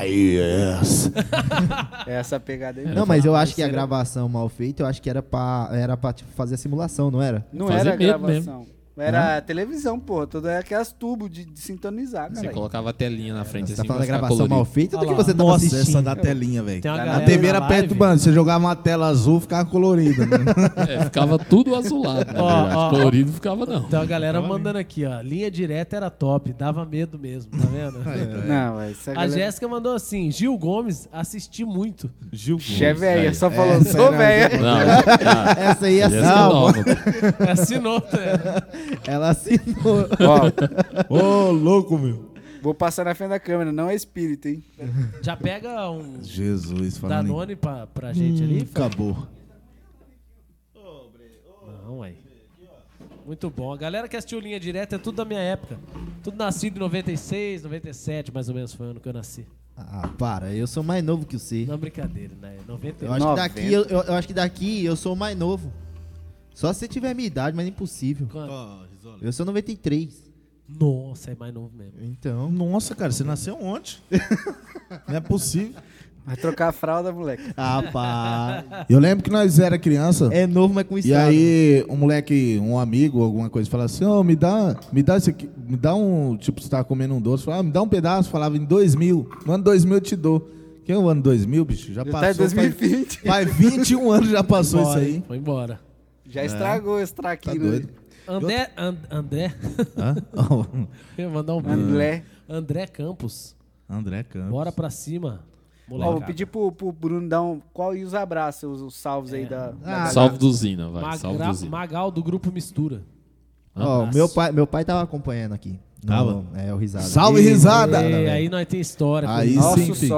rapaz. É essa pegada aí. Não, mas eu acho que a Terceira- gravação mal feita, eu acho que era pra, era pra tipo, fazer a simulação, não era? Não Fazer era a medo gravação. Era a televisão, pô. Todas aquelas tubos de, de sintonizar, Você cara. colocava a telinha na frente Você assim tá falando da pra ficar gravação mal colorido. feita do Olha que lá. você tava Nossa, assistindo? essa da telinha, velho. Tem uma A A galera T V na era live. perto, mano. Você jogava uma tela azul, ficava colorida. Né? É, ficava tudo azulado, na Ó, verdade. ó, ó. Colorido ficava não. Então a galera mandando aqui, ó. Linha direta era top, dava medo mesmo, tá vendo? Não, essa A galera... Jéssica mandou assim: Gil Gomes, assisti muito. Gil Che velha, Aí. só falou, Essa sou era- velha. Não, ah, Essa aí é Jéssica salva. nova. Assinou, tá? Ela assinou. Ó, Ô, louco, meu. vou passar na frente da câmera, não é espírito, hein? Já pega um Jesus, falando em- Danone pra, pra gente ali. Fábio? Acabou. Não, ué. Muito bom. A galera que assistiu Linha Direta é tudo da minha época. Tudo nascido em noventa e seis, noventa e sete, mais ou menos, foi o ano que eu nasci. Ah, para, eu sou mais novo que você. Não, brincadeira, né? noventa e Eu oito. acho, que noventa. daqui, eu, eu- eu acho que daqui eu sou o mais novo. Só se você tiver a minha idade, mas é impossível. Quanto? Eu sou noventa e três. Nossa, é mais novo mesmo. Então. Nossa, cara, você nasceu ontem. Não é possível. Vai trocar a fralda, moleque. Ah, pá. Eu lembro que nós era criança. É novo, mas com E estrada. aí, um moleque, um amigo, alguma coisa, falava assim, ô, me dá, me dá isso aqui, me dá um, tipo, você tava comendo um doce, falava, ah, me dá um pedaço, falava em dois mil, no ano dois mil eu te dou. Que é o ano dois mil, bicho? Já Já passou. tá em dois mil e vinte. Faz, faz vinte e um anos já passou Embora, isso aí. hein? Foi embora. Já estragou esse Tá traquinho. doido. André. And, André. Hã? Eu ia mandar um beijo. André. André Campos. André Campos. Bora pra cima. Ó, Molecada. vou pedir pro, pro Bruno dar um... Qual e os abraços, os, os salvos aí da... da- Ah, Salve do Zina, vai. Magra- Salve do Zina. Magal do grupo Mistura. Ó, Abraço. meu pai, meu pai tava acompanhando aqui. Tava? No- É, o risada. Salve, E- risada! Ei, aí nós tem história. com Aí isso. Nosso sim, filho. sócio.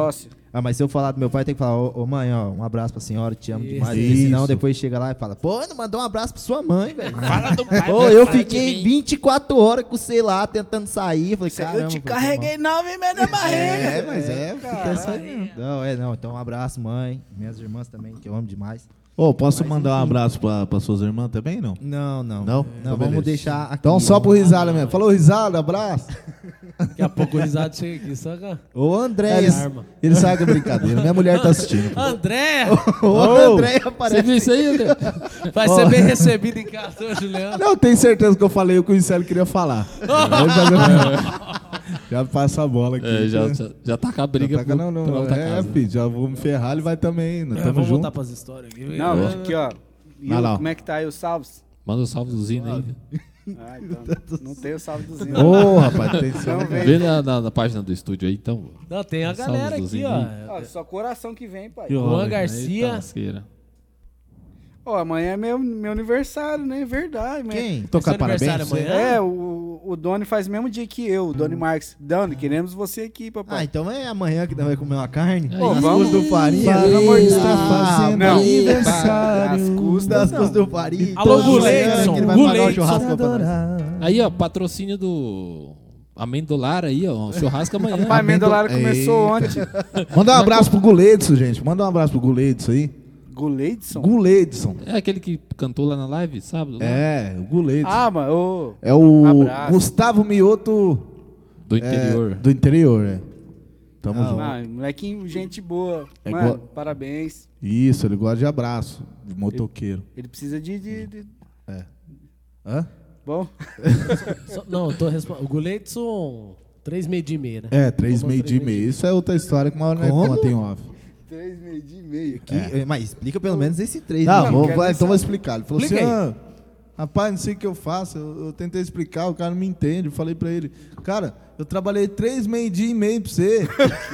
Ah, mas se eu falar do meu pai, tem que falar, ô, ô mãe, ó, um abraço pra senhora, te amo Isso. demais. Porque senão Isso. depois chega lá e fala, pô, não mandou um abraço pra sua mãe, velho. Fala do pai. Pô, mas eu fala de fiquei mim. vinte e quatro horas com o celular tentando sair. Eu falei, caramba. Eu te falei, carreguei nove meses na barriga. É, mas é, fica cara. isso aí mesmo. Não, é, não. Então um abraço, mãe. Minhas irmãs também, que eu amo demais. Ô, posso mandar um abraço pra, pra suas irmãs também, não? Não, não. Não? Não, Então, vamos beleza. deixar aqui. Então só pro risada mesmo. Falou risada, abraço. Daqui a pouco o risado chega aqui, só que... Ô, André. Eles, arma. eles sabem que é brincadeira. Minha mulher tá assistindo. André! Ô, André Você aparece. viu isso aí, André? Vai ser bem recebido em casa hoje, Juliano. Não, tenho certeza que eu falei o que o Incelo queria falar. Eu já, já passa a bola aqui. É, já, já, já tá com a briga. Já tá- não, não, pra outra é, casa. filho, já vou me ferrar, ele vai também. Nós É, tamo vamos voltar junto. pras histórias aqui. Não, aqui, ó. E Vai o- lá. como é que tá aí os salvos? Manda um salve do Zino aí. Ah, então, não tem o salve do Zinho. Ô, rapaz, atenção. Não vem. Vê na, na, na página do estúdio aí, então. Não, tem a Salve galera do aqui, Zinho ó. aí. Ó, só coração que vem, pai. Juan Eita Garcia. lasqueira. Ó, amanhã é meu, meu aniversário, né? Verdade. Amanhã- Quem? Tocar Seu aniversário parabéns. amanhã? É, o, o Doni faz o mesmo dia que eu, o Doni Marques. Doni, queremos você aqui, Ah, papai. então é amanhã que nós vamos comer uma carne? Aí. Pô, As vamos. custas do farinha? Pelo amor de Deus. Ah, fazendo Não, aniversário. as custas Das não. custas do farinha. Alô, Então, Guleidson, amanhã que ele vai pagar o Guleidson. churrasco pra nós. Aí, ó, patrocínio do Amendolar aí, ó. Um churrasco amanhã. Pai, Mendolara Eita. começou ontem. Manda um abraço pro Guleidson, gente. Manda um abraço pro Guleidson aí. Guleidson? Guleidson. É aquele que cantou lá na live, sábado? lá? É, o Guleidson. Ah, mano, ô. É o Abraço. Gustavo Mioto Do é, interior. do interior, é. Tamo Ah, junto. Ah, molequinho, gente boa. É Mano, igual- parabéns. Isso, ele gosta de abraço, de motoqueiro. Ele precisa de. de, de- Hã? Bom, Só- Não, eu tô respondendo. O Guleidson, três meio de meia, né? É, três Vamos meio três de meio. Isso é outra história que uma hora nós Como? conta em off. três meio dia e meio. Que- Mas explica pelo menos esse três. Não, né? vou, quero vai, nem então vou saber. explicar. Ele falou Explica assim, aí. ah, rapaz, não sei o que eu faço. Eu, eu tentei explicar, o cara não me entende. Eu falei pra ele, cara, eu trabalhei três meio-dia e meio pra você.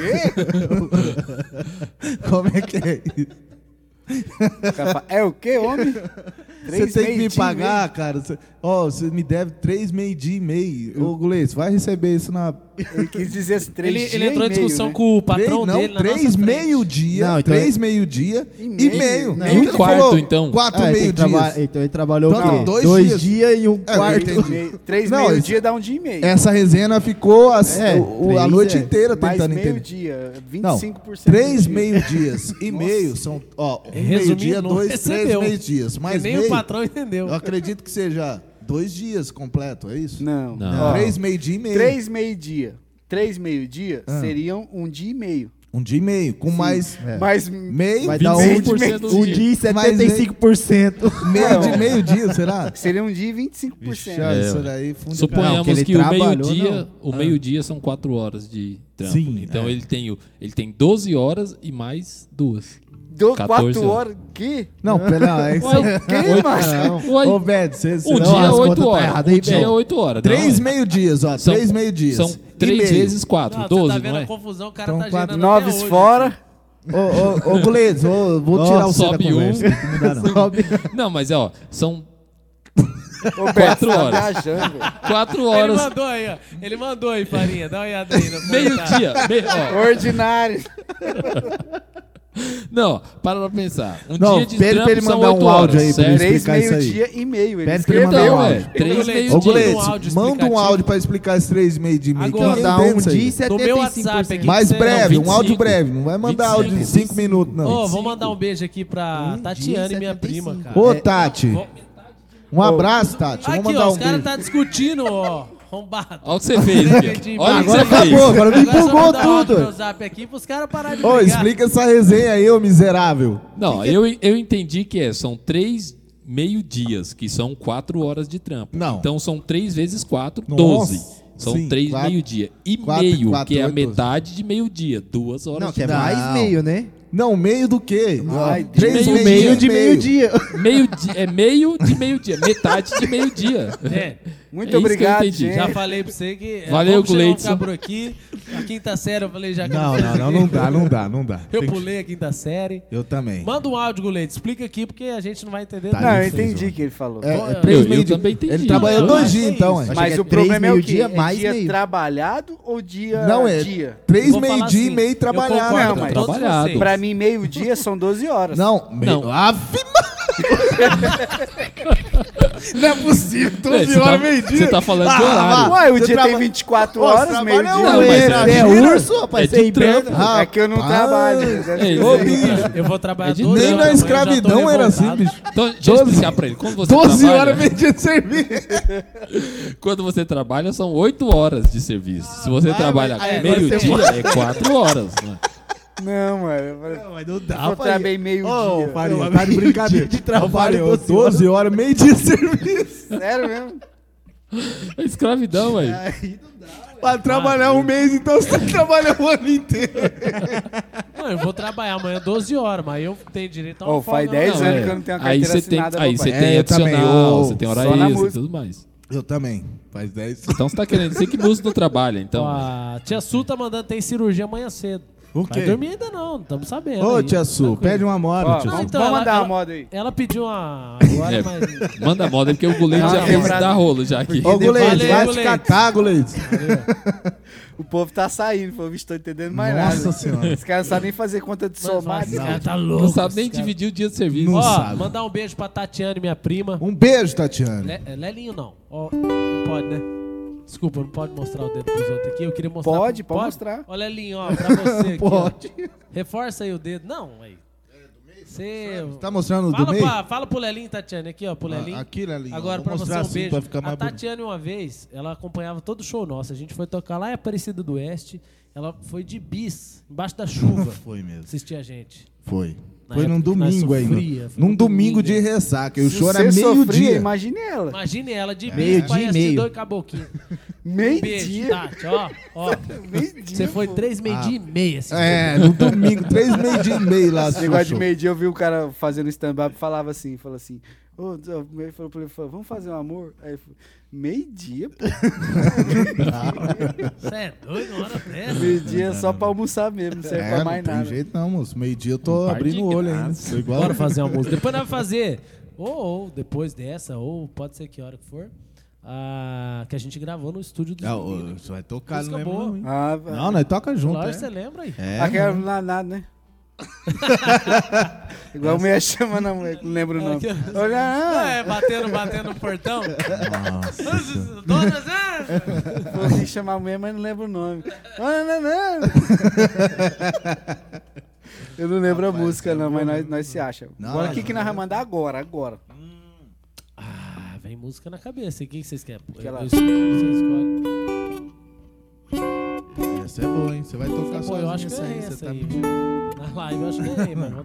Como é que é isso? O cara fala, é o quê, homem? Você Três tem que me meio-dia e pagar, cara. Você- Ó, você me deve três meio-dia e meio. Ô, Gulês, vai receber isso na... meio. Ele quis dizer assim, três Ele, dia ele entrou e em meio, discussão né? com o patrão três, não, dele na três nossa frente. meio-dia, Não, então três é- meio-dia E e meio. meio. Não, E e um ele quarto, falou então? Quatro Ah, ele tem que traba- meio-dias. Então ele trabalhou Não, o quê? dois Dois dias. dias e um É, quarto. eu entendi. Meio- Três Não, meio-dia dá um dia e meio. Essa resenha ficou as- É, o- o- a três, noite é. inteira Mais tentando entender. meio-dia, vinte Não, e cinco por cento. três do dia. meio-dias e meio são, ó, um Resumindo, meio-dia, não dois, três recebeu. meio-dias. Mais Nem meio, o patrão entendeu. eu acredito que seja dois dias completo, é isso? Não. Não. Ó, Três meio-dia e meio. Três meio-dia. Três meio-dia Ah. seriam um dia e meio. Um dia e meio, com mais É. Mas meio, Vai dar um, vinte e cinco por cento do um dia. dia e setenta e cinco por cento. meio de meio-dia, será? seria um dia e vinte e cinco por cento. Ah, É, isso ué. daí funde Não, Suponhamos que ele que, o trabalhou, meio-dia, não. o Ah. meio-dia são quatro horas de trampo. Sim, Então é. ele tem o, ele tem doze horas e mais duas. Deu quatorze quatro horas. Que? Não, pera, é isso. Ué, Que, oito- macho? Ué, Ô, Bed, você... você um não, dia é as oito contas tá horas. errada um aí, dia Bel. é oito horas. Três não, é? meio-dias, ó. São- três meio-dias. São E três meio. vezes quatro, Não, doze, você tá vendo não a é? confusão, o cara Então, tá quatro- gerando Nove até hoje. fora. Ô, ô, ô, Guledes, ô, vou Ó, tirar você da sobe conversa. um. Não dá, não. Não, mas ó, são Ô, Beto, Quatro você tá horas. viajando, velho. quatro Ele horas. mandou aí, ó. Ele mandou aí, Farinha. Dá uma olhada aí. no comentário. Meio-dia. meio- ó. Ordinário. Não, para pra pensar. Um Não, dia de pede pra trampo ele são mandar um oito áudio horas, aí pra certo? ele Três explicar isso aí. meio-dia e meio. Ele Pede pra ele escreveu. mandar um Então, áudio. é, três Ô, Guledes, Ô, meio-dia. Guledes, Guledes, um áudio manda um explicativo. áudio pra explicar esses três meio de meio. Agora, que Dá ninguém um entende isso aí. dia e setenta No e meu cinco WhatsApp por cento. aqui. Mais Não, breve, vinte e um áudio cinco. breve. Não vai mandar áudio de vinte e cinco. cinco minutos, não. Ô, vou mandar um beijo aqui pra Um Tatiane, dia e minha setenta e prima, cinco. cara. Ô, Tati, Vou- um abraço, Tati. Vou Aqui, mandar ó, um os caras beijo. tá discutindo, ó. Arrombado. Olha o que você fez, Bia. Olha o que Agora você acabou, fez. agora me Agora só empolgou mandar um áudio tudo. no zap aqui pros caras pararem de Ô, brigar. explica essa resenha aí, ô miserável. Não, eu, eu entendi que é, são três meio-dias, que são quatro horas de trampo. Não. Então são três vezes quatro, Nossa. doze. São Sim, três quatro- meio-dia. E quatro- meio, quatro, que é a oito, metade de meio-dia. Duas horas Não, de que é Não. mais meio, né? Não, meio do quê? Ai, Três meio- meio, Meio de meio-dia. Meio dia, é meio de meio-dia, metade de meio-dia. É, Muito É isso que eu obrigado, entendi. gente. já falei pra você que. é, Valeu, vamos chegar um Gleidson. cabro aqui. A quinta série eu falei já que eu Não, fiz não, não, aqui. não dá, não dá, não dá. Eu Tem que- pulei a quinta série. Eu também. Manda um áudio, Guleito. Explica aqui porque a gente não vai entender Tá Não, nada. eu difícil, entendi o mano. que ele falou. É, Eu- é três eu meio dia. também entendi. Ele trabalhou Eu dois acho dias, que é então. isso. é. Mas que é o problema três é o quê? meio-dia É mais dia meio. trabalhado ou dia Não, é dia? três Eu vou falar meio-dia assim, e meio eu trabalhado. concordo Não, com mas- todos Trabalhado. vocês. Pra mim, meio-dia são doze horas. Não, meio... Não. Ave Não é possível, É, doze você, horas, tá, meio-dia. você tá falando de Ah, horário. Uai, o Você dia traba- tem vinte e quatro Ô, você horas, trabalha meio-dia. Não, mas é- É de- urso, rapaz. é Você de trampo. inverna. É que eu não Rapaz. trabalho. Ei, Ô, bicho. Eu vou trabalhar É de doze Nem horas na da manhã, já tô escravidão era assim, revoltado. bicho. Então, deixa eu doze explicar pra ele. Quando você doze trabalha, horas, meio-dia de serviço. quando você trabalha, são oito horas de serviço. Se você Ah, trabalha mas- é, meio-dia, você- é quatro horas. Né? Não, mano. eu falei, Não, mas não dá, Eu trabalhei meio-dia. Ô, Faria, Não, tá de brincadeira. de trabalho, Eu falei, ô, doze horas. doze horas, meio-dia de serviço. Sério mesmo? É escravidão, velho. Pra trabalhar um mês, então você trabalha o ano inteiro. Não, eu vou trabalhar amanhã doze horas, mas eu tenho direito a uma Ô, faz folga, dez não. Não, anos é. que eu não tenho a Aí carteira você tem, assinada, aí papai. você tem É, eu também, adicional, ô, você tem hora só na extra e música. tudo mais. Eu também. Faz dez. Então você tá querendo dizer que músico não trabalha, então. Ó, a tia Su tá mandando, tem cirurgia amanhã cedo. O Vai quê? dormir ainda não, não estamos sabendo. Ô, aí. tia Su, Tranquilo. pede uma moda, Ó, tia vamos Su. então, vamos ela- mandar ela- uma moda aí. Ela pediu uma agora, É, mas... manda moda porque o Guleito Dá já uma fez quebrada. dar rolo já aqui. Ô, Guleito, Valeu, vai te Guleito. catar, Guleito. O povo tá saindo, pô, bicho, tô entendendo mais Nossa nada. Senhora. Os caras não sabem nem fazer conta de Mano, somar. esse Não. cara tá louco. Não sabe esse nem cara. dividir o dia de serviço. Não Ó, sabe. mandar um beijo pra Tatiane, minha prima. Um beijo, Tatiana. Le- é, Lelinho não. Ó, não pode, né? Desculpa, não pode mostrar o dedo pros outros aqui. Eu queria mostrar. Pode, pode mostrar. Ó, Lelinho, ó, pra você aqui. Pode. Ó. Reforça aí o dedo. Não, aí. Você. Tá mostrando o do Fala, meio? pra, fala pro Lelinho, Tatiane, aqui, ó, pro Lelinho. Ah, aqui, Lelinho. Agora, Vou pra você, mostrar um assim beijo. pra ficar mais a bonito. Tatiane, uma vez, ela acompanhava todo show nosso. A gente foi tocar lá em Aparecida do Oeste. Ela foi de bis, embaixo da chuva, Foi mesmo. assistir a gente. Foi. Na Foi num época que nós domingo sofria, ainda. foi Num num domingo domingo. de ressaca. E o Se show você era sofria, meio-dia. imagine ela. Imagine ela de bis, Meio dia parece e meio. dois caboquinhos. Um Meio beijo, dia. Tati, ó. ó. Meio dia, Você foi pô. três meio-dia e meia. Assim, É, no domingo, três meio-dia e meio lá. Esse assistiu o negócio de show. meio-dia, eu vi o cara fazendo stand-up e falava assim, falou assim, ô, ele falou pra ele, falou, vamos fazer um amor? Aí ele falou, meio-dia, pô. Você é doido uma hora dessa? Meio-dia é só pra almoçar mesmo, não serve É, pra não mais tem nada. jeito não, moço. Meio-dia eu tô Um par abrindo de o olho ainda. graças. Tô igual. Bora fazer uma música. Depois nós vamos fazer, ou, ou depois dessa, ou pode ser que hora que for, a, que a gente gravou no estúdio do Ah, Zumbi, ô, você vai tocar, Música não lembra boa. não, hein? Ah, Não, nós toca junto, Lógico, é. você lembra aí? É. aquela não é nada, né? Igual a mulher chama na mulher, que não lembra o nome. Aquela- Olha, Não, ah, é batendo, batendo no portão. Nossa. Dona Zé! vou assim chamar a mulher, mas não lembro o nome. Ah, não, não. Eu não lembro a música, não, mas nós, nós se acha. Não, Agora, o não, que, que nós vamos mandar agora? Agora. Ah, vem música na cabeça. E o que, que vocês querem? Eu, Aquela- eu escolho, você escolhe. Essa é boa, hein? Você vai tocar Pô, sozinho eu acho que essa eu aí. errei Você essa tá aí. me... Na live eu acho que eu errei, mano.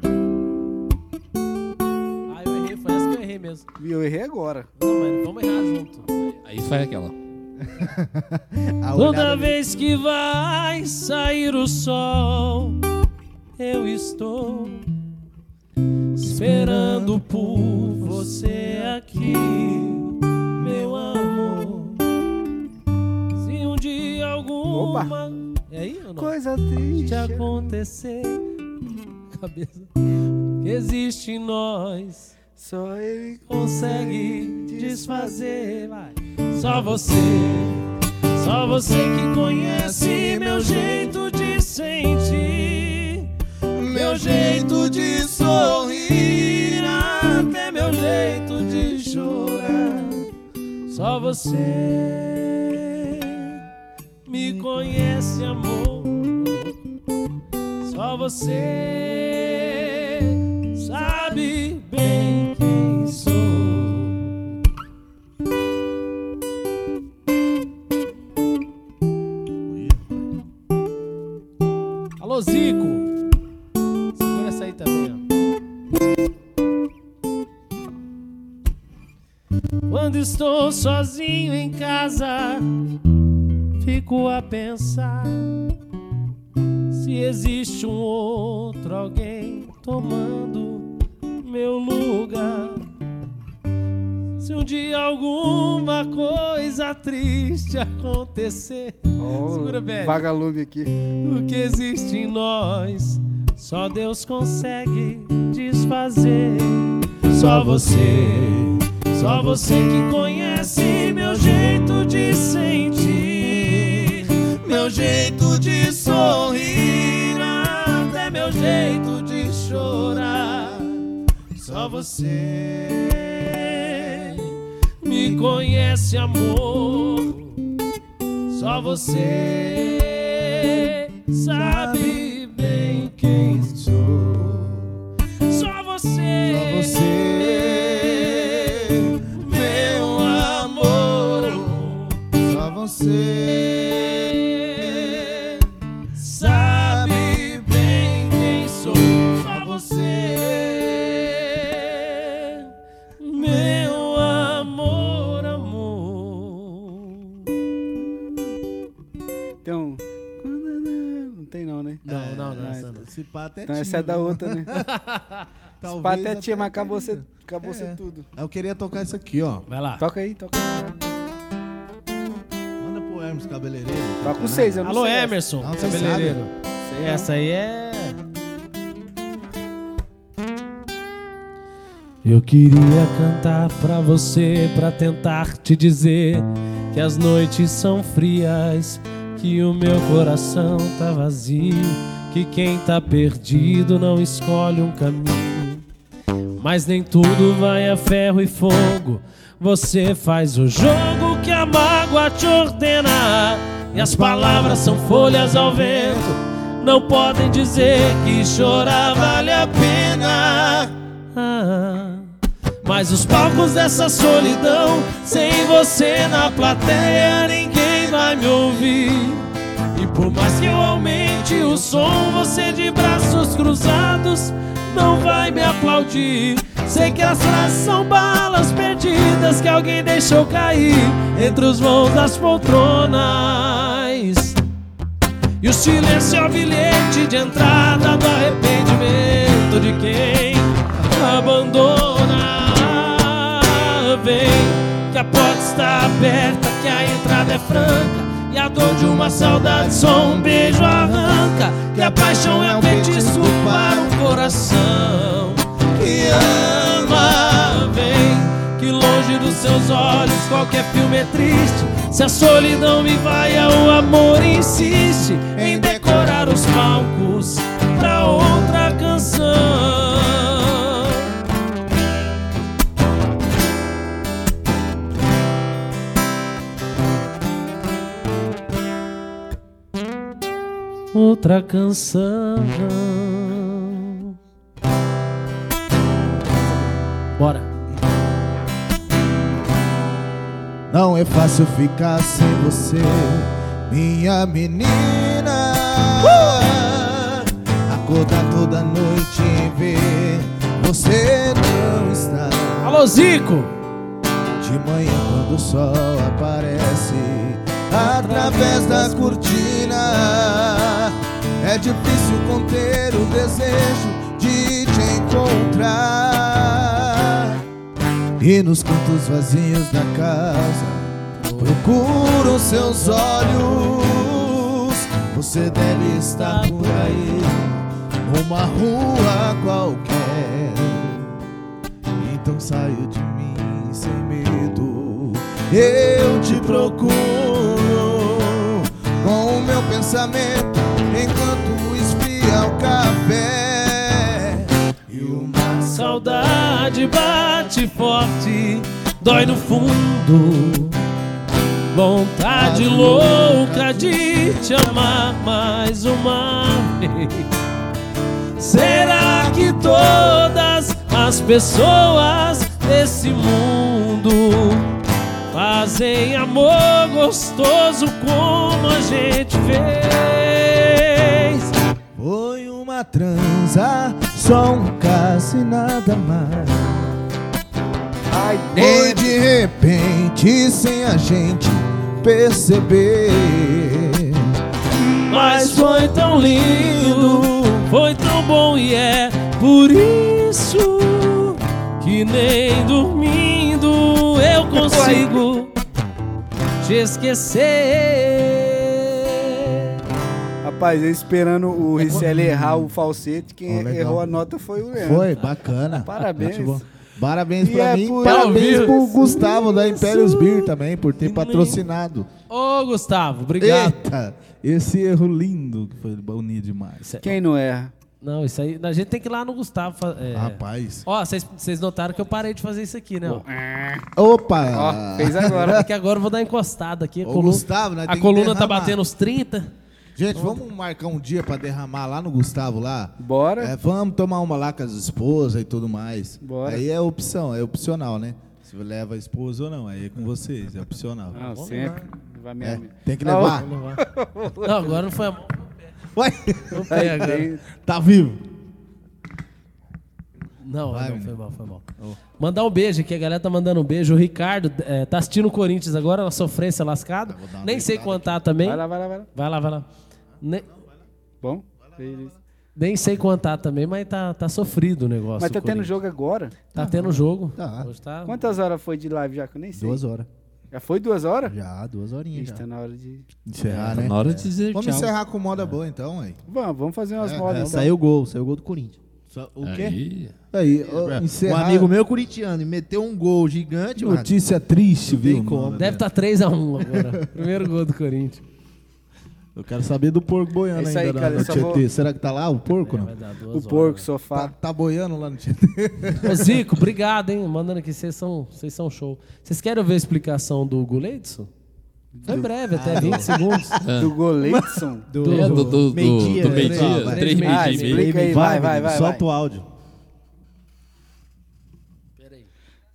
Ah, eu errei. Foi essa que eu errei mesmo. E eu errei agora. Não, mas vamos errar junto. Aí faz aquela. A Toda olhada vez que vai sair o sol, eu estou esperando por você aqui, meu amor. Se um dia alguma... Opa. É aí ou não? Coisa triste. te acontecer, cabeça, que existe em nós, Só ele consegue desfazer, vai. Só você, só você que conhece meu jeito de sentir, meu jeito de sorrir, até meu jeito de chorar. Só você me conhece, amor. Só você sabe bem quem sou. Alô, Zico. Segura essa aí também, ó. Quando estou sozinho em casa, fico a pensar Se existe um outro alguém tomando meu lugar, se um dia alguma coisa triste acontecer, Oh, segura, velho. vagalume aqui. O que existe em nós só Deus consegue desfazer. Só você, só você que conhece meu jeito de sentir, meu jeito de sorrir, até meu jeito de chorar. Só você me conhece, amor. Só você sabe bem quem sou. Só você, Só você, meu amor. só você sabe bem quem sou. Só você, meu amor, amor. Então. Não tem não, né? Não, não, não, Ah, essa não. Se pá até Então tinha, essa é da né? outra, né? Talvez Pá até tinha, mas até acabou teria. ser, acabou É. ser tudo. Eu queria tocar isso aqui, ó. Vai lá. Toca aí, toca aí. Manda pro Hermes cabeleireiro. Toca com seis, eu não Alô, sei essa. Emerson, Não, você cabeleireiro. Sei não. Essa aí é. Eu queria cantar pra você, pra tentar te dizer que as noites são frias, que o meu coração tá vazio, que quem tá perdido não escolhe um caminho. Mas nem tudo vai a ferro e fogo. Você faz o jogo que a mágoa te ordena, e as palavras são folhas ao vento, não podem dizer que chorar vale a pena. Ah, mas os palcos dessa solidão, sem você na plateia, ninguém vai me ouvir. E por mais que eu aumente o som, você de braços cruzados não vai me aplaudir. Sei que as frases são balas perdidas que alguém deixou cair entre os vãos das poltronas. E o silêncio é o bilhete de entrada do arrependimento de quem abandona. Vem, que a porta está aberta, que a entrada é franca, e a dor de uma saudade só um beijo arranca. Que a paixão é um feitiço para um coração que ama. Vem, que longe dos seus olhos qualquer filme é triste. Se a solidão me vai, o amor insiste em decorar os palcos pra outra canção. Outra canção. Bora. Não é fácil ficar sem você, minha menina. Acordar toda noite e ver você não está. Alô, Zico. De manhã quando o sol aparece através da cortina, é difícil conter o desejo de te encontrar. E nos cantos vazios da casa procuro seus olhos. Você deve estar por aí, numa rua qualquer. Então saio de mim sem medo, eu te procuro com o meu pensamento enquanto esfria o café. E uma Saudade bate forte, dói no fundo. Vontade louca de te amar mais uma vez. Será que todas as pessoas desse mundo fazem amor gostoso como a gente fez? foi uma transa, só um caso e nada mais. Ai, Foi de repente, sem a gente perceber. mas foi tão lindo, foi tão bom e é por isso que nem dormindo eu consigo te esquecer. Rapaz, eu esperando o Ricelli errar o falsete, quem Oh, legal. errou a nota foi o Leandro. Foi, bacana. Parabéns. Muito bom. Parabéns E pra é mim, por parabéns isso. pro Gustavo da Impérios Beer também, por ter patrocinado. Ô, Gustavo, obrigado. Eita, esse erro lindo, que foi bonito demais. Quem não erra? Não, isso aí, a gente tem que ir lá no Gustavo. fa- É. Rapaz. Ó, vocês vocês notaram que eu parei de fazer isso aqui, né? ó? Opa! Ó, fez agora. É que agora eu vou dar encostada aqui. A, Ô, coluna, Gustavo, nós a tem que coluna tá derramar. batendo os trinta. Gente, vamos marcar um dia pra derramar lá no Gustavo lá? Bora. É, vamos tomar uma lá com as esposas e tudo mais. Bora. Aí é opção, é opcional, né? Se leva a esposa ou não, aí é com vocês, é opcional. Não, sempre. Vai me É, amigo. tem que Ah, levar. Não, agora não foi a mão. Ué, Não foi agora. Tem- tá vivo. Não, Vai, não, menino. foi mal, foi mal. Mandar um beijo aqui, a galera tá mandando um beijo. O Ricardo é, tá assistindo o Corinthians agora, uma sofrência lascada. vou dar uma Nem sei deitada contar também. Vai lá, vai lá, vai lá. Vai lá, vai lá. Nem, Bom? Beleza. nem sei contar também, mas tá, tá sofrido o negócio. Mas tá o tendo Corinthians. jogo agora? Tá tendo jogo. Tá. Hoje tá... Quantas horas foi de live já? Que eu nem sei. Duas horas. Já foi duas horas? Já, duas horinhas Ixi, já. tá na hora de... Encerrar, Tá né? na hora de dizer Vamos tchau. encerrar com moda boa então, aí. Vamos, vamos fazer umas É, modas. É, então. saiu o gol, saiu o gol do Corinthians. O quê? Aí. Aí, ó, Um encerrar... amigo meu corintiano e meteu um gol gigante, mano. Notícia triste, Não tem viu? como. mano? Deve estar tá três a um agora. Primeiro gol do Corinthians. Eu quero saber do porco boiando É isso ainda aí, na- cara, no eu só Tietê. vou- Será que tá lá o porco, não? Vai dar duas O horas, porco, né? sofá. Tá, tá boiando lá no Tietê. Ô, Zico, obrigado, hein? Mandando aqui, vocês são, vocês são show. Vocês querem ver a explicação do Guleidson? Foi breve, até vinte segundos. Do Goleidson. Do, É, do, do, do, meio-dia, do né? meio-dia, Vai. três Ah, meio-dia e meio. explica aí, vai, vai, vai. Solta vai. o áudio. Peraí.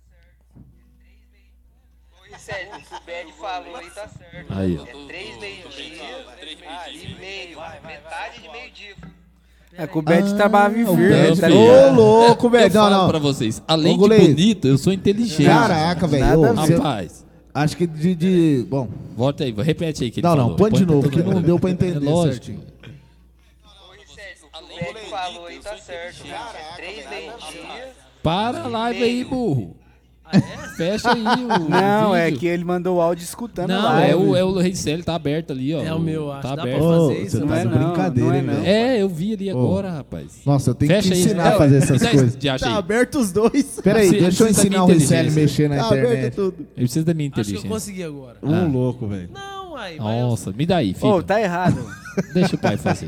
Sérgio, o que o Bad falou aí tá certo. Aí, ó. É três meio-dia, ali meio, metade de meio-dia. É que o Bad trabalhava em o firme, Bad, tá filho. ligado? Ô, louco, velho. Eu Não, falo não. pra vocês, além Ô, de Guleito. bonito, eu sou inteligente. Caraca, velho. Nada Ô, a ver. você- Rapaz, Acho que de, de... Bom, volta aí, repete aí que ele não, falou. não. Põe de novo, que tudo não bem. deu pra entender É lógico. certinho. Oi, Sérgio, o que o Bad falou aí tá certo. É três meio-dia. Para a live aí, burro. Fecha aí o Não, é vídeo. que ele mandou o áudio escutando a Não, live. é o, é o Reicel, tá aberto ali, ó. É o meu, acho. Tá Dá pra aberto. fazer Ô, isso, você não tá é de não, brincadeira, não é hein, não. velho? É, eu vi ali agora, rapaz. Nossa, eu tenho Fecha que aí. ensinar a Não, fazer essas me dá coisas. esse de acha Tá aí. aberto os dois. Peraí, Você- deixa eu precisa da ensinar o minha Ricelli a inteligência. mexer na Tá aberto internet. tudo. Eu preciso da minha Acho que eu inteligência. consegui agora. Um Ah. louco, velho. Não, aí. vai. Nossa, me dá aí, filho. Ô, tá errado. Deixa o pai fazer.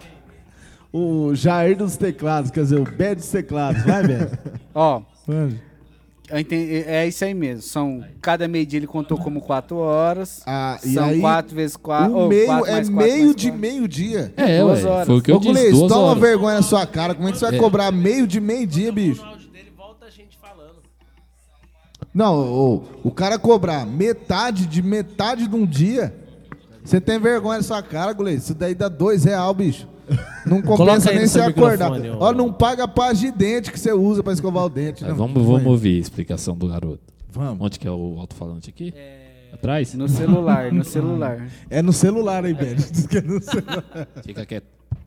O Jair dos teclados, quer dizer, o Bad dos teclados. Vai, velho. Ó, Mano. eu entendi- é isso aí mesmo. São, cada meio-dia ele contou como quatro horas. Ah, e São aí, quatro vezes quatro. o ou meio quatro é mais quatro meio mais de quatro. É, meio-dia. Duas ué, horas. foi o que eu Ô, disse, Gleice, duas toma horas. vergonha na sua cara. Como é que você vai É. cobrar meio de meio-dia, bicho? O áudio dele volta a gente falando. Não, ô, o cara cobrar metade de metade de um dia, você tem vergonha na sua cara, Gleice. Isso daí dá dois real, bicho. Não Coloca compensa aí nem no você seu acordar. microfone, Ó, ô. não paga a paz de dente que você usa pra escovar o dente. É, não. vamos, vamos ouvir a explicação do garoto. Vamos. Onde que é o alto-falante aqui? Atrás? No celular, no celular. É no celular aí, velho. Diz que é no celular. Fica quieto.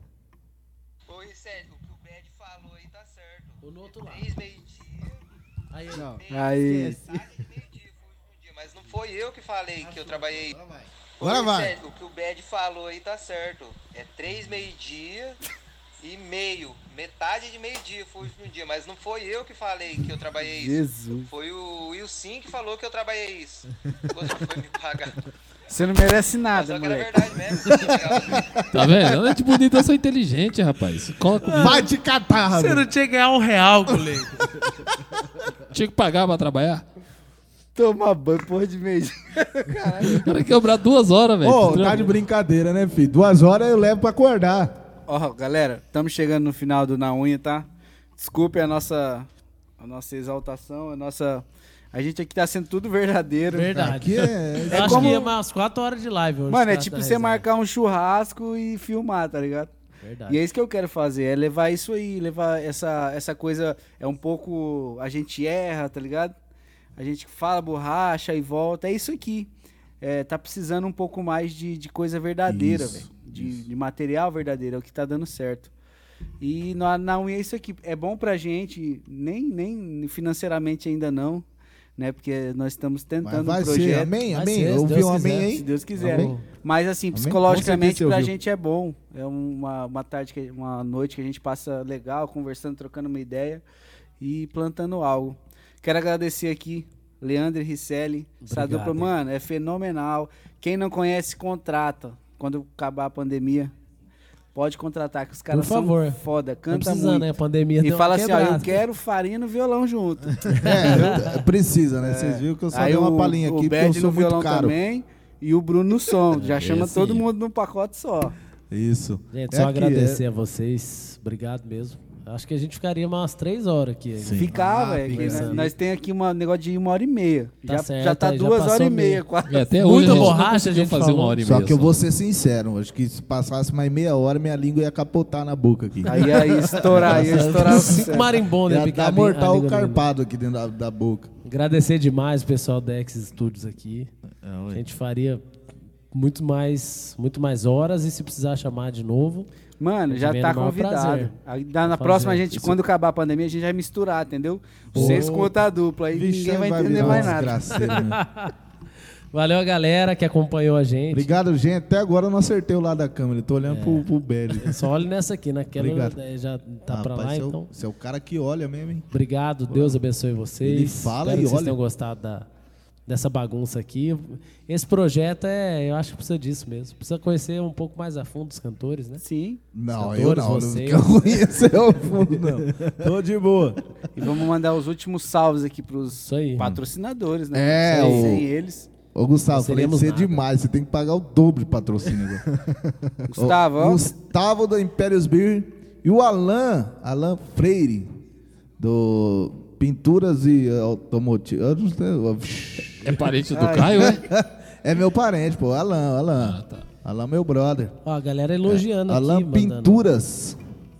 Oi, Sérgio, o que o Bad falou aí tá certo. Ou no outro lado. Três meio-dia, Aí, Não. meio, Aí, metade de meio-dia foi um dia. Mas não foi eu que falei que eu trabalhei. Agora Oi, vai. Sérgio, o que o Bad falou aí tá certo. É três meio-dia e meio. Metade de meio-dia foi um dia. Mas não foi eu que falei que eu trabalhei isso. Jesus. Foi o Wilson que falou que eu trabalhei isso. Você foi me pagar. Você não merece Mas nada, só que era moleque. verdade mesmo. Tá vendo? Não é de bonito, eu sou inteligente, rapaz. Coloca o Vai te catar, Você rapaz. não tinha que ganhar um real, Guleito. Tinha que pagar pra trabalhar. Toma banho, porra de meio-dia. O cara quebrar duas horas, velho. Ô, tá de brincadeira, né, filho? Duas horas eu levo pra acordar. Ó, galera, estamos chegando no final do Na Unha, tá? Desculpe a nossa, a nossa exaltação, a nossa... A gente aqui tá sendo tudo verdadeiro. Verdade. Aqui é... Eu acho como- que ia mais quatro horas de live hoje. Mano, é tá- tipo tá você resenha. marcar um churrasco e filmar, tá ligado? Verdade. E é isso que eu quero fazer, é levar isso aí, levar essa, essa coisa, é um pouco, a gente erra, tá ligado? A gente fala borracha e volta, é isso aqui. é, tá precisando um pouco mais de, de coisa verdadeira, Isso, velho. De, de material verdadeiro, é o que tá dando certo. E na, na unha é isso aqui. É bom pra gente, nem, nem financeiramente ainda não, né? Porque nós estamos tentando Mas vai um projeto. ser, amém, Vai amém. ser, se Ouviu Deus um amém quiser. aí? Se Deus quiser. Amém? Mas assim, Amém? psicologicamente Com certeza pra você ouviu. gente é bom. É uma, uma tarde, que, uma noite que a gente passa legal, conversando, trocando uma ideia e plantando algo. Quero agradecer aqui, Leandro e Ricelli. Essa Obrigado, dupla, hein? mano, é fenomenal. Quem não conhece, contrata. Quando acabar a pandemia, pode contratar, que os caras Por favor. são foda, Tá canta precisando, muito. né? A pandemia E deu fala uma assim, ó, eu quebrada. quero farinha no violão junto. É, precisa, né? Vocês viram que eu só Aí dei uma o- palhinha o aqui, porque eu Bad sou no muito violão caro. também e o Bruno no som. Já chama assim. todo mundo num pacote só. Isso. Gente, É só aqui, agradecer é- a vocês. Obrigado mesmo. Acho que a gente ficaria umas três horas aqui. ainda. Sim. Ficar, Ah, velho. fica que sim. nós, nós tem aqui um negócio de uma hora e meia. Tá já, certo, já tá aí já duas passou horas e meio. meia, quase. E até Muita hoje a gente borracha, não a conseguiu gente fazer falou. uma hora e Só meia. que eu vou ser sincero, acho que se passasse mais meia hora, minha língua ia capotar na boca aqui. Aí ia estourar, ia estourar o Cinco sucesso. marimbondas. Ia ia dar picar bem mortal a língua do carpado aqui dentro da, da boca. mundo. Agradecer demais o pessoal da X Studios aqui. A gente faria muito mais, muito mais horas e se precisar chamar de novo. Mano, já Vem tá no maior convidado. prazer. Aí, na na Fazer. próxima, a gente, Isso. quando acabar a pandemia, a gente vai misturar, entendeu? Vocês com outra dupla. Aí Vixe, ninguém vai vai entender virar mais uma nada. desgraceira, né? Valeu a galera que acompanhou a gente. Obrigado, gente. Até agora eu não acertei o lado da câmera. Tô olhando pro, pro Belly. Só olhe nessa aqui, naquela Obrigado. eh, já tá pra Rapaz, lá, você é o- então. Você é o cara que olha mesmo, hein? Obrigado, Deus abençoe vocês. Ele fala Espero e que vocês olha. tenham gostado da, dessa bagunça aqui. Esse projeto é, eu acho que precisa disso mesmo. Precisa conhecer um pouco mais a fundo os cantores, né? Sim. Não, Os eu cantores, não. Não vocês. quero conhecer ao fundo, não. Tô de boa. E vamos mandar os últimos salves aqui pros Isso aí. patrocinadores, né? É, sem, o- sem eles. Ô, Gustavo, falei pra seríamos você nada. demais. Você tem que pagar o dobro de patrocínio agora. Gustavo, Ô, ó. Gustavo do Impérios Beer e o Alan, Alan Freire, do Pinturas e Automotivo. Eu não sei. É parente do Caio, é? É meu parente, pô. Alan, Alan. Ah, tá. Alan, meu brother. Ó, a galera elogiando Alan aqui, mandando. Pinturas.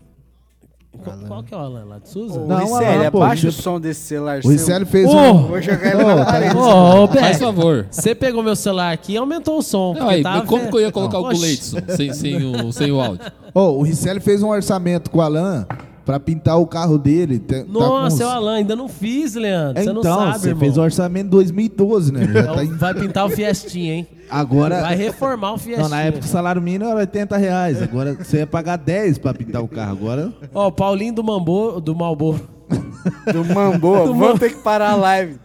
Qual, qual que é o Alan lá de Souza? Ô, Não, Ricelli, Alan, pô, abaixa o você- som desse celular O seu. Ricelli fez Ô! um... Vou jogar ele Ô, na tá parede. Ô, ô, Faz Beck, favor. você pegou meu celular aqui e aumentou o som. Não, porque aí, tava mas como ve- que eu ia colocar o Oxi. Gleidson sem, sem, o, sem o áudio? Ô, o Ricelli fez um orçamento com o Alan pra pintar o carro dele. Tá- tá com Nossa, uns- é o Alan, ainda não fiz, Leandro. Você Então, não sabe, você irmão. fez o orçamento em dois mil e doze, né? Já tá em- Vai pintar o Fiestinha, hein? Agora. Vai reformar o Fiestinha. Não, na época o salário mínimo era oitenta reais. Agora você ia pagar dez pra pintar o carro. Agora. Ó, o Paulinho do Mambo, do Malboro. Do Mamboa. Vamos ter que parar a live.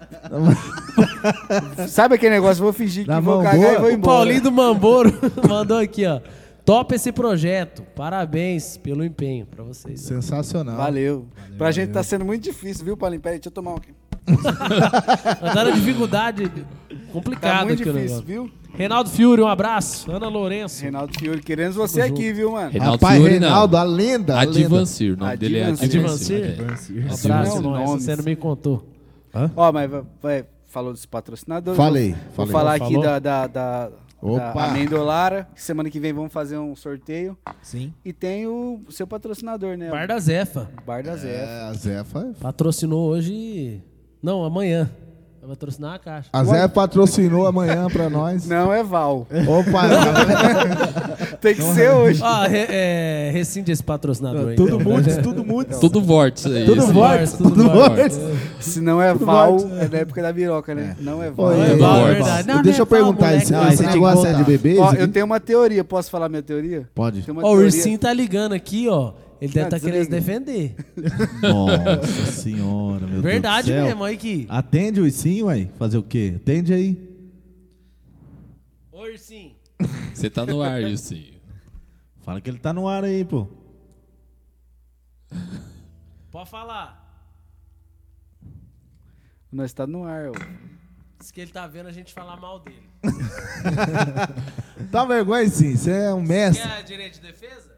Sabe aquele negócio? Vou fingir que Da vou Mamboa? cagar e vou O embora. Paulinho do Mamboro mandou aqui, ó. Top esse projeto. Parabéns pelo empenho pra vocês. Sensacional. Valeu. Pra gente tá sendo muito difícil, viu, Paulinho? Peraí, deixa eu tomar um aqui. Mandaram dificuldade Tá complicada muito aqui o difícil, negócio. viu? Reinaldo Fiore, um abraço. Ana Lourenço. Reinaldo Fiore, queremos você Tamo aqui, viu, mano? Reinaldo Rapaz, Fiore, não. Reinaldo, a lenda. a lenda. Adivancir, o nome dele é Adivancir? Adivancir. Um É. abraço, Não, irmão. Essa nomes. você não me contou. Ó, mas vai, vai- falou dos patrocinadores. Falei, Vou, falei. vou falar aqui Falou? da, da, da, Opa. da Amendolara. Que semana que vem vamos fazer um sorteio. Sim. E tem o seu patrocinador, né? Bar da Zefa. O Bar da Zé. É, a Zefa. Patrocinou hoje. Não, amanhã. Vai patrocinar a caixa. A Zé patrocinou amanhã pra nós. Não é Val. Opa, Tem que ser hoje. Ó, re, é, rescinde esse patrocinador aí. tudo então. muito, tudo muito. Tudo vórtice aí. Tudo esse- vórtice, tudo tudo vórtice. vórtice. Se não é Val, é da época da biroca, né? Não é Val. Oi, Não é Ei, Val, é Val. verdade. Não, Deixa não eu é Val, perguntar, moleque. esse, Não, esse você tinha que negócio é de voltar. bebê? Ó, esse eu aqui? tenho uma teoria. Posso falar minha teoria? Pode. Tem uma Ó, o teoria. Ursinho tá ligando aqui, ó. Ele deve Ah, estar querendo se desliga. defender. Nossa senhora, meu Verdade Deus do céu. mesmo, aí que. Atende o Ursinho, aí. Fazer o quê? Atende aí. Ô, Ursinho. Você tá no ar, isso sim. Fala que ele tá no ar aí, pô. Pode falar. Nós tá no ar, ó. Diz que ele tá vendo a gente falar mal dele. Dá vergonha sim, você é um mestre. Quer direito de defesa?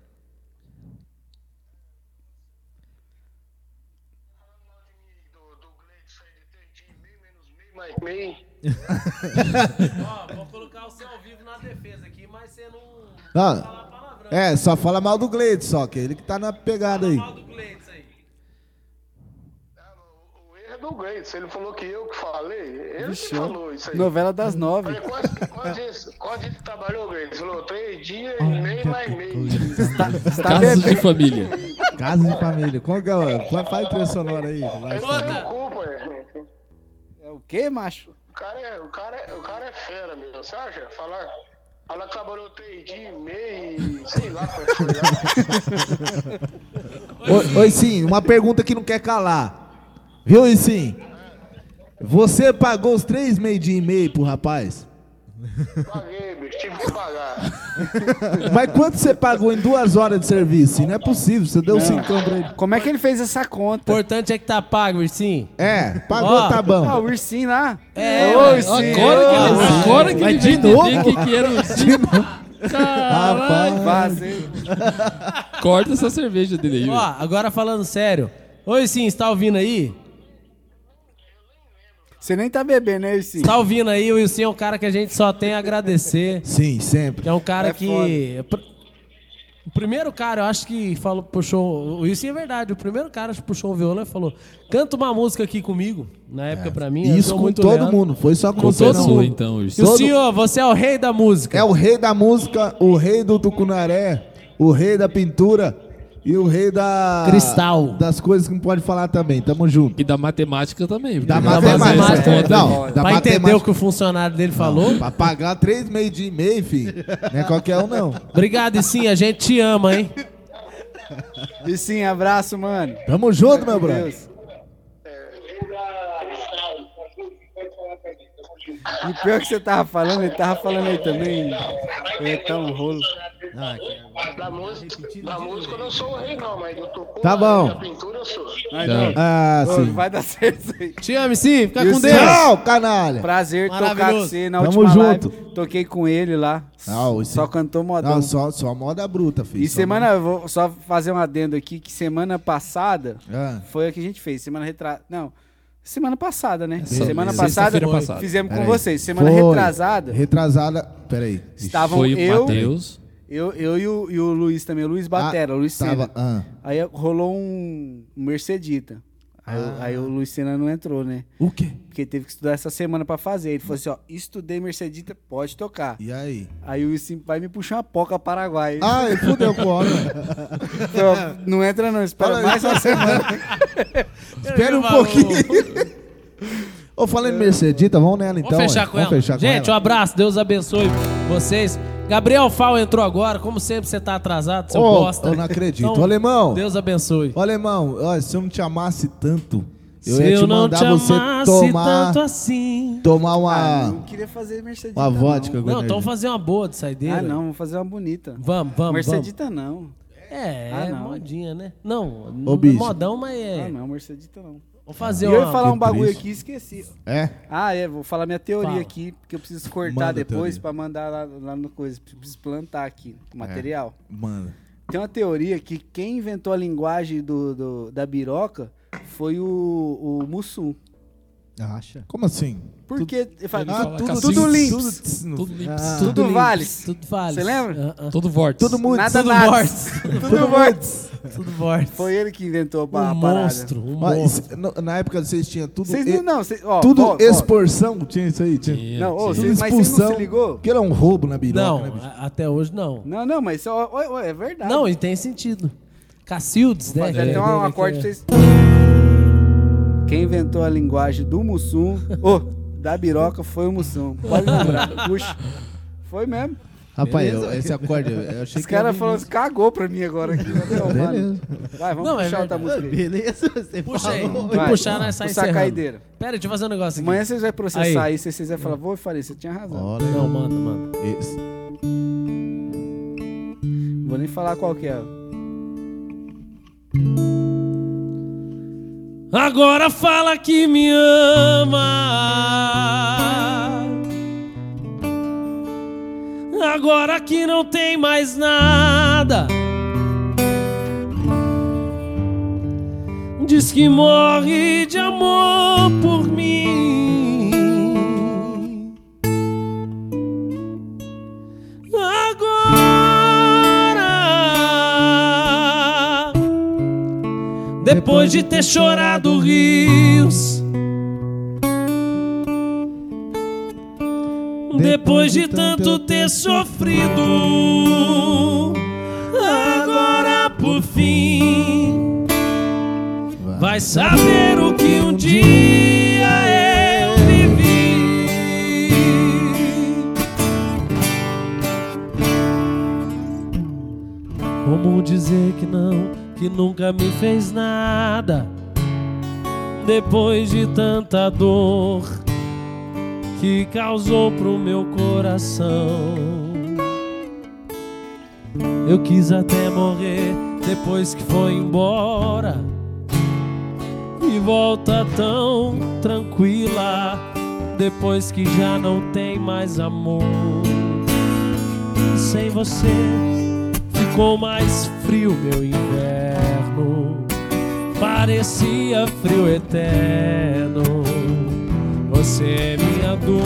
Ó, vou colocar o seu ao vivo na defesa aqui, mas você não Ah, vai falar palavrão. É, só fala mal do Gleide, só que ele que tá na pegada aí. Fala mal do Gleides aí. O erro é do o Gleidson. Ele falou que eu que falei. Ele que falou isso aí. Novela das nove. Falei, quantos quantos dias quantos dias você trabalhou, Gleidson? Falou, três dias e meio mais meio. Casa de família. Casa de família. Qual que é o... Faz faz trilha sonora aí. Vai. Não se preocupa, é. É o quê, macho? O cara é, o cara é, o cara é fera, meu. Você acha? Falar... Ela trabalhou três dias e meio, sei lá qual foi. Oi, oi, sim, uma pergunta que não quer calar. Viu, e sim? Você pagou os três meio dia e meio pro rapaz? Paguei, bicho, tive que pagar. Mas quanto você pagou em duas horas de serviço? Não é possível, você deu cinco pra ele. Como é que ele fez essa conta? O importante é que tá pago, Ursinho. É, pagou, Ó, tá bom. Ah, o ursinho lá. É, Ô, mas ursinho. Agora que ele, Ô, agora que ele Mas de vai novo? entender o que, que era o ursinho. Rapaz. Vazei. Corta essa cerveja dele aí. Ó, velho. agora falando sério. Oi, sim, você tá ouvindo aí? Você nem tá bebendo, né, ursinho? Você tá ouvindo aí? O Wilson é um cara que a gente só tem a agradecer. Sim, sempre. Que é um cara É que... Pr- O primeiro cara, eu acho que falou, puxou... O Wilson é verdade. O primeiro cara que puxou o violão e falou: canta uma música aqui comigo. Na época, pra mim, eu Isso sou com muito todo Leandro. mundo, foi só com Com você todo não. mundo. Então, E Ursinho. o senhor, você é o rei da música. É o rei da música, o rei do tucunaré, o rei da pintura e o rei da... Cristal. Das coisas que não pode falar também, tamo junto. E da matemática também. Da porque pra matemática. fazer essa matemática. conta aí. Não, da Pra entender matemática- o que o funcionário dele falou. Pra pagar três meio dia e meio, filho, não é qualquer um não. Obrigado, e sim, a gente te ama, hein? Ursinho, abraço, mano. Tamo junto, meu brother. Deus. E pior que você tava falando, ele tava falando aí também. É tão rolo. Da música, da música eu não sou o rei, não, mas eu tô com Tá bom. da pintura eu sou. Ai, Tá. não. Ah, Ô, sim. vai dar certo isso aí. Te amo, sim. Fica E o com seu? Deus. Tchau, canalha. Prazer tocar com Maravilhoso. você na Tamo última junto. live. Toquei com ele lá. Ah, o Só sim. cantou modão. Não, só, só moda bruta, filho. E Só semana, eu vou só fazer um adendo aqui, que semana passada Ah. foi a que a gente fez. Semana retrasada. Não, semana passada, né? Essa- semana sexta-feira passada, passada. fizemos com Peraí. vocês. Semana Foi. retrasada, Retrasada, peraí. estavam Foi o eu, Matheus. eu, eu e, o, e o Luiz também, o Luiz Batera, Ah, o Luiz Sena. Tava, ah. Aí rolou um Mercedita. Aí, o- aí o Luiz Sena não entrou, né? O quê? Porque teve que estudar essa semana pra fazer. Ele falou assim, ó, estudei Mercedita, pode tocar. E aí? Aí o Luiz vai me puxar uma poca Paraguai. Ah, ele fudeu com o homem. Então, não entra não, espera Fala aí. mais uma semana. Espera um pouquinho. Ô, falando em Mercedita, vamos nela então. Vamos fechar ué. com Vamos ela. fechar com Gente, um ela. abraço. Deus abençoe vocês. Gabriel Fal entrou agora. Como sempre, você tá atrasado, seu Ô, bosta. eu não acredito. Então, Ô, alemão. Deus abençoe. Ô, alemão, ó, se eu não te amasse tanto, eu Se ia te eu não mandar te você amasse tomar, tanto assim... tomar Ah, uma, não queria fazer Mercedita. uma vodka. Não. com Não, energia. então vamos fazer uma boa de saideira. Ah, não, vamos fazer uma bonita. Vamos, vamos, Mercedita não. vamos. É, Ah, é não. modinha, né? Não, Ô, não é bicho. modão, mas é... Ah, não, Mercedita não. Vamos fazer E eu ia uma... falar um que bagulho triste. aqui e esqueci. É? Ah, é, vou falar minha teoria Fala. aqui, porque eu preciso cortar Manda a depois teoria. pra mandar lá, lá no coisa. Preciso plantar aqui o material. Mano. Tem uma teoria que quem inventou a linguagem do, do- da biroca foi o, o Mussum. Acha? Como assim? Porque ele fala, ele ah, fala tudo, cacete. tudo limps, Tudo, Tudo limpo. Ah. tudo limpo, vales. Tudo vale. Você lembra? Todo vórtice. tudo muito. Nada Tudo nada. vórtice. Tudo vórtice. Tudo vórtice. Foi ele que inventou a Um parada. monstro, um Ó, monstro. isso- no- na época vocês tinham tudo. Vocês e- não, não, vocês, ó, tudo ó, ó. exporção, tinha isso aí? Tinha. Tinha, Não, ô, tinha. vocês- mas vocês não se ligou? Que era um roubo na biroca, Não, né, bicho? a- até hoje não. Não, não, mas ó, ó, ó, é verdade. Não, e tem sentido. Cacildes, né? Fazer que até é um dele acorde aqui, pra vocês. Quem inventou a linguagem do Mussum, ô, da biroca, foi o Mussum. Pode lembrar. Puxa. Foi mesmo. Rapaz, eu- esse acorde, eu achei Os que. era caras falaram, cagou pra mim agora aqui. Beleza. Vai, vamos Não, é puxar outra verdade. música aí. Beleza, você Puxa aí. falou. Vai Vai, puxar, nós sai puxar a encerrando. caideira. Pera, deixa eu fazer um negócio aqui. Amanhã vocês vão processar Aí. aí, se vocês vão falar, vou falar, você tinha razão. Olha, Não, manda, manda. esse. Não vou nem falar qual que é. Agora fala que me ama. Agora que não tem mais nada. Diz que morre de amor por mim. Agora, depois de ter chorado rios, Depois de tanto ter sofrido, agora por fim vai saber o que um dia eu vivi. Como dizer que não, que nunca me fez nada, depois de tanta dor que causou pro meu coração. Eu quis até morrer depois que foi embora, e volta tão tranquila depois que já não tem mais amor. Sem você ficou mais frio meu inverno, parecia frio eterno. Você é minha dor.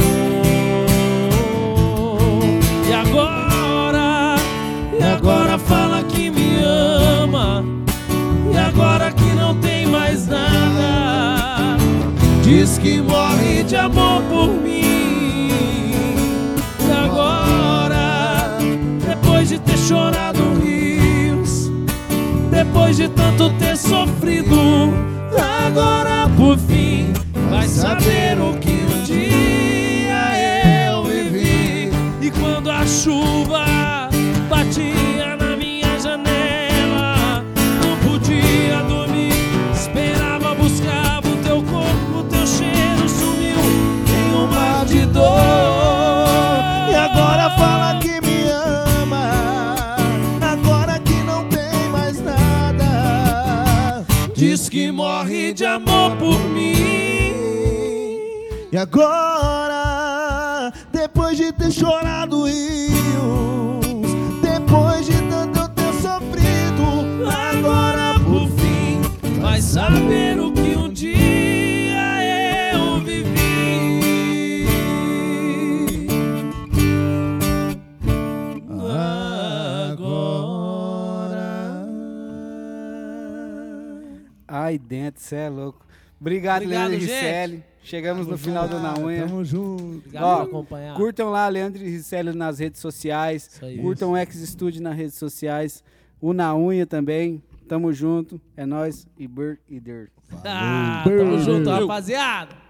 E agora, e agora fala que me ama, e agora que não tem mais nada, diz que morre de amor por mim. E agora, depois de ter chorado rios, depois de tanto ter sofrido, agora por fim vai saber o que um dia eu vivi. E quando a chuva batia na minha janela, não podia dormir, esperava, buscava o teu corpo, o teu cheiro sumiu em um mar de dor. E agora fala que me ama, agora que não tem mais nada, Diz que morre de amor por mim. E agora, depois de ter chorado rios, depois de tanto eu ter sofrido, Agora por fim vai saber o que um dia eu vivi. Agora. Ai, dentro, cê é louco. Obrigado, Obrigado, Leandro e gente. Ricelli. Chegamos no final do Na Unha. Tamo junto. Obrigado Ó, por acompanhar. Curtam lá Leandro e Ricelli nas redes sociais. Isso aí. Curtam o X Studio nas redes sociais. O Na Unha também. Tamo junto. É nóis. E Bur e Der. Ah, tamo junto, rapaziada.